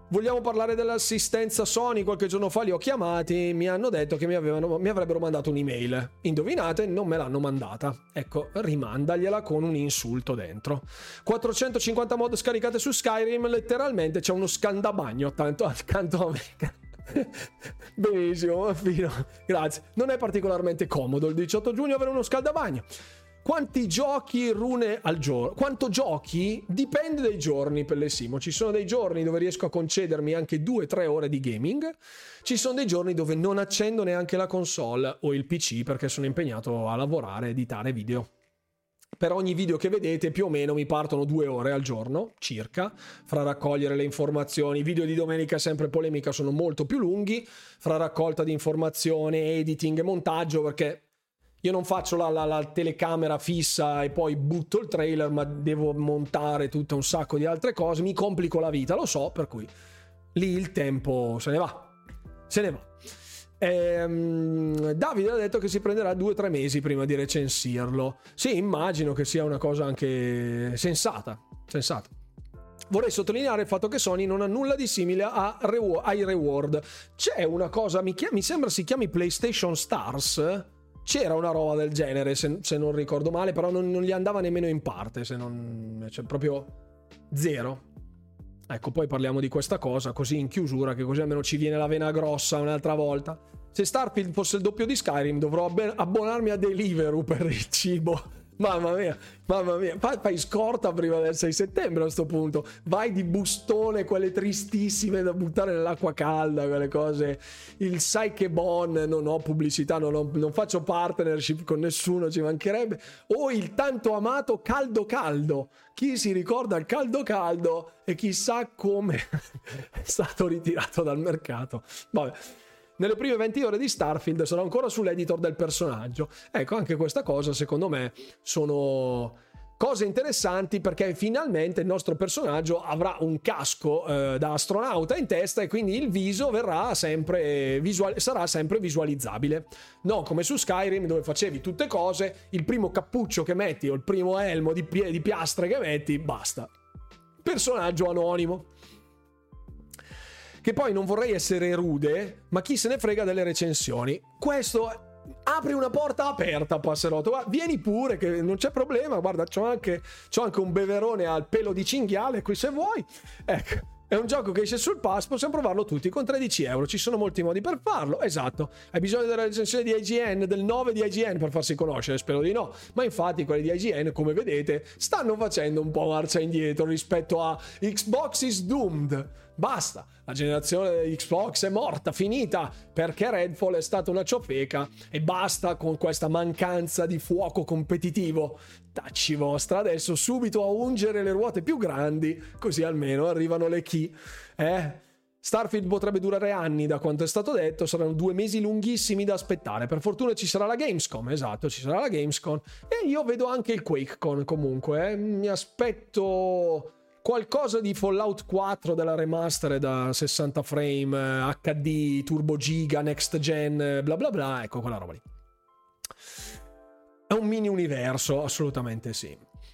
Vogliamo parlare dell'assistenza Sony? Qualche giorno fa li ho chiamati, mi hanno detto che mi, avevano, mi avrebbero mandato un'email. Indovinate, non me l'hanno mandata. Ecco, rimandagliela con un insulto dentro. quattrocentocinquanta mod scaricate su Skyrim, letteralmente c'è uno scaldabagno tanto accanto a me. Benissimo, fino. Grazie. Non è particolarmente comodo il diciotto giugno avere uno scaldabagno. Quanti giochi rune al giorno? Quanto giochi? Dipende dai giorni, Pellessimo. Ci sono dei giorni dove riesco a concedermi anche due tre ore di gaming. Ci sono dei giorni dove non accendo neanche la console o il P C perché sono impegnato a lavorare, editare video. Per ogni video che vedete più o meno mi partono due ore al giorno circa, fra raccogliere le informazioni. I video di domenica sempre polemica sono molto più lunghi, fra raccolta di informazioni, editing e montaggio, perché io non faccio la, la, la telecamera fissa e poi butto il trailer, ma devo montare tutto un sacco di altre cose, mi complico la vita, lo so, per cui lì il tempo se ne va, se ne va. Ehm, Davide ha detto che si prenderà due o tre mesi prima di recensirlo. Sì, immagino che sia una cosa anche sensata, sensata. Vorrei sottolineare il fatto che Sony non ha nulla di simile a rewa- ai reward. C'è una cosa, mi, chiam- mi sembra si chiami PlayStation Stars. C'era una roba del genere, se, se non ricordo male, però non, non gli andava nemmeno in parte, se non, cioè proprio zero. Ecco, poi parliamo di questa cosa così in chiusura, che così almeno ci viene la vena grossa un'altra volta. Se Starfield fosse il doppio di Skyrim dovrò abbonarmi a Deliveroo per il cibo. Mamma mia, mamma mia, fai, fai scorta prima del sei settembre a questo punto, vai di bustone, quelle tristissime da buttare nell'acqua calda, quelle cose, il sai che bon, non ho pubblicità, non, ho, non faccio partnership con nessuno, ci mancherebbe, o il tanto amato caldo caldo, chi si ricorda il caldo caldo e chissà come è stato ritirato dal mercato, vabbè. Nelle prime venti ore di Starfield sono ancora sull'editor del personaggio. Ecco, anche questa cosa secondo me sono cose interessanti, perché finalmente il nostro personaggio avrà un casco eh, da astronauta in testa e quindi il viso verrà sempre visual- sarà sempre visualizzabile. Non come su Skyrim dove facevi tutte cose, il primo cappuccio che metti o il primo elmo di, pie- di piastre che metti, basta. Personaggio anonimo. Che poi non vorrei essere rude, ma chi se ne frega delle recensioni. Questo apri una porta aperta, Passerotto. Guarda, vieni pure, che non c'è problema. Guarda, c'ho anche, c'ho anche un beverone al pelo di cinghiale qui se vuoi. Ecco, è un gioco che esce sul pass, possiamo provarlo tutti con tredici euro. Ci sono molti modi per farlo, esatto. Hai bisogno della recensione di I G N, del nove di I G N per farsi conoscere? Spero di no. Ma infatti quelli di I G N, come vedete, stanno facendo un po' marcia indietro rispetto a Xbox is doomed. Basta, la generazione di Xbox è morta, finita, perché Redfall è stata una ciofeca e basta con questa mancanza di fuoco competitivo. Tacci vostra, adesso subito a ungere le ruote più grandi, così almeno arrivano le key. Eh? Starfield potrebbe durare anni, da quanto è stato detto, saranno due mesi lunghissimi da aspettare. Per fortuna ci sarà la Gamescom, esatto, ci sarà la Gamescom. E io vedo anche il QuakeCon comunque, eh? Mi aspetto qualcosa di Fallout quattro della remaster da sessanta frame, H D, Turbo Giga, Next Gen, bla bla bla, ecco quella roba lì. È un mini universo, assolutamente sì.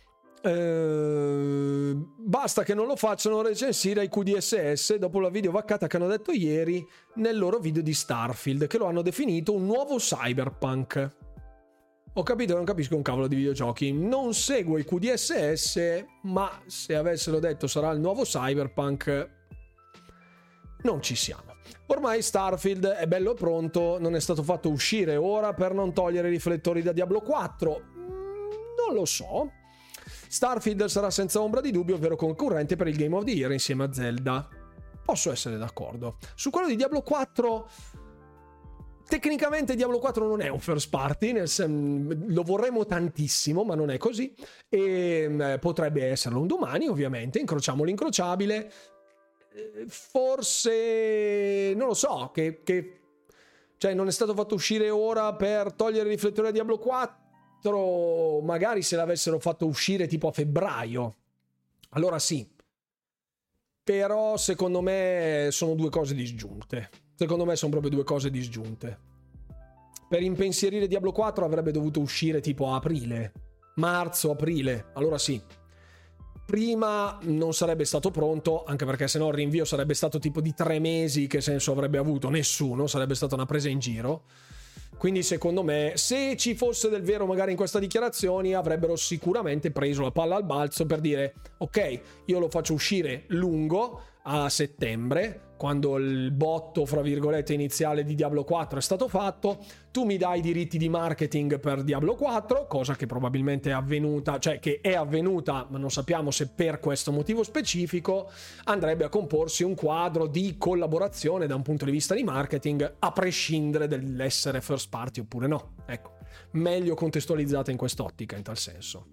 Eh, basta che non lo facciano recensire ai Q D S S dopo la video vaccata che hanno detto ieri nel loro video di Starfield, che lo hanno definito un nuovo Cyberpunk. Ho capito, non capisco un cavolo di videogiochi, non seguo i Q D S S, ma se avessero detto sarà il nuovo Cyberpunk, non ci siamo. Ormai Starfield è bello pronto, non è stato fatto uscire ora per non togliere i riflettori da Diablo quattro? Non lo so. Starfield sarà senza ombra di dubbio il vero concorrente per il Game of the Year insieme a Zelda. Posso essere d'accordo. Su quello di Diablo quattro... Tecnicamente Diablo quattro non è un first party, nel sen- lo vorremmo tantissimo, ma non è così, e eh, potrebbe esserlo un domani, ovviamente, incrociamo l'incrociabile, eh, forse, non lo so, che, che cioè non è stato fatto uscire ora per togliere i riflettori a Diablo quattro, magari se l'avessero fatto uscire tipo a febbraio, allora sì, però secondo me sono due cose disgiunte. Secondo me sono proprio due cose disgiunte. Per impensierire Diablo quattro avrebbe dovuto uscire tipo a aprile, marzo, aprile, allora sì. prima non sarebbe stato pronto, anche perché sennò il rinvio sarebbe stato tipo di tre mesi, che senso avrebbe avuto? Nessuno, sarebbe stata una presa in giro. Quindi secondo me, se ci fosse del vero magari in questa dichiarazione, avrebbero sicuramente preso la palla al balzo per dire ok, io lo faccio uscire lungo a settembre, quando il botto fra virgolette iniziale di Diablo quattro è stato fatto, tu mi dai i diritti di marketing per Diablo quattro, cosa che probabilmente è avvenuta, cioè che è avvenuta, ma non sappiamo se per questo motivo specifico, andrebbe a comporsi un quadro di collaborazione da un punto di vista di marketing, a prescindere dall'essere first party oppure no. Ecco, meglio contestualizzata in quest'ottica, in tal senso.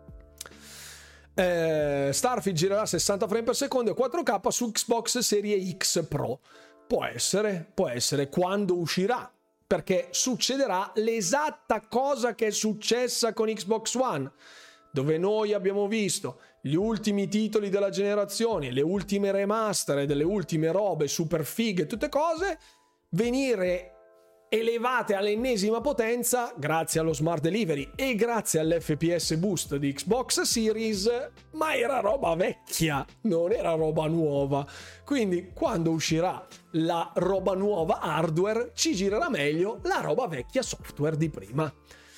Eh, Starfield girerà a sessanta frame per secondo e quattro K su Xbox Series X Pro. Può essere, può essere quando uscirà, perché succederà l'esatta cosa che è successa con Xbox One, dove noi abbiamo visto gli ultimi titoli della generazione, le ultime remaster delle ultime robe super fighe, tutte cose venire elevate all'ennesima potenza grazie allo smart delivery e grazie all'F P S boost di Xbox Series, ma era roba vecchia, non era roba nuova. Quindi quando uscirà la roba nuova hardware ci girerà meglio la roba vecchia software di prima.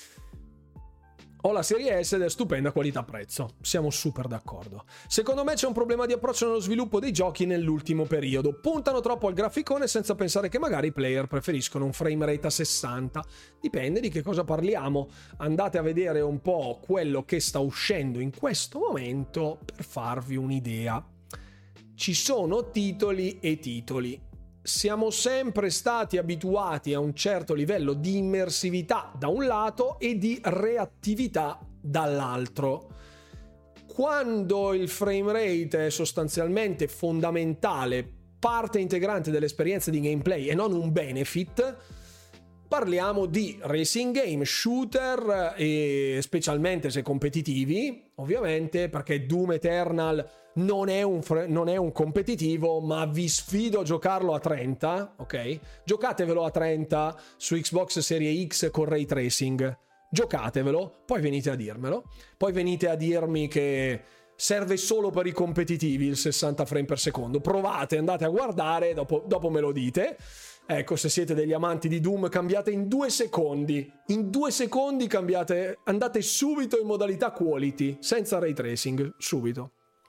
Ho la serie S ed è stupenda qualità-prezzo. Siamo super d'accordo. Secondo me c'è un problema di approccio nello sviluppo dei giochi nell'ultimo periodo. Puntano troppo al graficone senza pensare che magari i player preferiscono un frame rate a sessanta. Dipende di che cosa parliamo. Andate a vedere un po' quello che sta uscendo in questo momento per farvi un'idea. Ci sono titoli e titoli. Siamo sempre stati abituati a un certo livello di immersività da un lato e di reattività dall'altro. Quando il frame rate è sostanzialmente fondamentale, parte integrante dell'esperienza di gameplay e non un benefit, parliamo di racing game, shooter e specialmente se competitivi, ovviamente, perché Doom Eternal non è un fre- non è un competitivo, ma vi sfido a giocarlo a trenta, ok? Giocatevelo a trenta su Xbox Series X con ray tracing. Giocatevelo, poi venite a dirmelo. Poi venite a dirmi che serve solo per i competitivi il sessanta frame per secondo. Provate, andate a guardare, dopo, dopo me lo dite. Ecco, se siete degli amanti di Doom, cambiate in due secondi. In due secondi cambiate, andate subito in modalità quality, senza ray tracing, subito.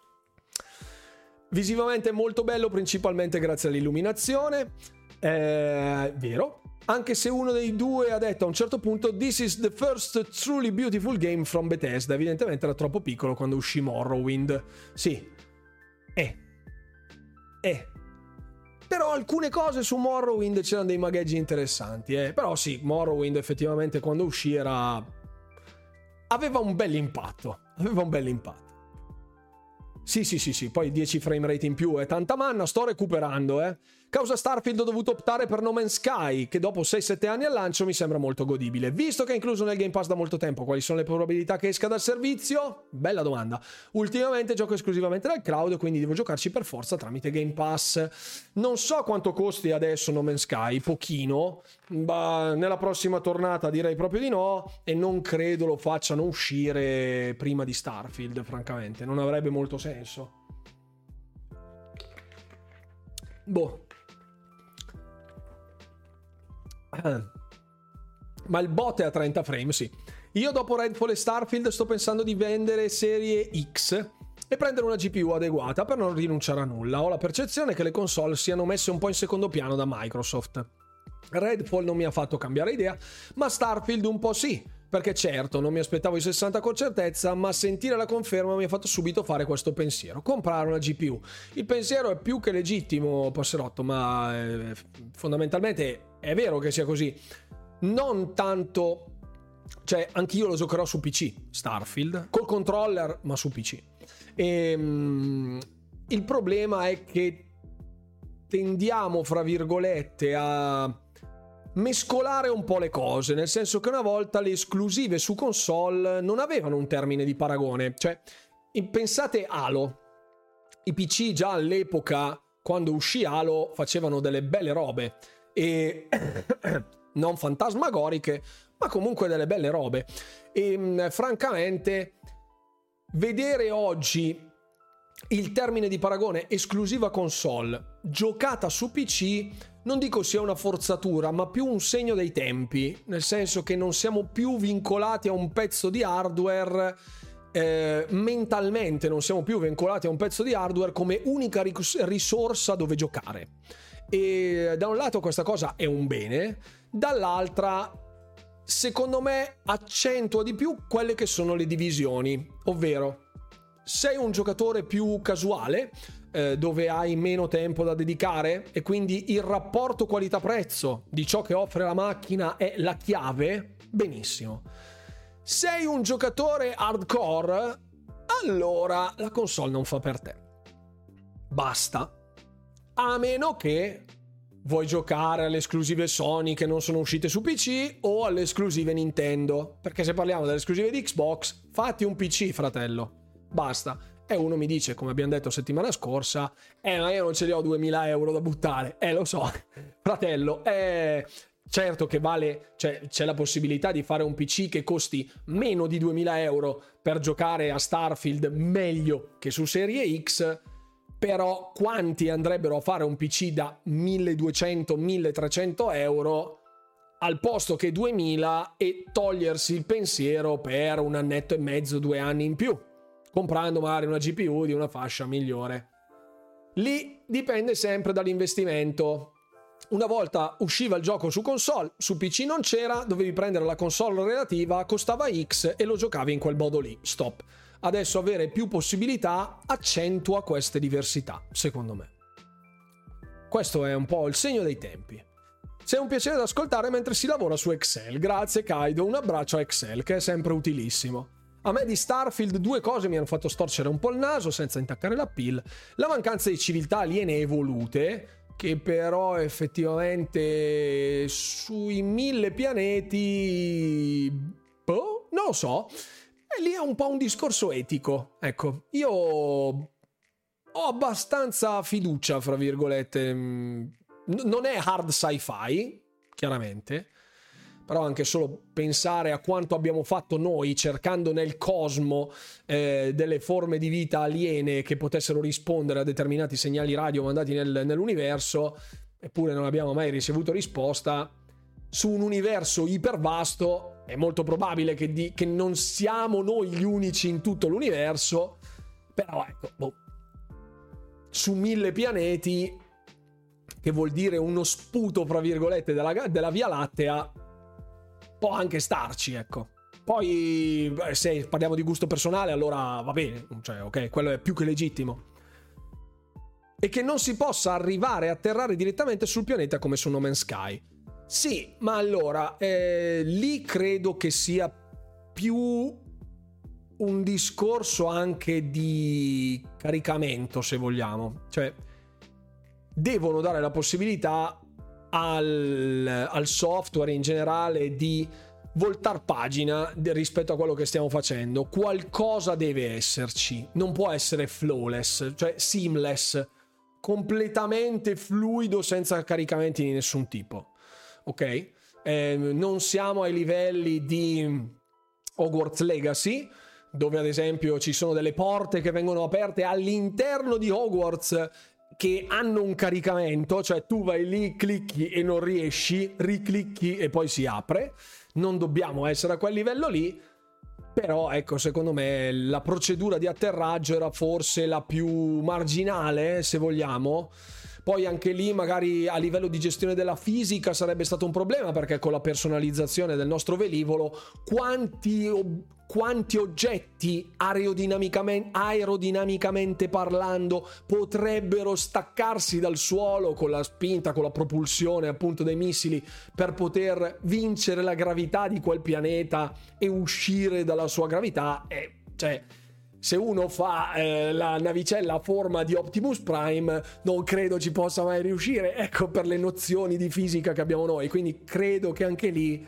Visivamente molto bello, principalmente grazie all'illuminazione. Eh, vero. Anche se uno dei due ha detto a un certo punto "This is the first truly beautiful game from Bethesda". Evidentemente era troppo piccolo quando uscì Morrowind. Sì. Eh. Eh. Però alcune cose su Morrowind c'erano dei magheggi interessanti, eh. Però sì, Morrowind effettivamente quando uscì era... aveva un bel impatto. Aveva un bel impatto. Sì, sì, sì, sì, poi dieci frame rate in più è tanta manna, sto recuperando, eh. Causa Starfield ho dovuto optare per No Man's Sky, che dopo sei sette anni al lancio mi sembra molto godibile. Visto che è incluso nel Game Pass da molto tempo, quali sono le probabilità che esca dal servizio? Bella domanda. Ultimamente gioco esclusivamente dal cloud, quindi devo giocarci per forza tramite Game Pass. Non so quanto costi adesso No Man's Sky, pochino, ma nella prossima tornata direi proprio di no, e non credo lo facciano uscire prima di Starfield, francamente, non avrebbe molto senso. Boh. Ma il bot è a trenta frame, sì. Io dopo Redfall e Starfield sto pensando di vendere serie X e prendere una G P U adeguata per non rinunciare a nulla. Ho la percezione che le console siano messe un po' in secondo piano da Microsoft. Redfall non mi ha fatto cambiare idea, ma Starfield un po' sì, perché certo non mi aspettavo i sessanta con certezza, ma sentire la conferma mi ha fatto subito fare questo pensiero: comprare una G P U. Il pensiero è più che legittimo, Passerotto, ma eh, fondamentalmente è vero che sia così. Non tanto, cioè anch'io lo giocherò su P C Starfield col controller, ma su P C. E, um, il problema è che tendiamo, fra virgolette, a mescolare un po' le cose, nel senso che una volta le esclusive su console non avevano un termine di paragone. Cioè, pensate Halo, i P C già all'epoca, quando uscì Halo, facevano delle belle robe e non fantasmagoriche, ma comunque delle belle robe. E francamente vedere oggi il termine di paragone esclusiva console giocata su P C non dico sia una forzatura, ma più un segno dei tempi, nel senso che non siamo più vincolati a un pezzo di hardware, eh, mentalmente non siamo più vincolati a un pezzo di hardware come unica risorsa dove giocare. E da un lato questa cosa è un bene, dall'altra secondo me accentua di più quelle che sono le divisioni, ovvero sei un giocatore più casuale, eh, dove hai meno tempo da dedicare e quindi il rapporto qualità-prezzo di ciò che offre la macchina è la chiave, benissimo. Sei un giocatore hardcore, allora la console non fa per te. Basta. A meno che vuoi giocare alle esclusive Sony che non sono uscite su P C o alle esclusive Nintendo, perché se parliamo delle esclusive di Xbox, fatti un P C, fratello. Basta. E uno mi dice, come abbiamo detto settimana scorsa, eh ma io non ce li ho duemila euro da buttare. Eh lo so, fratello, eh, certo che vale, cioè c'è la possibilità di fare un P C che costi meno di duemila euro per giocare a Starfield meglio che su Serie X, però quanti andrebbero a fare un P C da milleduecento milletrecento euro al posto che duemila e togliersi il pensiero per un annetto e mezzo, due anni in più, comprando magari una G P U di una fascia migliore. Lì dipende sempre dall'investimento. Una volta usciva il gioco su console, su P C non c'era, dovevi prendere la console relativa, costava X e lo giocavi in quel modo lì, stop. Adesso avere più possibilità accentua queste diversità, secondo me. Questo è un po' il segno dei tempi. Sei un piacere da ascoltare mentre si lavora su Excel. Grazie Kaido, un abbraccio a Excel che è sempre utilissimo. A me di Starfield due cose mi hanno fatto storcere un po' il naso senza intaccare la pill. La mancanza di civiltà aliene evolute, che però effettivamente sui mille pianeti... boh, non lo so. E lì è un po' un discorso etico. Ecco, io ho abbastanza fiducia, fra virgolette. Non è hard sci-fi, chiaramente, però anche solo pensare a quanto abbiamo fatto noi cercando nel cosmo eh, delle forme di vita aliene che potessero rispondere a determinati segnali radio mandati nel, nell'universo, eppure non abbiamo mai ricevuto risposta. Su un universo ipervasto è molto probabile che, di, che non siamo noi gli unici in tutto l'universo, però ecco, boh. Su mille pianeti, che vuol dire uno sputo, fra virgolette, della, della Via Lattea, può anche starci, ecco. Poi se parliamo di gusto personale, allora va bene, cioè ok, quello è più che legittimo. E che non si possa arrivare a atterrare direttamente sul pianeta come su No Man's Sky. Sì, ma allora eh, lì credo che sia più un discorso anche di caricamento, se vogliamo. Cioè devono dare la possibilità al, al software in generale di voltar pagina rispetto a quello che stiamo facendo. Qualcosa deve esserci, non può essere flawless, cioè seamless, completamente fluido senza caricamenti di nessun tipo, ok? Eh, non siamo ai livelli di Hogwarts Legacy, dove ad esempio ci sono delle porte che vengono aperte all'interno di Hogwarts che hanno un caricamento, cioè tu vai lì, clicchi e non riesci, riclicchi e poi si apre. Non dobbiamo essere a quel livello lì, però ecco, secondo me la procedura di atterraggio era forse la più marginale, se vogliamo. Poi anche lì magari a livello di gestione della fisica sarebbe stato un problema, perché con la personalizzazione del nostro velivolo quanti, quanti oggetti aerodinamicamente, aerodinamicamente parlando potrebbero staccarsi dal suolo con la spinta, con la propulsione appunto dei missili, per poter vincere la gravità di quel pianeta e uscire dalla sua gravità. E cioè, se uno fa eh, la navicella a forma di Optimus Prime, non credo ci possa mai riuscire, ecco, per le nozioni di fisica che abbiamo noi. Quindi credo che anche lì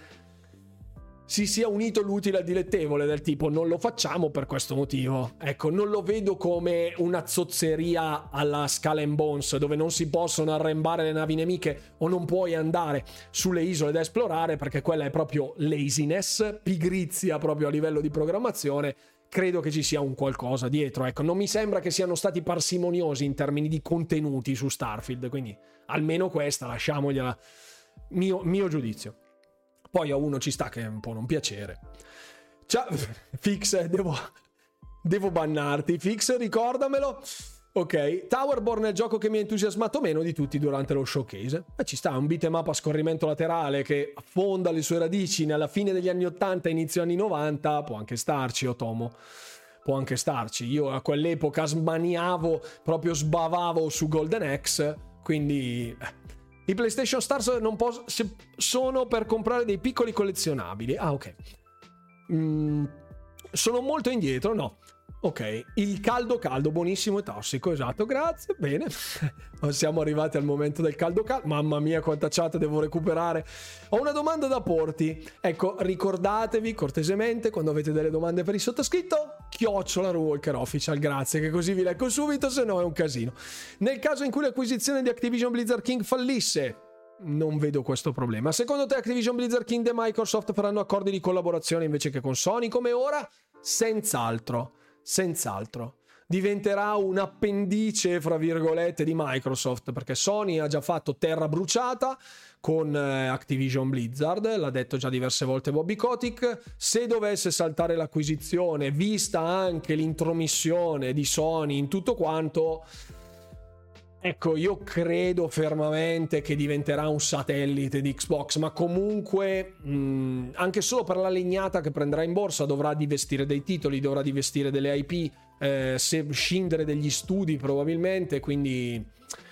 si sia unito l'utile al dilettevole, del tipo non lo facciamo per questo motivo. Ecco, non lo vedo come una zozzeria alla Skull and Bones, dove non si possono arrembare le navi nemiche o non puoi andare sulle isole da esplorare, perché quella è proprio laziness, pigrizia proprio a livello di programmazione. credo che ci sia un qualcosa dietro, ecco, non mi sembra che siano stati parsimoniosi in termini di contenuti su Starfield, quindi almeno questa lasciamogliela, mio, mio giudizio. Poi a uno ci sta che può non piacere. Ciao Fix, devo, devo bannarti Fix, ricordamelo. Ok, Towerborn è il gioco che mi ha entusiasmato meno di tutti durante lo showcase. E ci sta, un beat'em up a scorrimento laterale che affonda le sue radici nella fine degli anni ottanta, inizio anni novanta, può anche starci, Otomo. Può anche starci. Io a quell'epoca smaniavo, proprio sbavavo su Golden Axe, quindi... I PlayStation Stars non posso, sono per comprare dei piccoli collezionabili. Ah, ok. Mm, sono molto indietro, no. Ok, il caldo caldo, buonissimo e tossico, esatto, grazie, bene. Siamo arrivati al momento del caldo caldo, mamma mia quanta chat devo recuperare. Ho una domanda da porti, ecco, ricordatevi cortesemente quando avete delle domande per il sottoscritto, chiocciola Runewalker Official, grazie, che così vi leggo subito, se no è un casino. Nel caso in cui l'acquisizione di Activision Blizzard King fallisse, non vedo questo problema. Secondo te Activision Blizzard King e Microsoft faranno accordi di collaborazione invece che con Sony come ora? Senz'altro. Senz'altro diventerà un appendice fra virgolette di Microsoft, perché Sony ha già fatto terra bruciata con eh, Activision Blizzard, l'ha detto già diverse volte Bobby Kotick. Se dovesse saltare l'acquisizione, vista anche l'intromissione di Sony in tutto quanto, ecco, io credo fermamente che diventerà un satellite di Xbox, ma comunque mh, anche solo per la legnata che prenderà in borsa dovrà divestire dei titoli, dovrà divestire delle I P, eh, se scindere degli studi probabilmente, quindi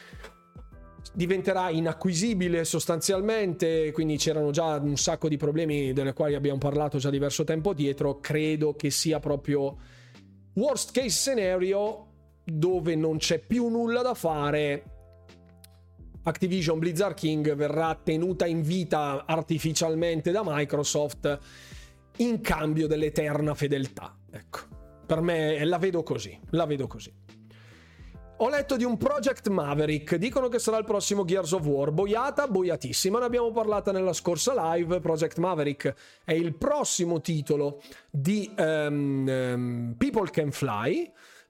diventerà inacquisibile sostanzialmente, quindi c'erano già un sacco di problemi delle quali abbiamo parlato già diverso tempo dietro. Credo che sia proprio worst case scenario, dove non c'è più nulla da fare, Activision Blizzard King verrà tenuta in vita artificialmente da Microsoft in cambio dell'eterna fedeltà. Ecco, per me la vedo così, la vedo così. Ho letto di un Project Maverick, dicono che sarà il prossimo Gears of War, boiata, boiatissima, ne abbiamo parlato nella scorsa live. Project Maverick è il prossimo titolo di um, um, People Can Fly,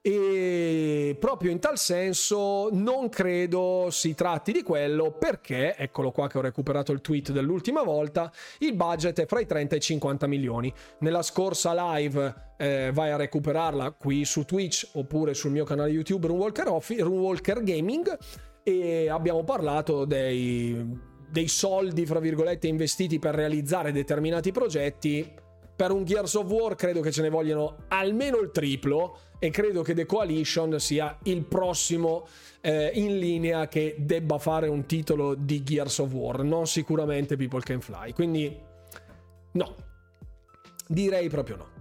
e proprio in tal senso non credo si tratti di quello, perché, eccolo qua che ho recuperato il tweet dell'ultima volta, il budget è fra i trenta e i cinquanta milioni. Nella scorsa live eh, vai a recuperarla qui su Twitch oppure sul mio canale YouTube Runewalker, Offi- Runewalker Gaming, e abbiamo parlato dei, dei soldi fra virgolette investiti per realizzare determinati progetti. Per un Gears of War credo che ce ne vogliano almeno il triplo, e credo che The Coalition sia il prossimo eh, in linea che debba fare un titolo di Gears of War, non sicuramente People Can Fly, quindi no, direi proprio no.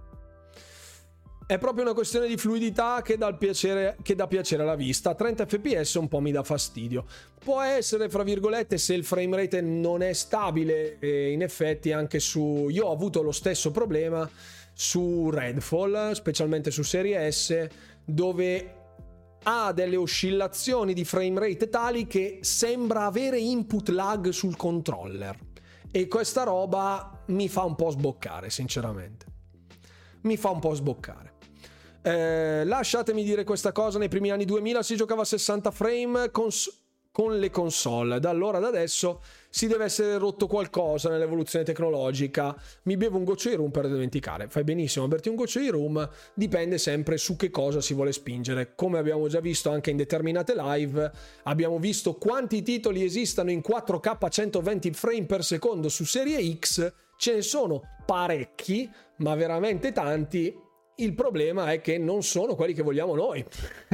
È proprio una questione di fluidità che dà piacere, che dà piacere alla vista. A trenta F P S un po' mi dà fastidio. Può essere, fra virgolette, se il frame rate non è stabile, e in effetti anche su... Io ho avuto lo stesso problema su Redfall, specialmente su Serie S, dove ha delle oscillazioni di frame rate tali che sembra avere input lag sul controller. E questa roba mi fa un po' sboccare, sinceramente. Mi fa un po' sboccare. Eh, lasciatemi dire questa cosa: nei primi anni duemila si giocava a sessanta frame con, con le console, da allora ad adesso si deve essere rotto qualcosa nell'evoluzione tecnologica. Mi bevo un goccio di rum per dimenticare. Fai benissimo a berti un goccio di rum, dipende sempre su che cosa si vuole spingere. Come abbiamo già visto anche in determinate live, abbiamo visto quanti titoli esistano in quattro K a centoventi frame per secondo su Serie X. Ce ne sono parecchi, ma veramente tanti. Il problema è che non sono quelli che vogliamo noi.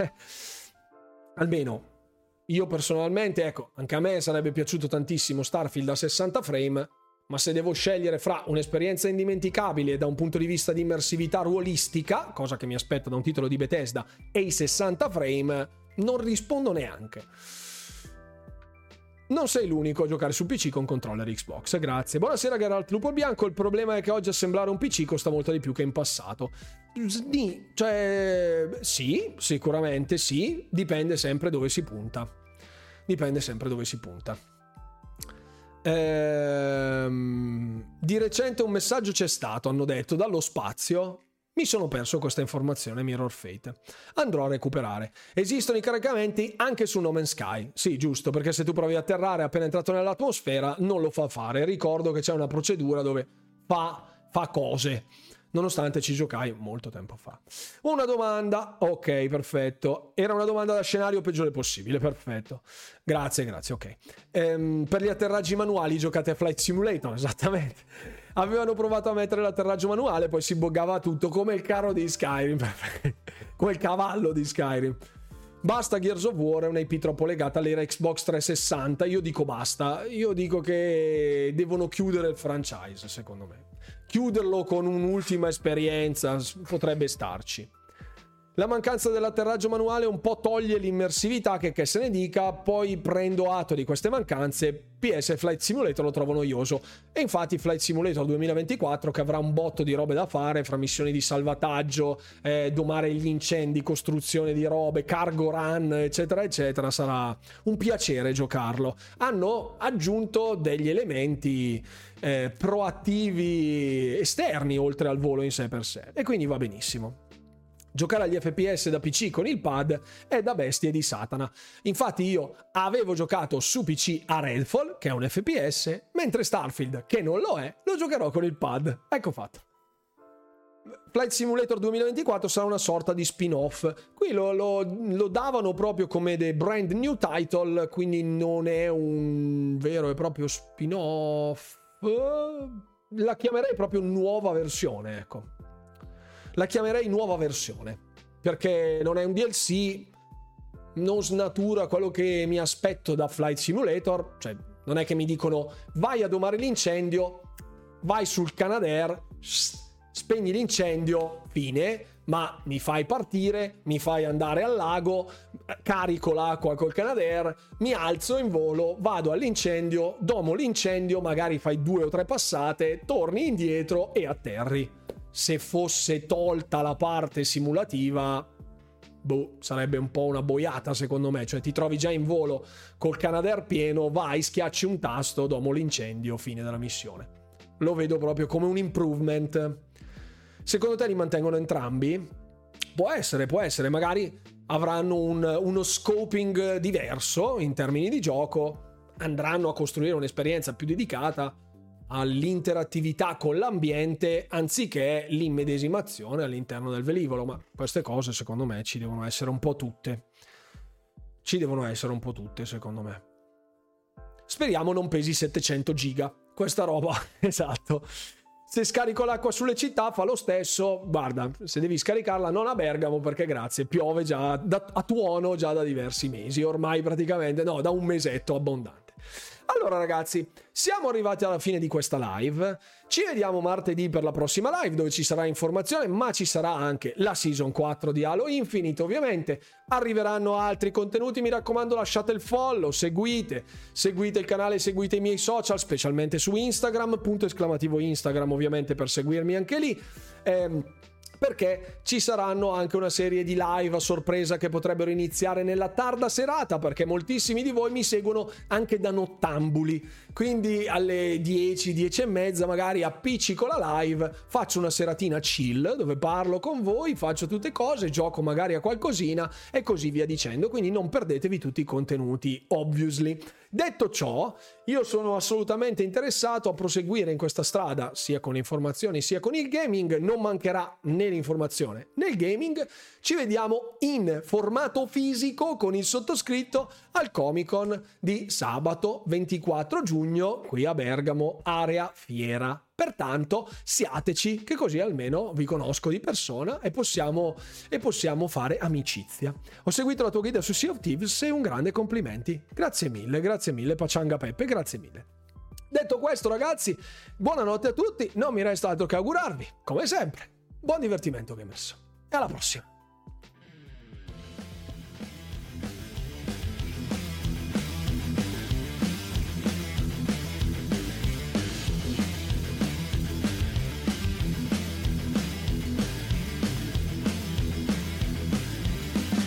Almeno io personalmente, ecco, anche a me sarebbe piaciuto tantissimo Starfield a sessanta frame, ma se devo scegliere fra un'esperienza indimenticabile da un punto di vista di immersività ruolistica, cosa che mi aspetto da un titolo di Bethesda, e i sessanta frame, non rispondo neanche. Non sei l'unico a giocare su P C con controller Xbox, grazie. Buonasera Geralt Lupo Bianco, il problema è che oggi assemblare un P C costa molto di più che in passato. Sì, cioè, sì, sicuramente sì, dipende sempre dove si punta. Dipende sempre dove si punta. Ehm, di recente un messaggio c'è stato, hanno detto, dallo spazio. Mi sono perso questa informazione, Mirror Fate. Andrò a recuperare. Esistono i caricamenti anche su No Man's Sky. Sì, giusto, perché se tu provi a atterrare appena entrato nell'atmosfera, non lo fa fare. Ricordo che c'è una procedura dove fa, fa cose, nonostante ci giocai molto tempo fa. Una domanda, ok, perfetto. Era una domanda da scenario peggiore possibile, perfetto. Grazie, grazie, ok. Ehm, per gli atterraggi manuali giocate a Flight Simulator, esattamente. Avevano provato a mettere l'atterraggio manuale, poi si buggava tutto, come il carro di Skyrim, come il cavallo di Skyrim. Basta Gears of War, è una I P troppo legata all'era Xbox trecentosessanta. Io dico basta, io dico che devono chiudere il franchise, secondo me. Chiuderlo con un'ultima esperienza potrebbe starci. La mancanza dell'atterraggio manuale un po' toglie l'immersività, che che se ne dica, poi prendo atto di queste mancanze. P S Flight Simulator lo trovo noioso, e infatti Flight Simulator duemilaventiquattro, che avrà un botto di robe da fare, fra missioni di salvataggio, eh, domare gli incendi, costruzione di robe, cargo run, eccetera eccetera, sarà un piacere giocarlo. Hanno aggiunto degli elementi eh, proattivi esterni oltre al volo in sé per sé, e quindi va benissimo. Giocare agli F P S da P C con il pad è da bestie di Satana. Infatti io avevo giocato su P C a Redfall, che è un F P S, mentre Starfield, che non lo è, lo giocherò con il pad. Ecco fatto. Flight Simulator duemilaventiquattro sarà una sorta di spin-off. Qui lo, lo, lo davano proprio come the brand new title, quindi non è un vero e proprio spin-off. La chiamerei proprio nuova versione, ecco. La chiamerei nuova versione, perché non è un D L C, non snatura quello che mi aspetto da Flight Simulator. Cioè, non è che mi dicono vai a domare l'incendio, vai sul Canadair, spegni l'incendio, fine, ma mi fai partire, mi fai andare al lago, carico l'acqua col Canadair, mi alzo in volo, vado all'incendio, domo l'incendio, magari fai due o tre passate, torni indietro e atterri. Se fosse tolta la parte simulativa, boh, sarebbe un po' una boiata secondo me. Cioè ti trovi già in volo col Canadair pieno, vai, schiacci un tasto, domo l'incendio, fine della missione. Lo vedo proprio come un improvement. Secondo te li mantengono entrambi? Può essere, può essere, magari avranno un, uno scoping diverso in termini di gioco, andranno a costruire un'esperienza più dedicata all'interattività con l'ambiente anziché l'immedesimazione all'interno del velivolo. Ma queste cose secondo me ci devono essere un po' tutte ci devono essere un po' tutte secondo me. Speriamo non pesi settecento giga questa roba. Esatto, se scarico l'acqua sulle città fa lo stesso. Guarda, se devi scaricarla non a Bergamo, perché grazie, piove già da, a tuono già da diversi mesi ormai, praticamente no, da un mesetto abbondante. Allora ragazzi, siamo arrivati alla fine di questa live. Ci vediamo martedì per la prossima live, dove ci sarà informazione, ma ci sarà anche la season quattro di Halo Infinite, ovviamente. Arriveranno altri contenuti, mi raccomando lasciate il follow, seguite, seguite il canale, seguite i miei social, specialmente su Instagram, punto esclamativo Instagram ovviamente per seguirmi anche lì. Ehm... perché ci saranno anche una serie di live a sorpresa che potrebbero iniziare nella tarda serata, perché moltissimi di voi mi seguono anche da nottambuli, quindi alle dieci, dieci e mezza magari appiccico la live, faccio una seratina chill dove parlo con voi, faccio tutte cose, gioco magari a qualcosina e così via dicendo, quindi non perdetevi tutti i contenuti, obviously. Detto ciò, io sono assolutamente interessato a proseguire in questa strada, sia con le informazioni sia con il gaming. Non mancherà né l'informazione né il gaming. Ci vediamo in formato fisico con il sottoscritto al Comic Con di sabato ventiquattro giugno qui a Bergamo, area Fiera. Pertanto siateci, che così almeno vi conosco di persona e possiamo, e possiamo fare amicizia. Ho seguito la tua guida su Sea of Thieves e un grande complimenti. Grazie mille, grazie mille Paccianga Peppe, grazie mille. Detto questo ragazzi, buonanotte a tutti, non mi resta altro che augurarvi, come sempre, buon divertimento gamers e alla prossima.